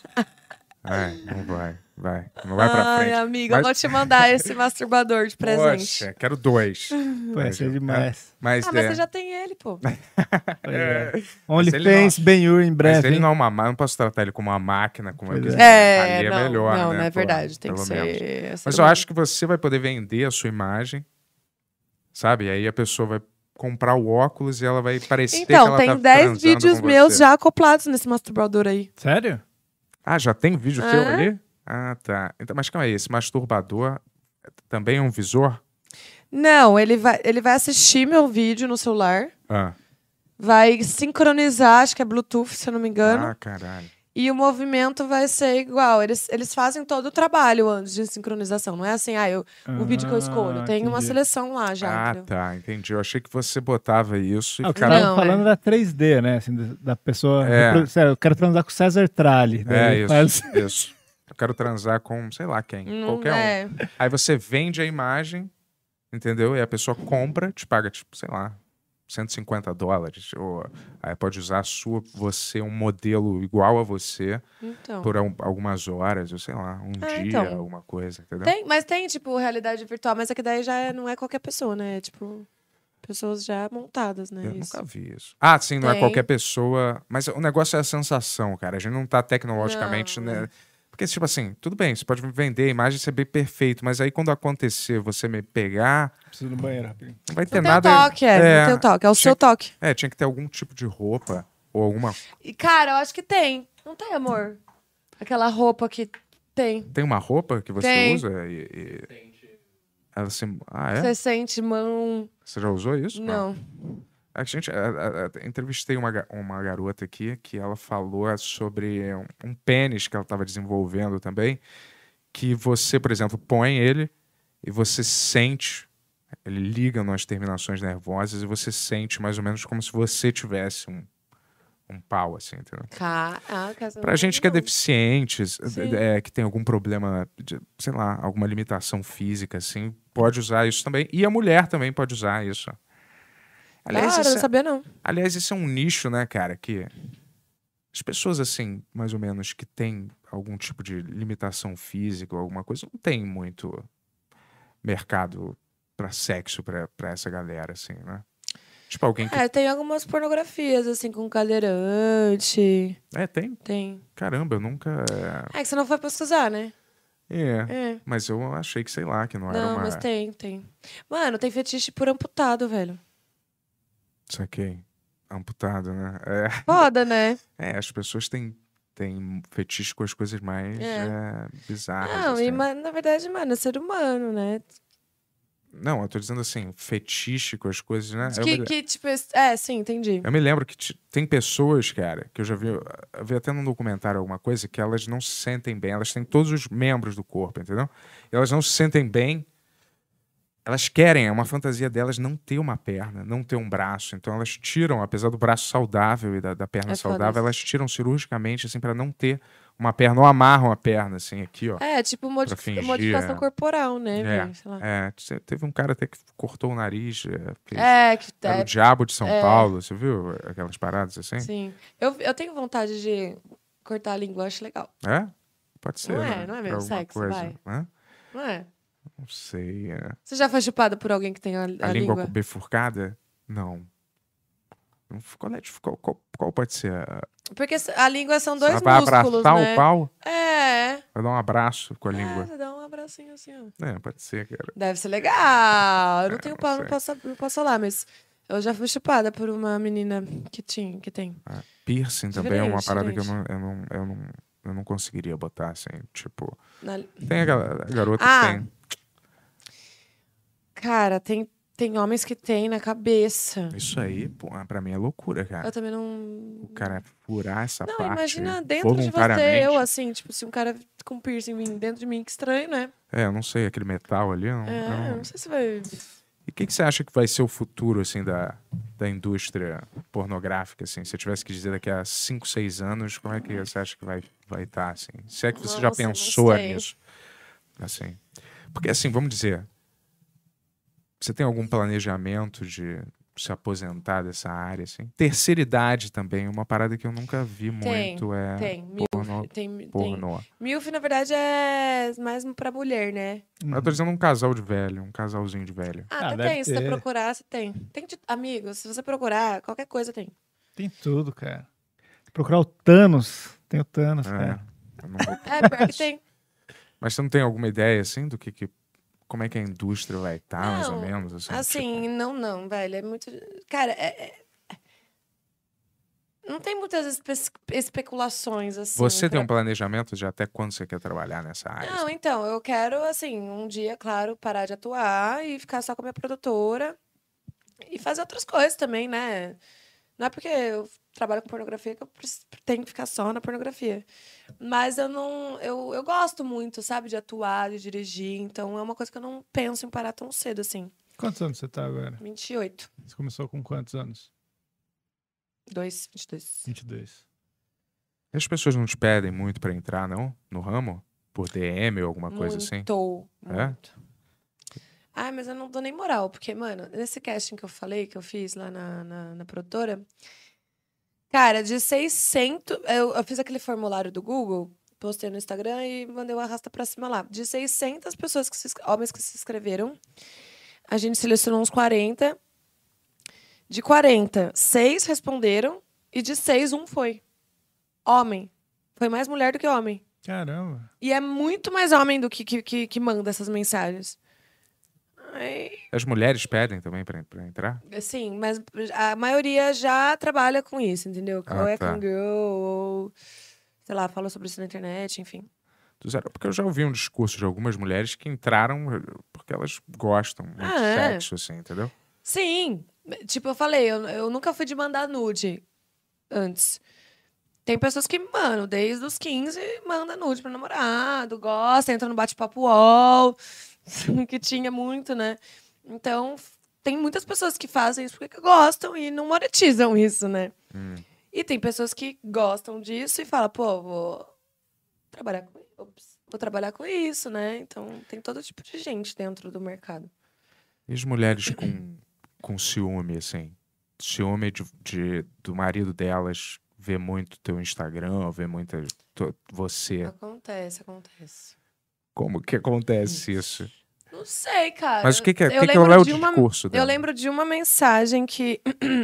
Ai, não vai, vai. Não vai pra Ai, frente. amiga, Mas- eu vou te mandar esse masturbador de presente. Poxa, quero dois. Pô, ia ser demais. Mas, Ah, mas é, você já tem ele, pô. É. ele OnlyFans, não- Ben-Hur em mas breve. ele hein? não é uma máquina, não posso tratar ele como uma máquina, como Pois aquele- É, ali é não, melhor, não, né? não é Pô, verdade. Tem que pelo menos. ser. Mas ser eu humano. acho que você vai poder vender a sua imagem, sabe? E aí a pessoa vai comprar o óculos e ela vai parecer que Então, ela tem tá dez transando vídeos com meus você. já acoplados nesse masturbador aí. Sério? Ah, já tem vídeo É. teu ali? Ah, tá. Então, mas calma aí, esse masturbador também é um visor? Não, ele vai, ele vai assistir meu vídeo no celular, Ah, vai sincronizar, acho que é Bluetooth, se eu não me engano, ah caralho. e o movimento vai ser igual. Eles, eles fazem todo o trabalho antes de sincronização. Não é assim, ah, eu, o vídeo que eu escolho. Ah, Tem uma entendi. seleção lá já. Ah, entendeu? tá, entendi. Eu achei que você botava isso e Ah, o que ficava... você Não, tava falando é. da três D, né? Assim, da- da pessoa. É. repro- Sério, eu quero transar com o César Tralli. É, Daí isso, faz- isso. Eu quero transar com, sei lá quem, Não qualquer um. é. Aí você vende a imagem, entendeu? E a pessoa compra, te paga, tipo, sei lá, cento e cinquenta dólares. Ou aí pode usar a sua, você, um modelo igual a você, Então. por al- algumas horas, ou sei lá, um É, dia, então. alguma coisa, entendeu? Tem, mas tem, tipo, realidade virtual, mas é que daí já é- não é qualquer pessoa, né? É, tipo, pessoas já montadas, né? Eu Isso. nunca vi isso. Ah, sim, não é Tem. qualquer pessoa. Mas o negócio é a sensação, cara. A gente não tá tecnologicamente, Não, né? Porque, tipo assim, tudo bem, você pode me vender a imagem e ser bem perfeito, mas aí quando acontecer você me pegar, Preciso ir no banheiro rapidinho. não vai ter Não tem o nada. toque, é. Não tem o toque. É o tinha seu que- toque. É, tinha que ter algum tipo de roupa ou alguma. E, cara, eu acho que tem. Não tem, amor? Aquela roupa que tem. Tem uma roupa que você Tem. usa e. e... Ela se... Ah, é? Você sente mão... Você já usou isso? Não. A gente, a- a- a- entrevistei uma, ga- uma garota aqui que ela falou sobre um, um pênis que ela estava desenvolvendo também, que você, por exemplo, põe ele e você sente, ele liga nas terminações nervosas e você sente mais ou menos como se você tivesse um, um pau, assim, entendeu? Caraca. essa Pra não- gente que é não. deficiente, Sim. é, que tem algum problema, de, sei lá, alguma limitação física, assim, pode usar isso também. E a mulher também pode usar isso. Aliás, Claro, eu isso não é- sabia, não. Aliás, esse é um nicho, né, cara, que as pessoas, assim, mais ou menos, que têm algum tipo de limitação física ou alguma coisa, não tem muito mercado pra sexo pra, pra essa galera, assim, né? Tipo, alguém que... É, tem algumas pornografias, assim, com cadeirante. É, tem. Tem. Caramba, eu nunca... É que você não foi pesquisar, né? É, É. mas eu achei que, sei lá, que não, era Não, uma... mas tem, tem. Mano, tem fetiche por amputado, velho. Saquei. Amputado, né? É, Foda, né? é, as pessoas têm, têm fetiche com as coisas mais É. é, bizarras, Não, assim. e, ma- na verdade, mano, é ser humano, né? Não, eu tô dizendo assim, fetiche com as coisas, né? Eu Que, me- que, tipo, es- é, sim, entendi. Eu me lembro que t- tem pessoas, cara, que eu já vi, eu vi até num documentário alguma coisa, que elas não se sentem bem. Elas têm todos os membros do corpo, entendeu? E elas não se sentem bem. Elas querem, é uma fantasia delas não ter uma perna, não ter um braço. Então elas tiram, apesar do braço saudável e da, da perna É foda saudável, isso. elas tiram cirurgicamente, assim, pra não ter uma perna, ou amarram a perna, assim, aqui, ó. É, tipo, modi- fingir, modificação é. corporal, né, É, velho? Sei lá. é, te- teve um cara até que cortou o nariz, é, fez- É, que era o é, Diabo de São é. Paulo, você viu aquelas paradas assim? sim. Eu, eu tenho vontade de cortar a língua, eu acho legal. É? Pode ser. Não é, né? não é Pra mesmo alguma sexo, coisa, vai. né? Não é? Não sei. é. Você já foi chupada por alguém que tem a, a A, língua, língua? bifurcada? Não. Não f- Qual, é, dif- qual, qual, qual pode ser? a- Porque a língua são dois Ela vai músculos, abraçar né? o pau? É. Vai dar um abraço com a É, língua? você dá um abracinho assim, ó. É, pode ser, cara. Deve ser legal. Eu não É, tenho não pau, não sei. posso, não posso falar, mas eu já fui chupada por uma menina que tinha, que tem. Ah, piercing também é uma Diferente, parada que eu diferente. não, eu, não, eu, não, eu não conseguiria botar, assim, tipo... Na- Tem a, ga- a garota Ah, que tem... Cara, tem, tem homens que tem na cabeça. Isso aí, pô, pra mim é loucura, cara. Eu também não. O cara furar essa Não, parte imagina dentro de você, voluntariamente. eu, assim, tipo, se um cara com piercing vir dentro de mim, que estranho, né? É, eu não sei, aquele metal ali. eu não- eu É, não- eu não sei se vai. E o que, que você acha que vai ser o futuro, assim, da, da indústria pornográfica, assim? Se você tivesse que dizer daqui a cinco, seis anos, como é que você acha que vai estar, vai tá, assim? Se é que você já Nossa, não pensou sei. nisso. Assim. Porque, assim, vamos dizer, você tem algum planejamento de se aposentar dessa área, assim? Terceira idade também, uma parada que eu nunca vi Tem, muito, é Tem, milf. pornô. Tem, tem. pornô. Milf, na verdade, é mais pra mulher, né? Eu tô dizendo um casal de velho, um casalzinho de velho. Ah, Ah, até deve tem. Se você ter. procurar, você tem. Tem de... Amigo, se você procurar, qualquer coisa tem. Tem tudo, cara. Procurar o Thanos. Tem o Thanos, É, cara. eu não vou- É, pior que tem. Mas você não tem alguma ideia, assim, do que, que como é que a indústria vai estar, mais ou Não, menos? Assim, Assim, tipo, não, não, velho. É muito. Cara, é. é- Não tem muitas espe- especulações, assim. você tem pra- um planejamento de até quando você quer trabalhar nessa área? Não, assim? então, eu quero, assim, um dia, claro, parar de atuar e ficar só com a minha produtora e fazer outras coisas também, né? Não é porque eu trabalho com pornografia que eu preciso- tenho que ficar só na pornografia. Mas eu não. Eu, eu gosto muito, sabe, de atuar, de dirigir. Então é uma coisa que eu não penso em parar tão cedo, assim. Quantos anos você tá agora? vinte e oito. Você começou com quantos anos? dois, vinte e dois. vinte e dois. As pessoas não te pedem muito pra entrar, não? No ramo? Por D M ou alguma coisa assim? Muito, É? muito. Ai, mas eu não dou nem moral, porque, mano, nesse casting que eu falei, que eu fiz lá na, na, na produtora, cara, de seiscentos... Eu, eu fiz aquele formulário do Google, postei no Instagram e mandei o arrasta pra cima lá. De seiscentas pessoas, que se, ins- homens que se inscreveram, a gente selecionou uns quarenta. De quarenta, seis responderam e de seis, um foi. Homem. Foi mais mulher do que homem. Caramba. E é muito mais homem do que, que, que, que manda essas mensagens. Ai, As mulheres pedem também pra, pra entrar? sim, mas a maioria já trabalha com isso, entendeu? Ah, ou é tá. fangirl, ou, sei lá, fala sobre isso na internet, enfim. Do zero. Porque eu já ouvi um discurso de algumas mulheres que entraram porque elas gostam muito Ah, de é? sexo, assim, entendeu? Sim, tipo, eu falei, eu, eu nunca fui de mandar nude antes. Tem pessoas que, mano, desde os quinze, manda nude pro namorado, gosta, entra no bate-papo U O L, que tinha muito, né? Então, tem muitas pessoas que fazem isso porque gostam e não monetizam isso, né? Hum. E tem pessoas que gostam disso e falam, pô, vou trabalhar com, ops, vou trabalhar com isso, né? Então, tem todo tipo de gente dentro do mercado. E as mulheres com, com ciúme, assim? Ciúme de, de- do marido delas ver muito teu Instagram, ver muito tu- você. Acontece, acontece. Como que acontece isso? Não sei, cara. Mas o que que é, o Eu que que é lembro o de uma- discurso Eu dela? lembro de uma mensagem que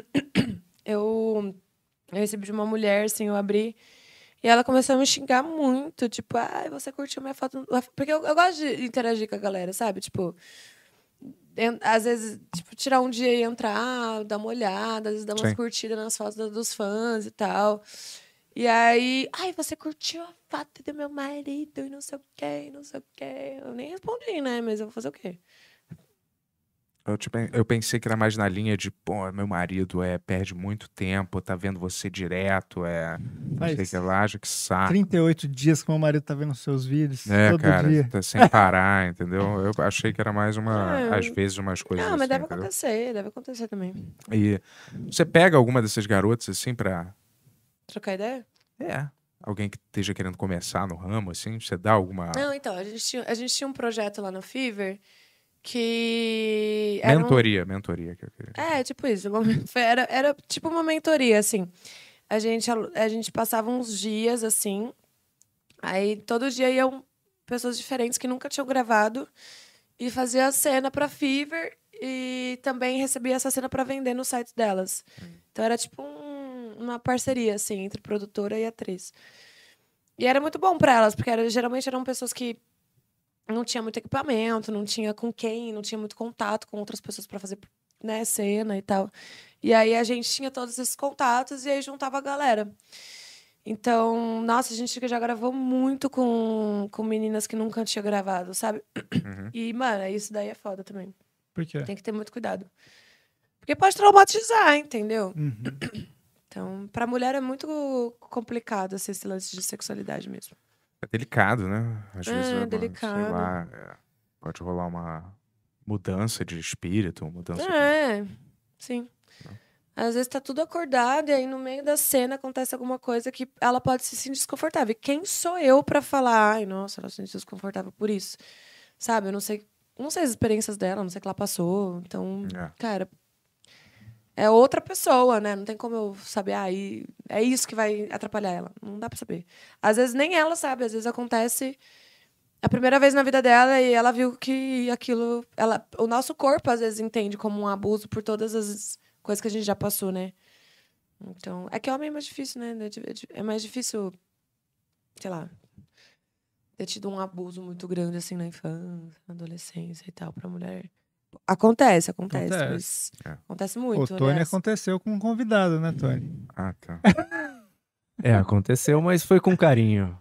eu, eu recebi de uma mulher, assim, eu abri. E ela começou a me xingar muito. Tipo, ai, você curtiu minha foto. Porque eu, eu gosto de interagir com a galera, sabe? Tipo, en- às vezes, tipo, tirar um dia e entrar, dar uma olhada, às vezes dar umas Sim. curtidas nas fotos da- dos fãs e tal. E aí, ai, você curtiu a foto do meu marido e não sei o quê, não sei o quê. Eu nem respondi, né? Mas eu vou fazer o quê? Eu, tipo, eu pensei que era mais na linha de, pô, meu marido é, perde muito tempo, tá vendo você direto, é. Não sei o Faz que lá, que saco. trinta e oito dias que meu marido tá vendo seus vídeos. É, todo cara, dia. tá sem parar, entendeu? Eu achei que era mais uma, É, às vezes, umas coisas Não, assim, mas deve entendeu? acontecer, deve acontecer também. E você pega alguma dessas garotas, assim, pra... Trocar ideia? É, alguém que esteja querendo começar no ramo, assim, você dá alguma Não, então, a gente, tinha, a gente tinha um projeto lá no Fever que. Era um- mentoria, mentoria que eu queria. É, tipo isso. uma- foi- Era, era tipo uma mentoria, assim. A gente, alu- a gente passava uns dias, assim. Aí todo dia iam pessoas diferentes que nunca tinham gravado e fazia a cena pra Fever e também recebia essa cena pra vender no site delas. Então era tipo um- uma parceria, assim, entre produtora e atriz. E era muito bom pra elas, porque era, geralmente eram pessoas que não tinha muito equipamento, não tinha com quem, não tinha muito contato com outras pessoas pra fazer, né, cena e tal. E aí a gente tinha todos esses contatos e aí juntava a galera. Então, nossa, a gente já gravou muito com, com meninas que nunca tinha gravado, sabe? Uhum. E, mano, isso daí é foda também. Por quê? Tem que ter muito cuidado. Porque pode traumatizar, entendeu? Uhum. Então, pra mulher é muito complicado assim, esse lance de sexualidade mesmo. É delicado, né? Às É, vezes, é, delicado. sei lá, é, pode rolar uma mudança de espírito, mudança de... É, sim. Às vezes tá tudo acordado e aí no meio da cena acontece alguma coisa que ela pode se sentir desconfortável. E quem sou eu pra falar, ai, nossa, ela se sente desconfortável por isso? Sabe? Eu não sei, não sei as experiências dela, não sei o que ela passou. Então, É. cara, é outra pessoa, né? Não tem como eu saber, ah, e é isso que vai atrapalhar ela. Não dá pra saber. Às vezes nem ela sabe, às vezes acontece a primeira vez na vida dela e ela viu que aquilo, ela, o nosso corpo às vezes entende como um abuso por todas as coisas que a gente já passou, né? Então, é que homem é mais difícil, né? É mais difícil, sei lá, ter tido um abuso muito grande assim na infância, na adolescência e tal, pra mulher. Acontece, acontece, Acontece. mas É. acontece O muito. Tony aliás. aconteceu com um convidado, né, Tony? Ah, tá. É, aconteceu, mas foi com carinho.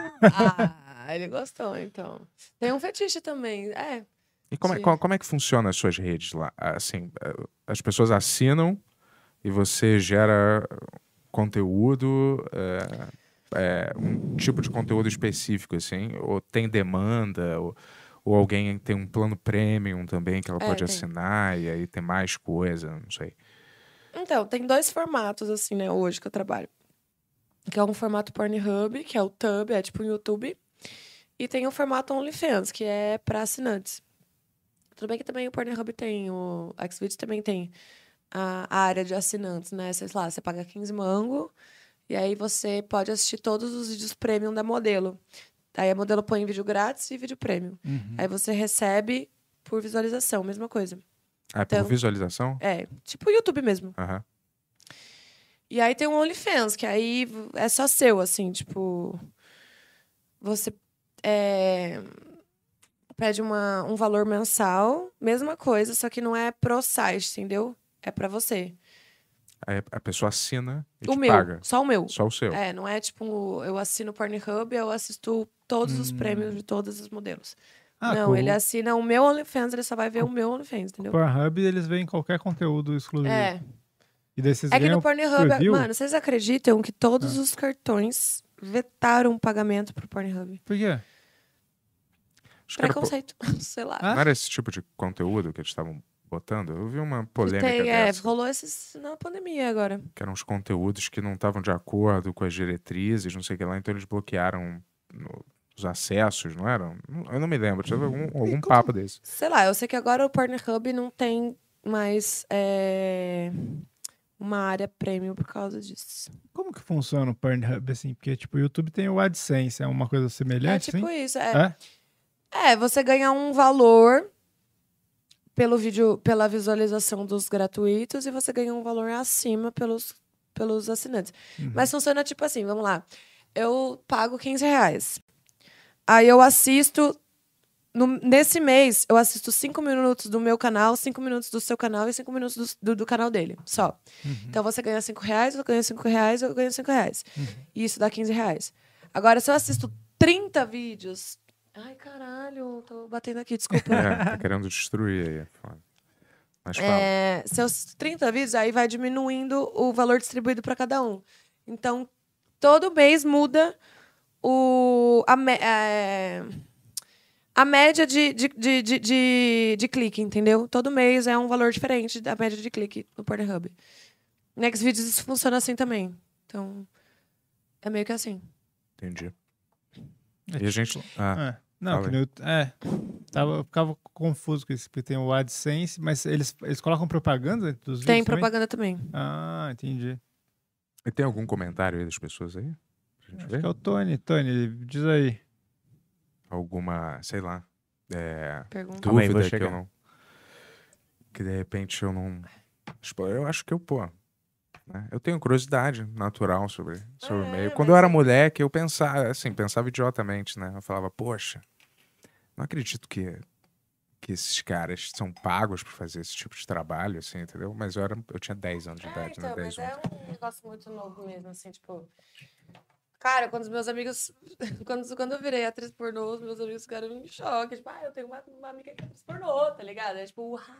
Ah, ele gostou, então. Tem um fetiche também, é. E como é, Sim. co- como é que funciona as suas redes lá? Assim, eh, as pessoas assinam e você gera conteúdo, é, é, um tipo de conteúdo específico, assim? Ou tem demanda? Ou, ou alguém tem um plano premium também que ela É, pode tem. assinar e aí tem mais coisa, não sei. Então, tem dois formatos, assim, né, hoje que eu trabalho. Que é um formato Pornhub, que é o Tub, é tipo um YouTube. E tem o formato OnlyFans, que é pra assinantes. Tudo bem que também o Pornhub tem, o Xvideos também tem a, a área de assinantes, né? Sei lá, você paga quinze mango e aí você pode assistir todos os vídeos premium da modelo. Aí a modelo põe vídeo grátis e vídeo premium. Uhum. Aí você recebe por visualização, mesma coisa. Ah, por Então- visualização? É, tipo o YouTube mesmo. Aham. E aí tem o OnlyFans, que aí é só seu, assim, tipo... você é, pede uma, um valor mensal, mesma coisa, só que não é pro site, entendeu? É pra você. Aí a pessoa assina e O te meu, paga. só o meu. Só o seu. É, não é tipo, eu assino o Pornhub, eu assisto todos os Hum. prêmios de todos os modelos. Ah, não, com ele o assina o meu OnlyFans, ele só vai ver o meu OnlyFans, entendeu? Pornhub, eles veem qualquer conteúdo exclusivo. É. E daí vocês É que ganham no Pornhub, por view? mano, vocês acreditam que todos Ah. os cartões vetaram o pagamento pro Pornhub? Por quê? Acho que era po- Preconceito, sei lá. Ah? Não era esse tipo de conteúdo que eles estavam botando? Eu vi uma polêmica Tem, é, dessa. rolou esses na pandemia agora. Que eram uns conteúdos que não estavam de acordo com as diretrizes, não sei o que lá, então eles bloquearam no- os acessos, não eram? Não- Eu não me lembro, tinha algum, algum papo desse. Sei lá, eu sei que agora o Pornhub não tem mais é, uma área premium por causa disso. Como que funciona o Pornhub, assim? Porque, tipo, o YouTube tem o AdSense, é uma coisa É semelhante, tipo assim? isso. É, É? é, você ganha um valor pelo vídeo, pela visualização dos gratuitos e você ganha um valor acima pelos, pelos assinantes. Uhum. Mas funciona tipo assim, vamos lá. Eu pago quinze reais. Aí eu assisto... no- nesse mês, eu assisto cinco minutos do meu canal, cinco minutos do seu canal e cinco minutos do, do, do canal dele, só. Uhum. Então você ganha cinco reais, eu ganho cinco reais, eu ganho cinco reais. E isso dá quinze reais. Agora, se eu assisto trinta vídeos... Ai, caralho, tô batendo aqui, desculpa. É, tá querendo destruir aí. é foda. Mas fala. É, se eu assisto trinta vídeos, aí vai diminuindo o valor distribuído para cada um. Então, todo mês muda o, a, me- é, a média de, de, de, de, de, de clique, entendeu? Todo mês é um valor diferente da média de clique no Pornhub. No Xvideos isso funciona assim também. Então, é meio que assim. Entendi. É E a gente... Ah, É. Não, fala que no, Yout- é. Tava, eu ficava confuso com isso, porque tem o AdSense, mas eles, eles colocam propaganda dos vídeos Tem também? propaganda também. Ah, entendi. e tem algum comentário aí das pessoas aí? Pra gente Acho ver? que é o Tony. Tony, diz aí. Alguma, sei lá, é, Pergunta. Calma aí, vou dúvida que eu chegar. não... Que de repente eu não... Tipo, eu acho que eu, pô... né, eu tenho curiosidade natural sobre, sobre É, o meio. mas Quando eu era é- moleque, eu pensava, assim, pensava idiotamente, né? Eu falava, poxa, não acredito que, que esses caras são pagos por fazer esse tipo de trabalho, assim, entendeu? Mas eu, era, eu tinha dez anos de É, idade, então, né? dez, mas onze. é um negócio muito novo mesmo, assim, tipo... Cara, quando os meus amigos... Quando, quando eu virei atriz pornô, os meus amigos ficaram em choque. Tipo, ah, eu tenho uma, uma amiga que é atriz pornô, tá ligado? É tipo, uau!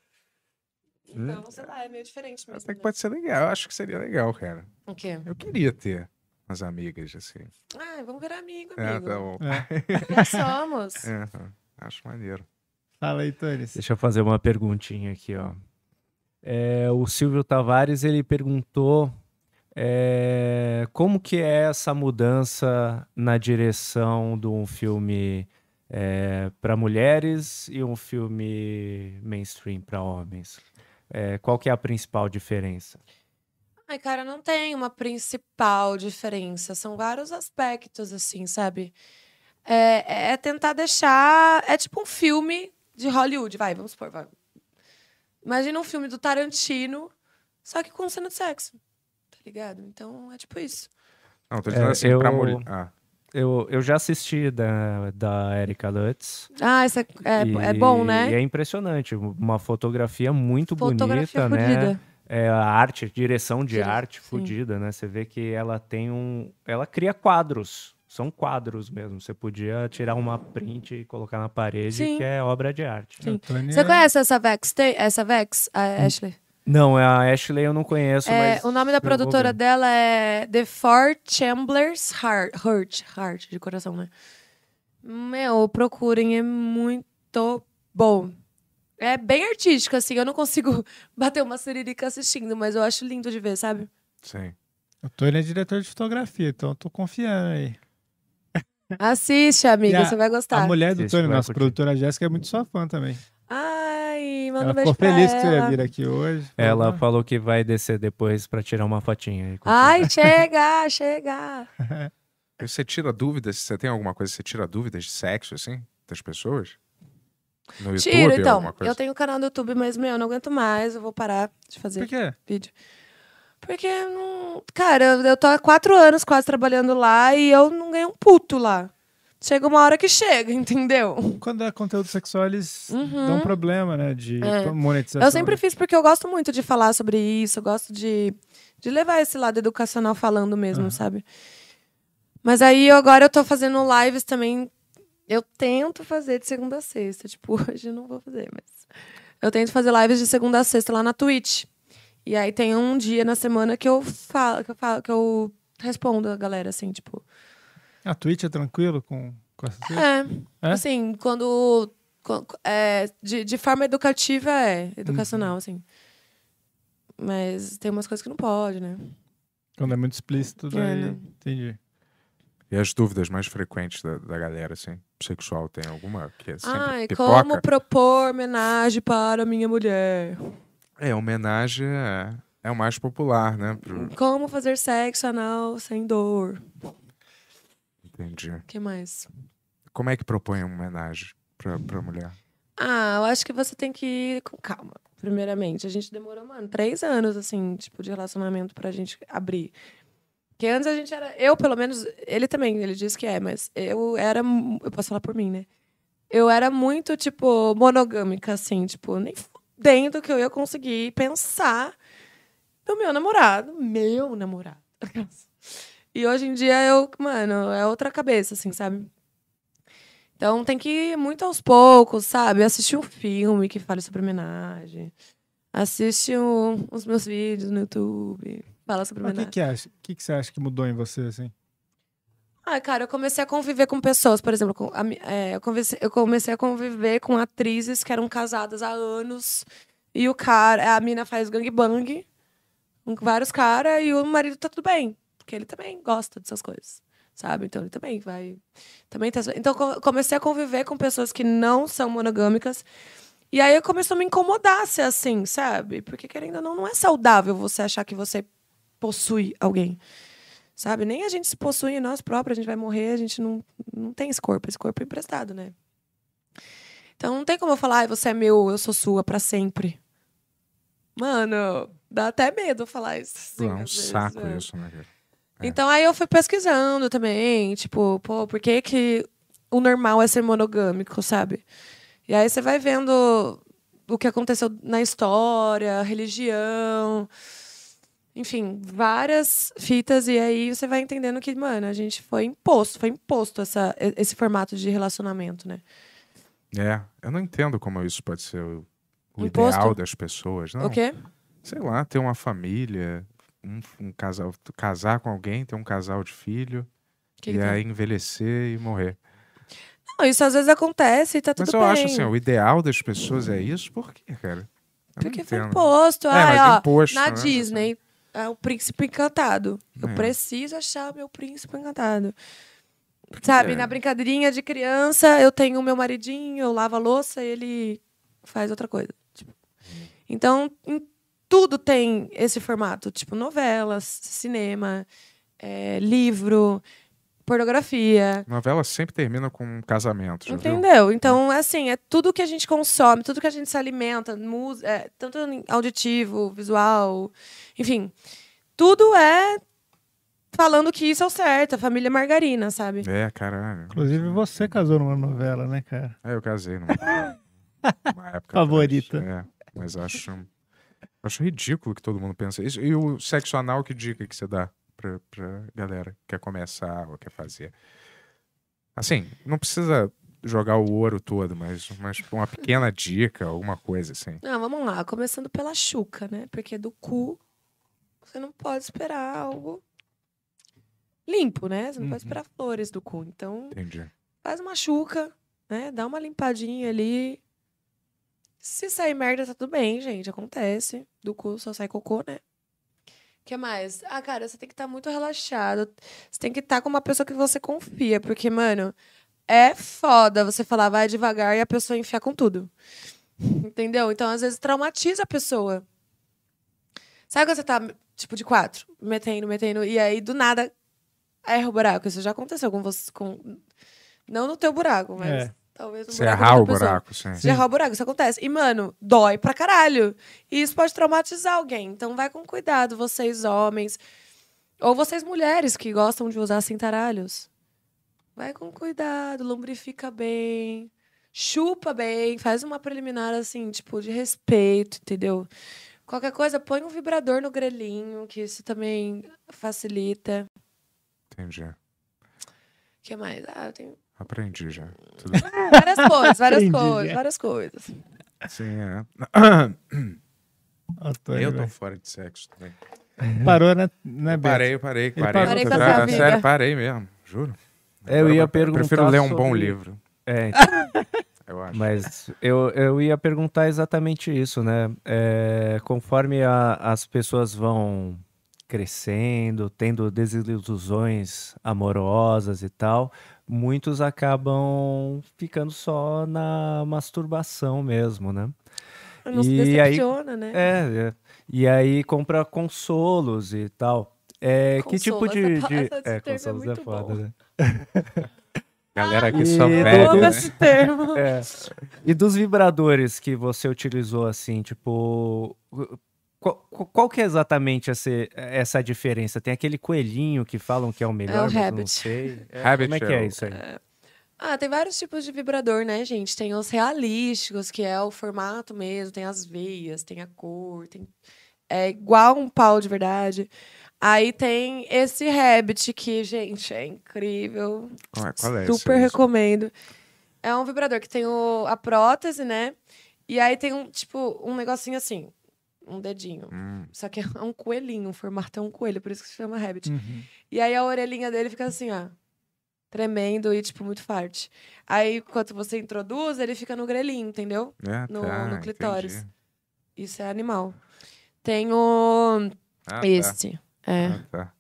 Então, sei lá, é meio diferente mesmo. Até que né? pode ser legal, eu acho que seria legal, cara. O quê? Eu queria ter umas amigas, assim. Ah, vamos virar amigo, É, amigo. tá bom. É. Já somos. É, acho maneiro. Fala aí, Tony. Deixa eu fazer uma perguntinha aqui, ó. É, o Silvio Tavares, ele perguntou é, como que é essa mudança na direção de um filme para mulheres e um filme mainstream para homens. É, qual que é a principal diferença? Ai, cara, não tem uma principal diferença. São vários aspectos, assim, sabe? É, é tentar deixar... É tipo um filme de Hollywood, vai, vamos supor, vai. Imagina um filme do Tarantino, só que com cena de sexo, tá ligado? Então, é tipo isso. Não, tô dizendo É, assim, eu- pra mulher... Ah, Eu, eu já assisti da, da Erika Lutz. Ah, isso é, é, e, é bom, né? E é impressionante. Uma fotografia muito Fotografia bonita, né? fodida. É, a arte, direção de Dire- arte sim. fodida, né? Você vê que ela tem um... Ela cria quadros. São quadros mesmo. Você podia tirar uma print e colocar na parede, Sim. que é obra de arte. Sim. O Tony Você é- conhece essa Vex? Tem- Essa Vex, a Ashley? Não, a Ashley eu não conheço, É, mas... o nome da eu vou produtora ver. dela é The Four Chamblers Heart, Heart, Heart, de coração, né? Meu, procurem, é muito bom. É bem artístico, assim, eu não consigo bater uma siririca assistindo, mas eu acho lindo de ver, sabe? sim. O Tony é diretor de fotografia, então eu tô confiando aí. Assiste, amiga, E a- você vai A gostar. mulher do Esse Tony, vai nossa curtir. produtora Jéssica, é muito sua fã também. Ai, manda Ela um beijo ficou pra feliz que você ia ela. vir aqui hoje. Ela Falou, falou que vai descer depois pra tirar uma fotinha. aí com Ai, chega, chega. E você tira dúvidas? Você tem alguma coisa que você tira dúvidas de sexo, assim, das pessoas? No YouTube, Tiro, então. alguma coisa? Eu tenho um canal no YouTube, mas, meu, eu não aguento mais, eu vou parar de fazer Por quê? vídeo. Porque, não... cara, eu, eu tô há quatro anos quase trabalhando lá e eu não ganho um puto lá. chega uma hora que chega, entendeu? Quando é conteúdo sexual, eles Uhum. dão problema, né? De É. monetização. Eu sempre fiz porque eu gosto muito de falar sobre isso, eu gosto de, de levar esse lado educacional falando mesmo, Uhum. sabe? Mas aí eu- agora eu tô fazendo lives também. Eu tento fazer de segunda a sexta. Tipo, hoje eu não vou fazer, mas. Eu tento fazer lives de segunda a sexta lá na Twitch. E aí tem um dia na semana que eu falo, que eu falo, que eu respondo a galera, assim, tipo. A Twitch é tranquilo com, com essas coisas? É. É? Assim, quando. quan- É, de, de forma educativa, é. Educacional, assim. Mas tem umas coisas que não pode, né? Quando é muito explícito, daí... É, não. Entendi. E as dúvidas mais frequentes da, da galera, assim, sexual, tem alguma que é sempre Ai, pipoca? como propor homenagem para minha mulher? É, homenagem é, é o mais popular, né? Pro... Como fazer sexo anal sem dor? Entendi. O que mais? Como é que propõe uma homenagem pra, pra mulher? Ah, eu acho que você tem que ir com calma, primeiramente. A gente demorou, mano, três anos, assim, tipo, de relacionamento pra gente abrir. Porque antes a gente era... Eu, pelo menos... Ele também, ele disse que é, mas eu era... mu- Eu posso falar por mim, né? Eu era muito, tipo, monogâmica, assim. Tipo, nem fudendo que eu ia conseguir pensar no meu namorado. Meu namorado. E hoje em dia eu... Mano, é outra cabeça, assim, sabe? Então tem que ir muito aos poucos, sabe? Assistir um filme que fale sobre homenagem. Assiste um- os meus vídeos no YouTube. Fala sobre Mas o que, homenagem. que, acha? O que, que você acha que mudou em você, assim? Ah, cara, eu comecei a conviver com pessoas, por exemplo, com a mi- é, eu, comecei, eu comecei a conviver com atrizes que eram casadas há anos. E o cara, a mina faz gangbang com vários caras e o marido tá tudo bem. Porque ele também gosta dessas coisas, sabe? Então ele também vai. Também tá... Então eu comecei a conviver com pessoas que não são monogâmicas. E aí começou a me incomodar ser assim, sabe? Porque querendo ou não, não é saudável você achar que você possui alguém. Sabe? Nem a gente se possui nós próprios, a gente vai morrer, a gente não, não tem esse corpo, esse corpo é emprestado, né? Então não tem como eu falar, ah, você é meu, eu sou sua pra sempre. Mano, dá até medo falar isso. Assim, Pô, é um às vezes, saco é. isso, né, cara? É. Então aí eu fui pesquisando também, tipo, pô, por que que o normal é ser monogâmico, sabe? E aí você vai vendo o que aconteceu na história, religião, enfim, várias fitas, e aí você vai entendendo que, mano, a gente foi imposto, foi imposto essa, esse formato de relacionamento, né? É, eu não entendo como isso pode ser o, o Imposto? ideal das pessoas, não. O quê? Sei lá, ter uma família, um, um casal, casar com alguém, ter um casal de filho, Que e que tem? aí envelhecer e morrer. Não, isso às vezes acontece e tá tudo Mas eu bem. acho assim, o ideal das pessoas é isso, por quê, cara? Eu não Porque foi entendo. imposto. É, Ai, mas ó, imposto, na né? Disney, é o príncipe encantado. Eu É. preciso achar o meu príncipe encantado. Sabe, É. na brincadeirinha de criança, eu tenho o meu maridinho, eu lavo a louça e ele faz outra coisa. Tipo. Então, em tudo tem esse formato. Tipo, novelas, cinema, é, livro, pornografia. Novela sempre termina com um casamento, já viu? Entendeu? Então, assim, é tudo que a gente consome, tudo que a gente se alimenta, música, é, tanto em auditivo, visual, enfim. Tudo é falando que isso é o certo, a família margarina, sabe? É, caralho. Inclusive, você casou numa novela, né, cara? É, eu casei numa, numa época Favorita. atrás. É, mas acho, acho ridículo que todo mundo pensa isso. E o sexo anal, que dica que você dá pra, pra galera que quer começar ou quer fazer? Assim, não precisa jogar o ouro todo, mas, mas uma pequena dica, alguma coisa assim. Não, vamos lá, começando pela chuca, né? Porque do cu você não pode esperar algo limpo, né? Você não Uhum. pode esperar flores do cu. Então, Entendi. faz uma chuca, né? Dá uma limpadinha ali. Se sair merda, tá tudo bem, gente. Acontece. Do cu só sai cocô, né? O que mais? Ah, cara, você tem que estar muito relaxado. Você tem que estar com uma pessoa que você confia. Porque, mano, é foda você falar vai devagar e a pessoa enfiar com tudo. Entendeu? Então, às vezes, traumatiza a pessoa. Sabe quando você tá, tipo, de quatro? Metendo, metendo. E aí, do nada, erra o buraco. Isso já aconteceu com você. Com... Não no teu buraco, mas É. talvez no Você buraco de errar o outra pessoa. buraco, sim. De errar o buraco, isso acontece. E, mano, dói pra caralho. E isso pode traumatizar alguém. Então vai com cuidado, vocês homens. Ou vocês mulheres que gostam de usar cintaralhos. Vai com cuidado, lubrifica bem, chupa bem, faz uma preliminar assim, tipo, de respeito, entendeu? Qualquer coisa, põe um vibrador no grelhinho, que isso também facilita. Entendi. O que mais? Ah, eu tenho Aprendi já. Tudo... várias coisas, várias Aprendi, coisas, já. várias coisas. Sim, é. Antônio, Eu tô velho. fora de sexo também. Parou, né, né Eu Beto? parei, eu parei. Ele Parei, parou Parei com com essa a sua Ah, vida. sério, parei mesmo, juro. Eu Agora ia eu perguntar prefiro ler um bom sobre- livro, É, então, eu acho. mas eu, eu ia perguntar exatamente isso, né? É, conforme a- as pessoas vão crescendo, tendo desilusões amorosas e tal, muitos acabam ficando só na masturbação mesmo, né? Não se E aí, decepciona, né? é, é. E aí compra consolos e tal. É, que tipo Consolo, de, essa pa- de... esse É, termo é consolos é muito foda, bom. né? Galera aqui E só do- Eu velho, amo né? esse termo. É. E dos vibradores que você utilizou, assim, tipo... Qual, qual que é exatamente essa, essa diferença? Tem aquele coelhinho que falam que é o melhor, mas eu não Rabbit. sei. É, Rabbit como é que é é o- isso aí? Ah, tem vários tipos de vibrador, né, gente? Tem os realísticos, que é o formato mesmo, tem as veias, tem a cor, tem... é igual um pau de verdade. Aí tem esse Rabbit, que, gente, é incrível. Qual é, qual é esse Super aí? recomendo. É um vibrador que tem o, a prótese, né? E aí tem um, tipo, um negocinho assim, um dedinho. Hum, Só que é um coelhinho, o formato é um coelho, por isso que se chama Rabbit. Uhum. E aí a orelhinha dele fica assim, ó. Tremendo e, tipo, muito forte. Aí, quando você introduz, ele fica no grelhinho, entendeu? é, No, tá, no clitóris. entendi. Isso é animal. Tem o... Ah, tá. Esse. É. Ah, tá.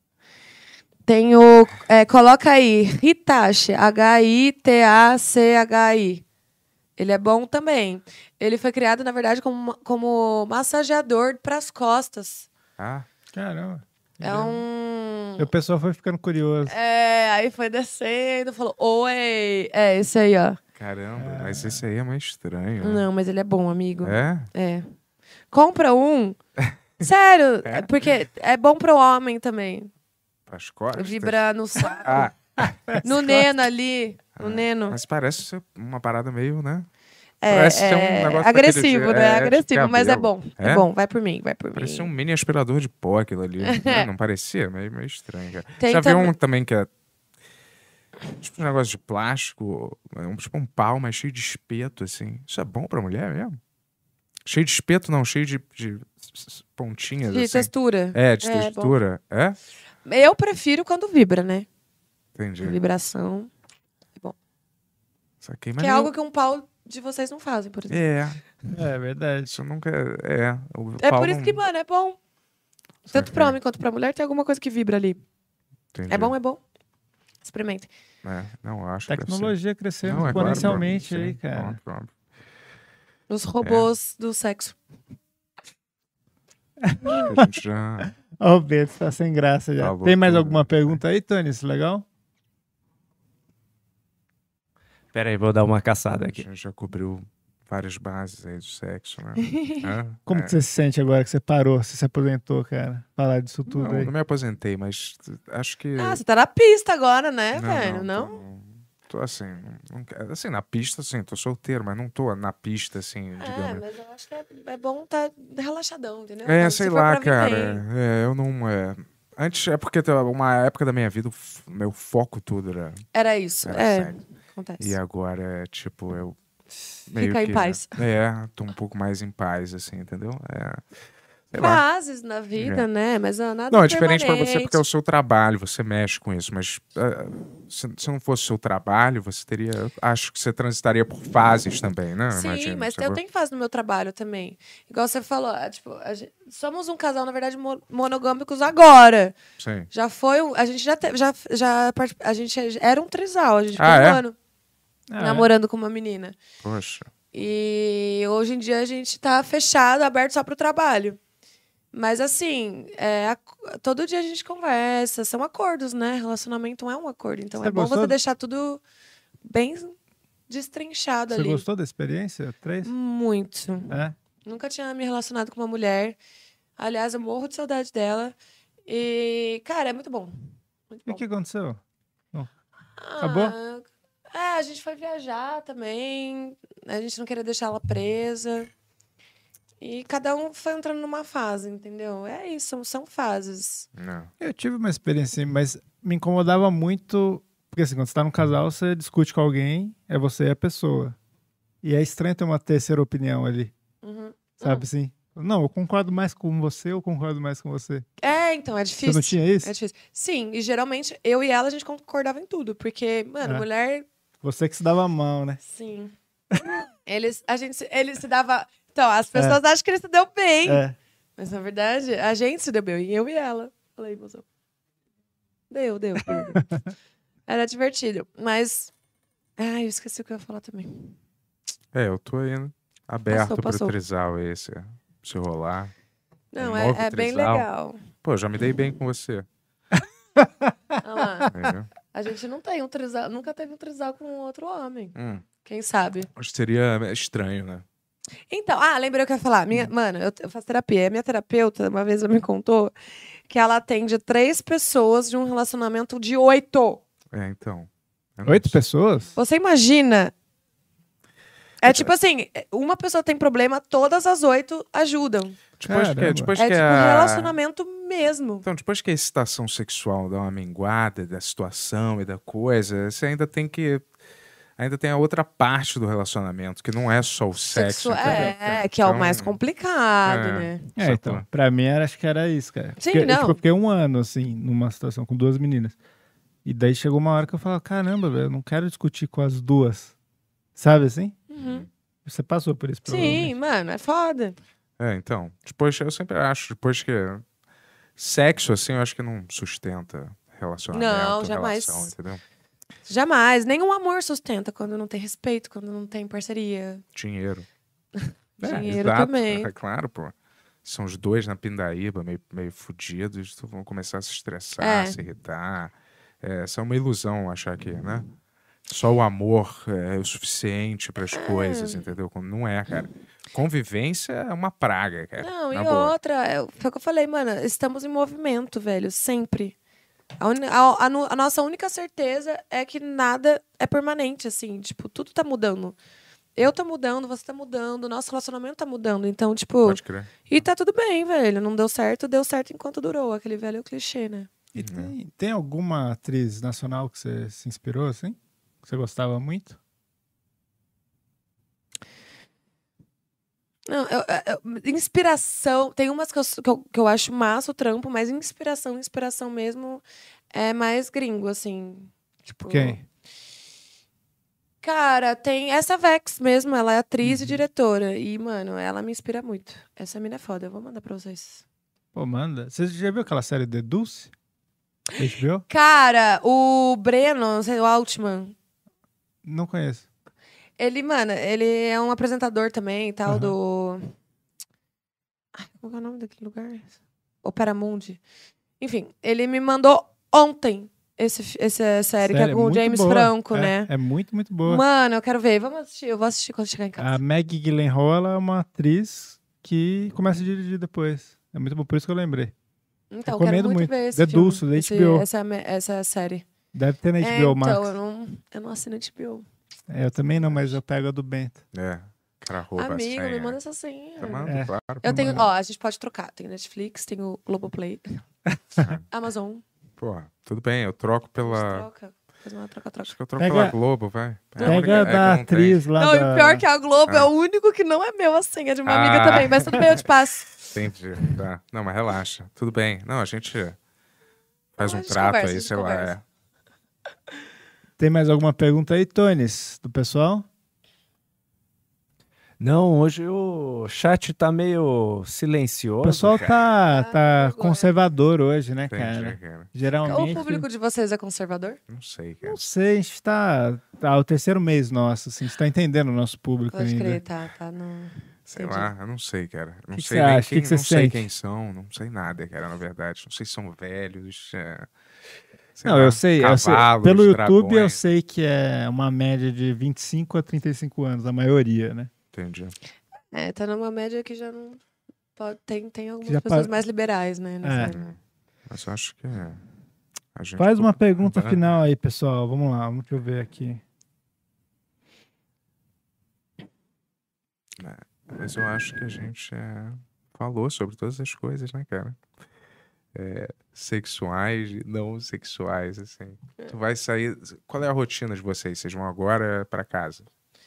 Tem o... é, coloca aí. Hitachi. H I T A C H I. Ele é bom também. Ele foi criado, na verdade, como, como massageador para as costas. Ah, Caramba. É um... E o pessoal foi ficando curioso. É, aí foi descendo, falou, oi. É, esse aí, ó. caramba, mas esse aí é mais estranho. né? Não, mas ele é bom, amigo. É? É. Compra um. Sério, É? porque é bom pro homem também. As costas? Vibrar no saco. Ah, no neno ali. No ah, neno. mas parece ser uma parada meio, né? É, parece ser um é negócio agressivo, daquele- né? é, de agressivo, mas é cabelo. bom. É? É? bom, vai por mim, vai por Parecia um mim. mini aspirador de pó aquilo ali. né? Não parecia? Meio, meio estranho, cara. Tem Já viu também- um também que é tipo um negócio de plástico, é um, tipo um pau, mas cheio de espeto, assim. Isso é bom pra mulher mesmo? Cheio de espeto, não, cheio de, de pontinhas, De assim. textura. É, de É, textura. É? Eu prefiro quando vibra, né? Entendi. Vibração. Saquei, mas Que é nem- algo que um pau de vocês não fazem, por exemplo. É, É verdade. isso nunca... É, o É, pau por isso não- que, mano, é bom. Tanto Saquei. pra homem quanto pra mulher tem alguma coisa que vibra ali. Entendi. É bom, é bom. Experimentem. É, não, acho que deve ser. Tecnologia crescendo Não, é claro, exponencialmente óbvio, aí, sim, cara. óbvio, óbvio. Os robôs do sexo. Acho que a gente já... Ó, o Beto tá sem graça já. Acabou Tem mais tudo. alguma pergunta aí, Tony? Isso é legal? Pera aí, vou dar uma caçada A aqui. gente já cobriu várias bases aí do sexo, né? Hã? Como É. que você se sente agora que você parou, você se aposentou, cara? Falar disso tudo Não, aí. não me aposentei, mas acho que... Ah, você tá na pista agora, né, velho? Não? Tô, não, tô assim, não, não quero- assim, na pista, assim, tô solteiro, mas não tô na pista, assim, É, digamos. mas eu acho que é, é bom estar relaxadão, entendeu? É, Quando sei se for lá, pra viver. cara. É, eu não. É... Antes, é porque tem uma época da minha vida, o f- meu foco tudo era, Era isso. era é, sexo. acontece. E agora, é, tipo, eu. Meio Fica em que, paz. É, tô um pouco mais em paz, assim, entendeu? É. Sei lá. Fases na vida, É. né? Mas ah, nada Não, é diferente pra você permanente. porque é o seu trabalho, você mexe com isso, mas ah, se, se não fosse o seu trabalho, você teria. Acho que você transitaria por fases também, né? Sim, Imagino, mas você eu vai- tenho fase no meu trabalho também. Igual você falou, ah, tipo, a gente- somos um casal, na verdade, mo- monogâmicos agora. Sim. Já foi, um- a gente já teve, já, já part- a gente era um trisal, a gente ficou Ah, um é? ano Ah, namorando com uma menina. Poxa. E hoje em dia a gente tá fechado, aberto só pro trabalho. Mas assim, é, a- todo dia a gente conversa, são acordos, né? Relacionamento é um acordo. Então Você é bom gostou você do- deixar tudo bem destrinchado Você ali. gostou da experiência? Três? Muito. É? Nunca tinha me relacionado com uma mulher. Aliás, eu morro de saudade dela. E, cara, é muito bom. Muito E bom. o que aconteceu? Acabou? Ah, é, a gente foi viajar também. A gente não queria deixar ela presa. E cada um foi entrando numa fase, entendeu? É isso, são, são fases. Não. Eu tive uma experiência, mas me incomodava muito. Porque assim, quando você tá num casal, você discute com alguém, é você e a pessoa. E é estranho ter uma terceira opinião ali. Uhum. Sabe assim? Não, eu concordo mais com você, eu concordo mais com você. É, então, é difícil. Você não tinha isso? É difícil. Sim, e geralmente eu e ela a gente concordava em tudo. Porque, mano, É. mulher. Você que se dava mal, né? Sim. Eles, a gente, se- ele se dava. Então, as pessoas acham que ele se deu bem. É. Mas na verdade, a gente se deu bem. Eu e ela. Falei, moção. Deu, deu, deu. deu. Era divertido. Mas. Ai, eu esqueci o que eu ia falar também. É, eu tô indo aberto Passou, passou. pro trisal esse. Se rolar. Não, Um é, novo é bem trisal. legal. Pô, já me dei bem com você. Olha lá. Entendeu? A gente não tem um trisal, nunca teve um trisal com outro homem. Hum, Quem sabe? acho que seria estranho, né? Então, ah, lembrei o que eu ia falar. Minha, mano, eu, eu faço terapia. A minha terapeuta, uma vez, ela me contou que ela atende três pessoas de um relacionamento de oito. É, então. Eu não Oito sei. pessoas? Você imagina? É tipo assim, uma pessoa tem problema, todas as oito ajudam. Depois que, Caramba. depois É que tipo a... relacionamento mesmo. Então, depois que a excitação sexual dá uma minguada da situação e da coisa, você ainda tem que... Ainda tem a outra parte do relacionamento, que não é só o sexo. Sexu- entendeu? é, que é o Então, mais complicado, é. né? É, Sacou? então, pra mim era, acho que era isso, cara. Sim, Porque, não. Tipo, eu fiquei um ano, assim, numa situação com duas meninas. E daí chegou uma hora que eu falava, caramba, velho, eu não quero discutir com as duas. Sabe assim? Uhum. Você passou por isso, Sim, provavelmente. mano, é foda. É, então. Depois, eu sempre acho, depois que... Sexo, assim, eu acho que não sustenta relacionamento, Não, jamais. relação, entendeu? Jamais. Nenhum amor sustenta quando não tem respeito, quando não tem parceria. Dinheiro. Dinheiro exato. também. É claro, pô. São os dois na pindaíba, meio, meio fudidos, então vão começar a se estressar, É. se irritar. É, essa é uma ilusão achar que, né? Só o amor é o suficiente para as coisas, entendeu? Quando não é, cara. Convivência é uma praga, cara. Não, na e boa. outra, é, foi o que eu falei, mano, estamos em movimento, velho, sempre. A, uni- a- a nu- a nossa única certeza é que nada é permanente, assim, tipo, tudo tá mudando. Eu tô mudando, você tá mudando, nosso relacionamento tá mudando. Então, tipo, Pode crer. e tá tudo bem, velho. Não deu certo, deu certo enquanto durou. Aquele velho clichê, né? E tem, tem alguma atriz nacional que você se inspirou, assim? Que você gostava muito? Não, eu- eu- eu- inspiração. Tem umas que eu, que, eu, que eu acho massa o trampo, mas inspiração, inspiração mesmo é mais gringo, assim. Tipo. Quem? Cara, tem essa Vex mesmo, ela é atriz e diretora. E, mano, ela me inspira muito. Essa mina é foda, eu vou mandar pra vocês. Pô, manda. Você já viu aquela série The Dulce? H B O? Cara, o Breno, não sei, o Altman, Não conheço. ele, mano, ele é um apresentador também e tal, Aham. do. Ai, como é o nome daquele lugar? Opera Mundi. Enfim, ele me mandou ontem esse, fi- essa série, que é Sério, com o muito James boa. Franco, É, né? É muito, muito boa. Mano, eu quero ver. Vamos assistir. Eu vou assistir quando chegar em casa. A Maggie Gyllenhaal, ela é uma atriz que começa a dirigir depois. É muito bom, por isso que eu lembrei. Então, eu quero recomendo muito, muito. ver esse The filme, Dulce, da esse- H B O. Essa, me- essa série. Deve ter na É, H B O Max. então, eu não, eu não assino H B O. É, eu também não, mas eu pego a do Bento. É. Cara, rouba a Amigo, senha. me manda essa senha. Tá mandando, É. claro. Eu tenho, manda. ó, a gente pode trocar. Tem Netflix, tem o Globoplay, Amazon. Pô, tudo bem, eu troco A pela... gente troca. Faz uma troca-troca. Acho que eu troco Pega- pela Globo, vai. É a Pega única- é que eu da não atriz lá Não, e da... o pior é que a Globo é Ah. o único que não é meu a senha de uma Ah. amiga também. Mas tudo bem, eu te passo. tenho. Entendi, tá. Não, mas relaxa. Tudo bem. Não, a gente faz Não, um a gente trato conversa, a aí, gente sei lá. conversa. É. Tem mais alguma pergunta aí, Tones, do pessoal? Não, hoje o chat tá meio silencioso. O pessoal tá, Ah, tá vergonha. conservador hoje, né, Entendi, cara? cara. Geralmente... O público de vocês é conservador? Não sei, cara. Não sei, a gente tá... Tá o terceiro mês nosso, assim, a gente tá entendendo o nosso público Pode ainda. crer, tá, tá no... Sei Entendi. lá, eu não sei, cara. Não Que que sei você nem acha? quem, Que que você não sei sente? quem são, não sei nada, cara, na verdade. Não sei se são velhos. é, sei Não, lá, eu sei, eu sei. cavalos, Pelo YouTube eu dragões. sei que é uma média de vinte e cinco a trinta e cinco anos, a maioria, né? Entendi. É, tá numa média que já não... Pode, tem, tem algumas Já pessoas pa- mais liberais, né? É. nessa- Hum, Mas eu acho que. A gente Faz uma pergunta né? final aí, pessoal. Vamos lá, vamos deixa eu ver aqui. Mas eu acho que a gente é, falou sobre todas as coisas, né, cara? É, sexuais e não sexuais, assim. Tu vai sair... Qual é a rotina de vocês? Vocês vão agora pra casa?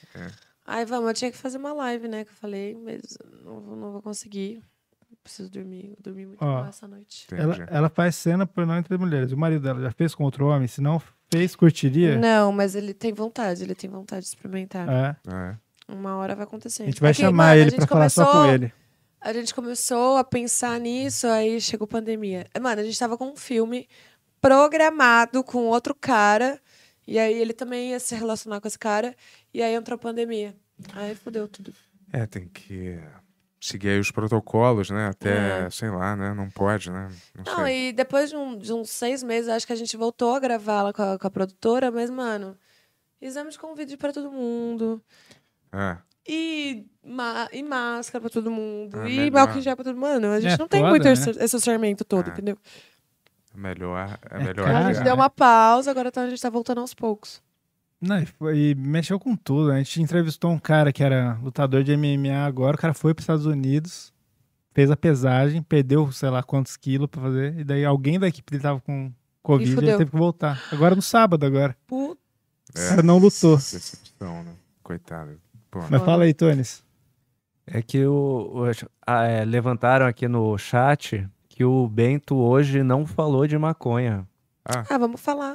Ai, vamos, eu tinha que fazer uma live, né? Que eu falei, mas não, vou- não vou conseguir. Preciso dormir. Eu dormi muito Ó, mal essa noite. Ela, Entendi. ela faz cena pornô entre mulheres. O marido dela já fez com outro homem? Se não fez, curtiria? Não, mas ele tem vontade, ele tem vontade de experimentar. É. É. Uma hora vai acontecer. A gente vai É que, chamar mano, a ele gente pra falar só com começou- ele. A gente começou a pensar nisso, aí chegou pandemia. Mano, a gente tava com um filme programado com outro cara, e aí ele também ia se relacionar com esse cara, e aí entrou a pandemia. Aí fodeu tudo. É, tem que seguir aí os protocolos, né? Até, É. sei lá, né? Não pode, né? Não, Não, sei. e depois de, um- de uns seis meses, acho que a gente voltou a gravar lá com a, com a produtora, mas, mano, exame de convite pra todo mundo. É. E, ma- e máscara pra todo mundo. Ah, e melhor. álcool em gel pra todo mundo. Mano, a gente É não tem foda, muito né? esse, esse sortimento todo, É. entendeu? É melhor, é É melhor. caro. a gente adiar. deu uma pausa, agora tá- a gente tá voltando aos poucos. Não, e, foi- e mexeu com tudo. A gente entrevistou um cara que era lutador de M M A agora. O cara foi para os Estados Unidos, fez a pesagem, perdeu sei lá quantos quilos pra fazer. E daí alguém da equipe dele tava com Covid e ele fudeu. teve que voltar. Agora no sábado agora. Puta. O cara não lutou. Decepção, né? Coitado. Pô. Mas fala aí, Tones. É que o, o- ah, é, levantaram aqui no chat que o Bento hoje não falou de maconha. Ah, Ah, vamos falar.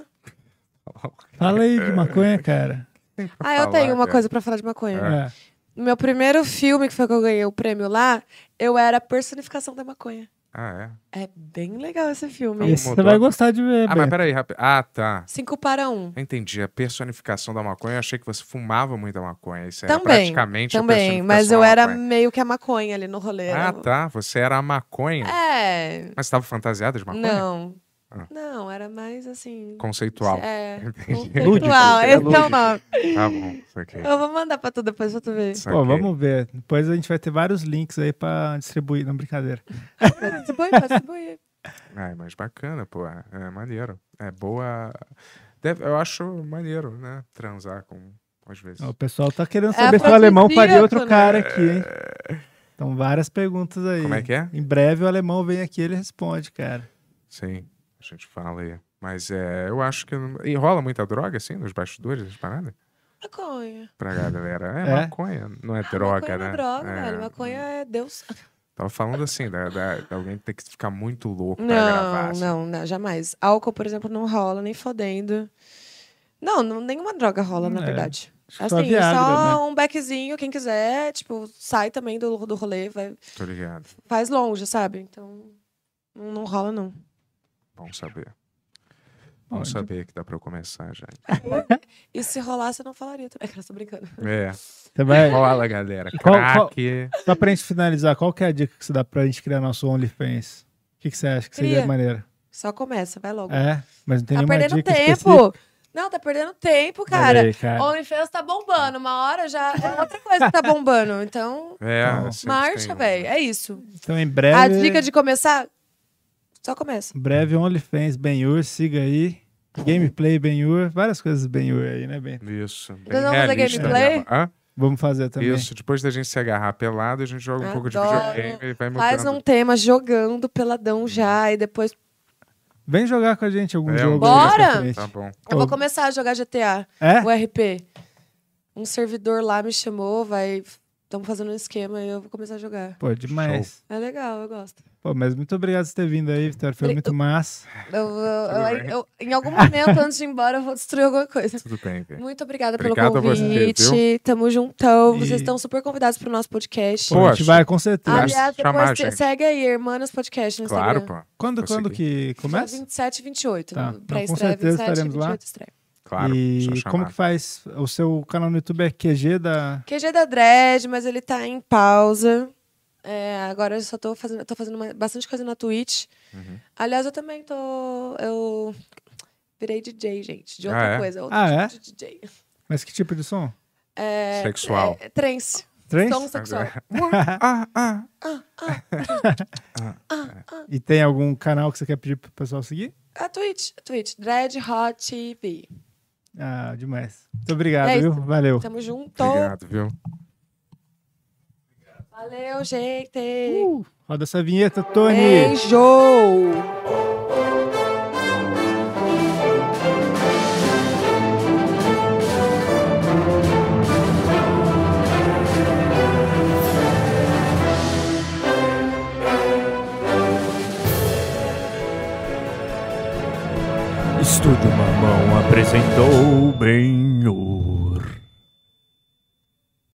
Fala aí de maconha, cara. tem pra Ah, eu falar, tenho uma cara. coisa pra falar de maconha. É. No meu primeiro filme, que foi que eu ganhei o prêmio lá, eu era a personificação da maconha. Ah, é? É bem legal esse filme. Vamos Esse você mudou. vai gostar de ver, Ah, mas Beto. peraí, rápido. Ah, tá. Cinco para um. Eu entendi. A personificação da maconha, eu achei que você fumava muita maconha. Isso era Também, praticamente a também. personificação Mas eu da era maconha. meio que a maconha ali no rolê. Ah, era- tá. Você era a maconha. É. Mas você tava fantasiada de maconha? Não. Ah. Não, era mais assim. Conceitual. É. Entendi. Conceitual. É Esse é o lúdico. nome. Tá bom. Isso aqui. Eu vou mandar pra tu depois pra tu ver. Pô, vamos ver. Depois a gente vai ter vários links aí pra distribuir. Não, brincadeira. Pode distribuir, pode distribuir. Ai, mas bacana, pô. É maneiro. É boa. Deve- eu acho maneiro, né? Transar com. Às vezes. Ó, o pessoal tá querendo É saber se o alemão faria outro afrodisíaco, cara né? aqui, hein? Então, várias perguntas aí. Como é que é? Em breve o alemão vem aqui e ele responde, cara. Sim, a gente fala aí. Mas é, eu acho que. não- E rola muita droga, assim, nos bastidores, das paradas? Maconha. Pra galera. É, É? maconha, não é Ah, droga, maconha né? não é droga, É, velho. Maconha é Deus. Tava falando assim, da, da, de alguém ter que ficar muito louco pra Não, gravar. assim. não, não, jamais. Álcool, por exemplo, não rola, nem fodendo. Não, não nenhuma droga rola, na É. verdade. Acho que só Assim, Viagra, só né? um beckzinho, quem quiser, tipo, sai também do, do rolê, vai, Tô ligado. faz longe, sabe? Então, não, não rola, não. Bom saber. Bom Pode. saber que dá pra eu começar já. E se rolasse, eu não falaria também. Eu tô brincando. É. Você vai... Rola, galera. Qual- qual- Craque. Só pra gente finalizar, qual que é a dica que você dá pra gente criar nosso OnlyFans? O que, que você acha que seria Cria. maneiro? Só começa, vai logo. É, mas não tem Tá nenhuma perdendo dica tempo. específica? Não, tá perdendo tempo, Olha cara. aí, cara. OnlyFans tá bombando. Uma hora já é outra coisa que tá bombando. Então, É, Então, sempre marcha, tem um- velho. É isso. Então, em breve, A dica de começar, só começa. em breve OnlyFans Ben-Hur, siga aí. Gameplay Ben-Hur, várias coisas Ben-Hur aí, né, Ben? Isso. Bem Vocês vão fazer realista, gameplay? né? Hã? Vamos fazer também. Isso. Depois da gente se agarrar pelado, a gente joga um pouco de Adoro. videogame e vai Faz mudando. um tema jogando peladão já e depois Vem jogar com a gente algum É, jogo. um aí pra Bora! frente. Tá bom. eu vou começar a jogar G T A, É? o R P. Um servidor lá me chamou, vai. Estamos fazendo um esquema e eu vou começar a jogar. Pô, demais. É legal, eu gosto. Pô, mas muito obrigado por ter vindo aí, Vitória. Foi Obri- muito massa. Eu, eu- Tudo eu- bem. eu- em algum momento, antes de ir embora, eu vou destruir alguma coisa. Tudo bem, velho. Muito obrigada Obrigado a pelo você, convite. viu? Tamo juntão. E- Vocês estão super convidados pro nosso podcast. Pô, a gente Poxa. vai com certeza. Aliás, chamar a depois te- gente. segue aí, Hermanas Podcast no Claro, Instagram. pô. Quando, Vou quando seguir. que começa? vinte e sete e vinte e oito. Tá. no Então, Pré-estreia com certeza vinte e sete e estaremos lá. vinte e oito estreia. Claro, só E chamar. como que faz? O seu canal no YouTube é Q G da... Q G da Dredd, mas ele tá em pausa. É, agora eu só tô fazendo, tô fazendo uma- bastante coisa na Twitch. Uhum. Aliás, eu também tô. Eu virei D J, gente, de outra Ah, é? coisa. Outro Ah, tipo é? de D J. Mas que tipo de som? É, Sexual. É, trance. Três? Som sexual. Ah, ah. E tem algum canal que você quer pedir pro pessoal seguir? A Twitch, a Twitch. Dread Hot T V. Ah, demais. Muito obrigado, É viu? isso. Valeu. Tamo junto. Obrigado, viu? Valeu, gente. Uh, roda essa vinheta, Tony. Beijo. Estúdio Mamão apresentou bem o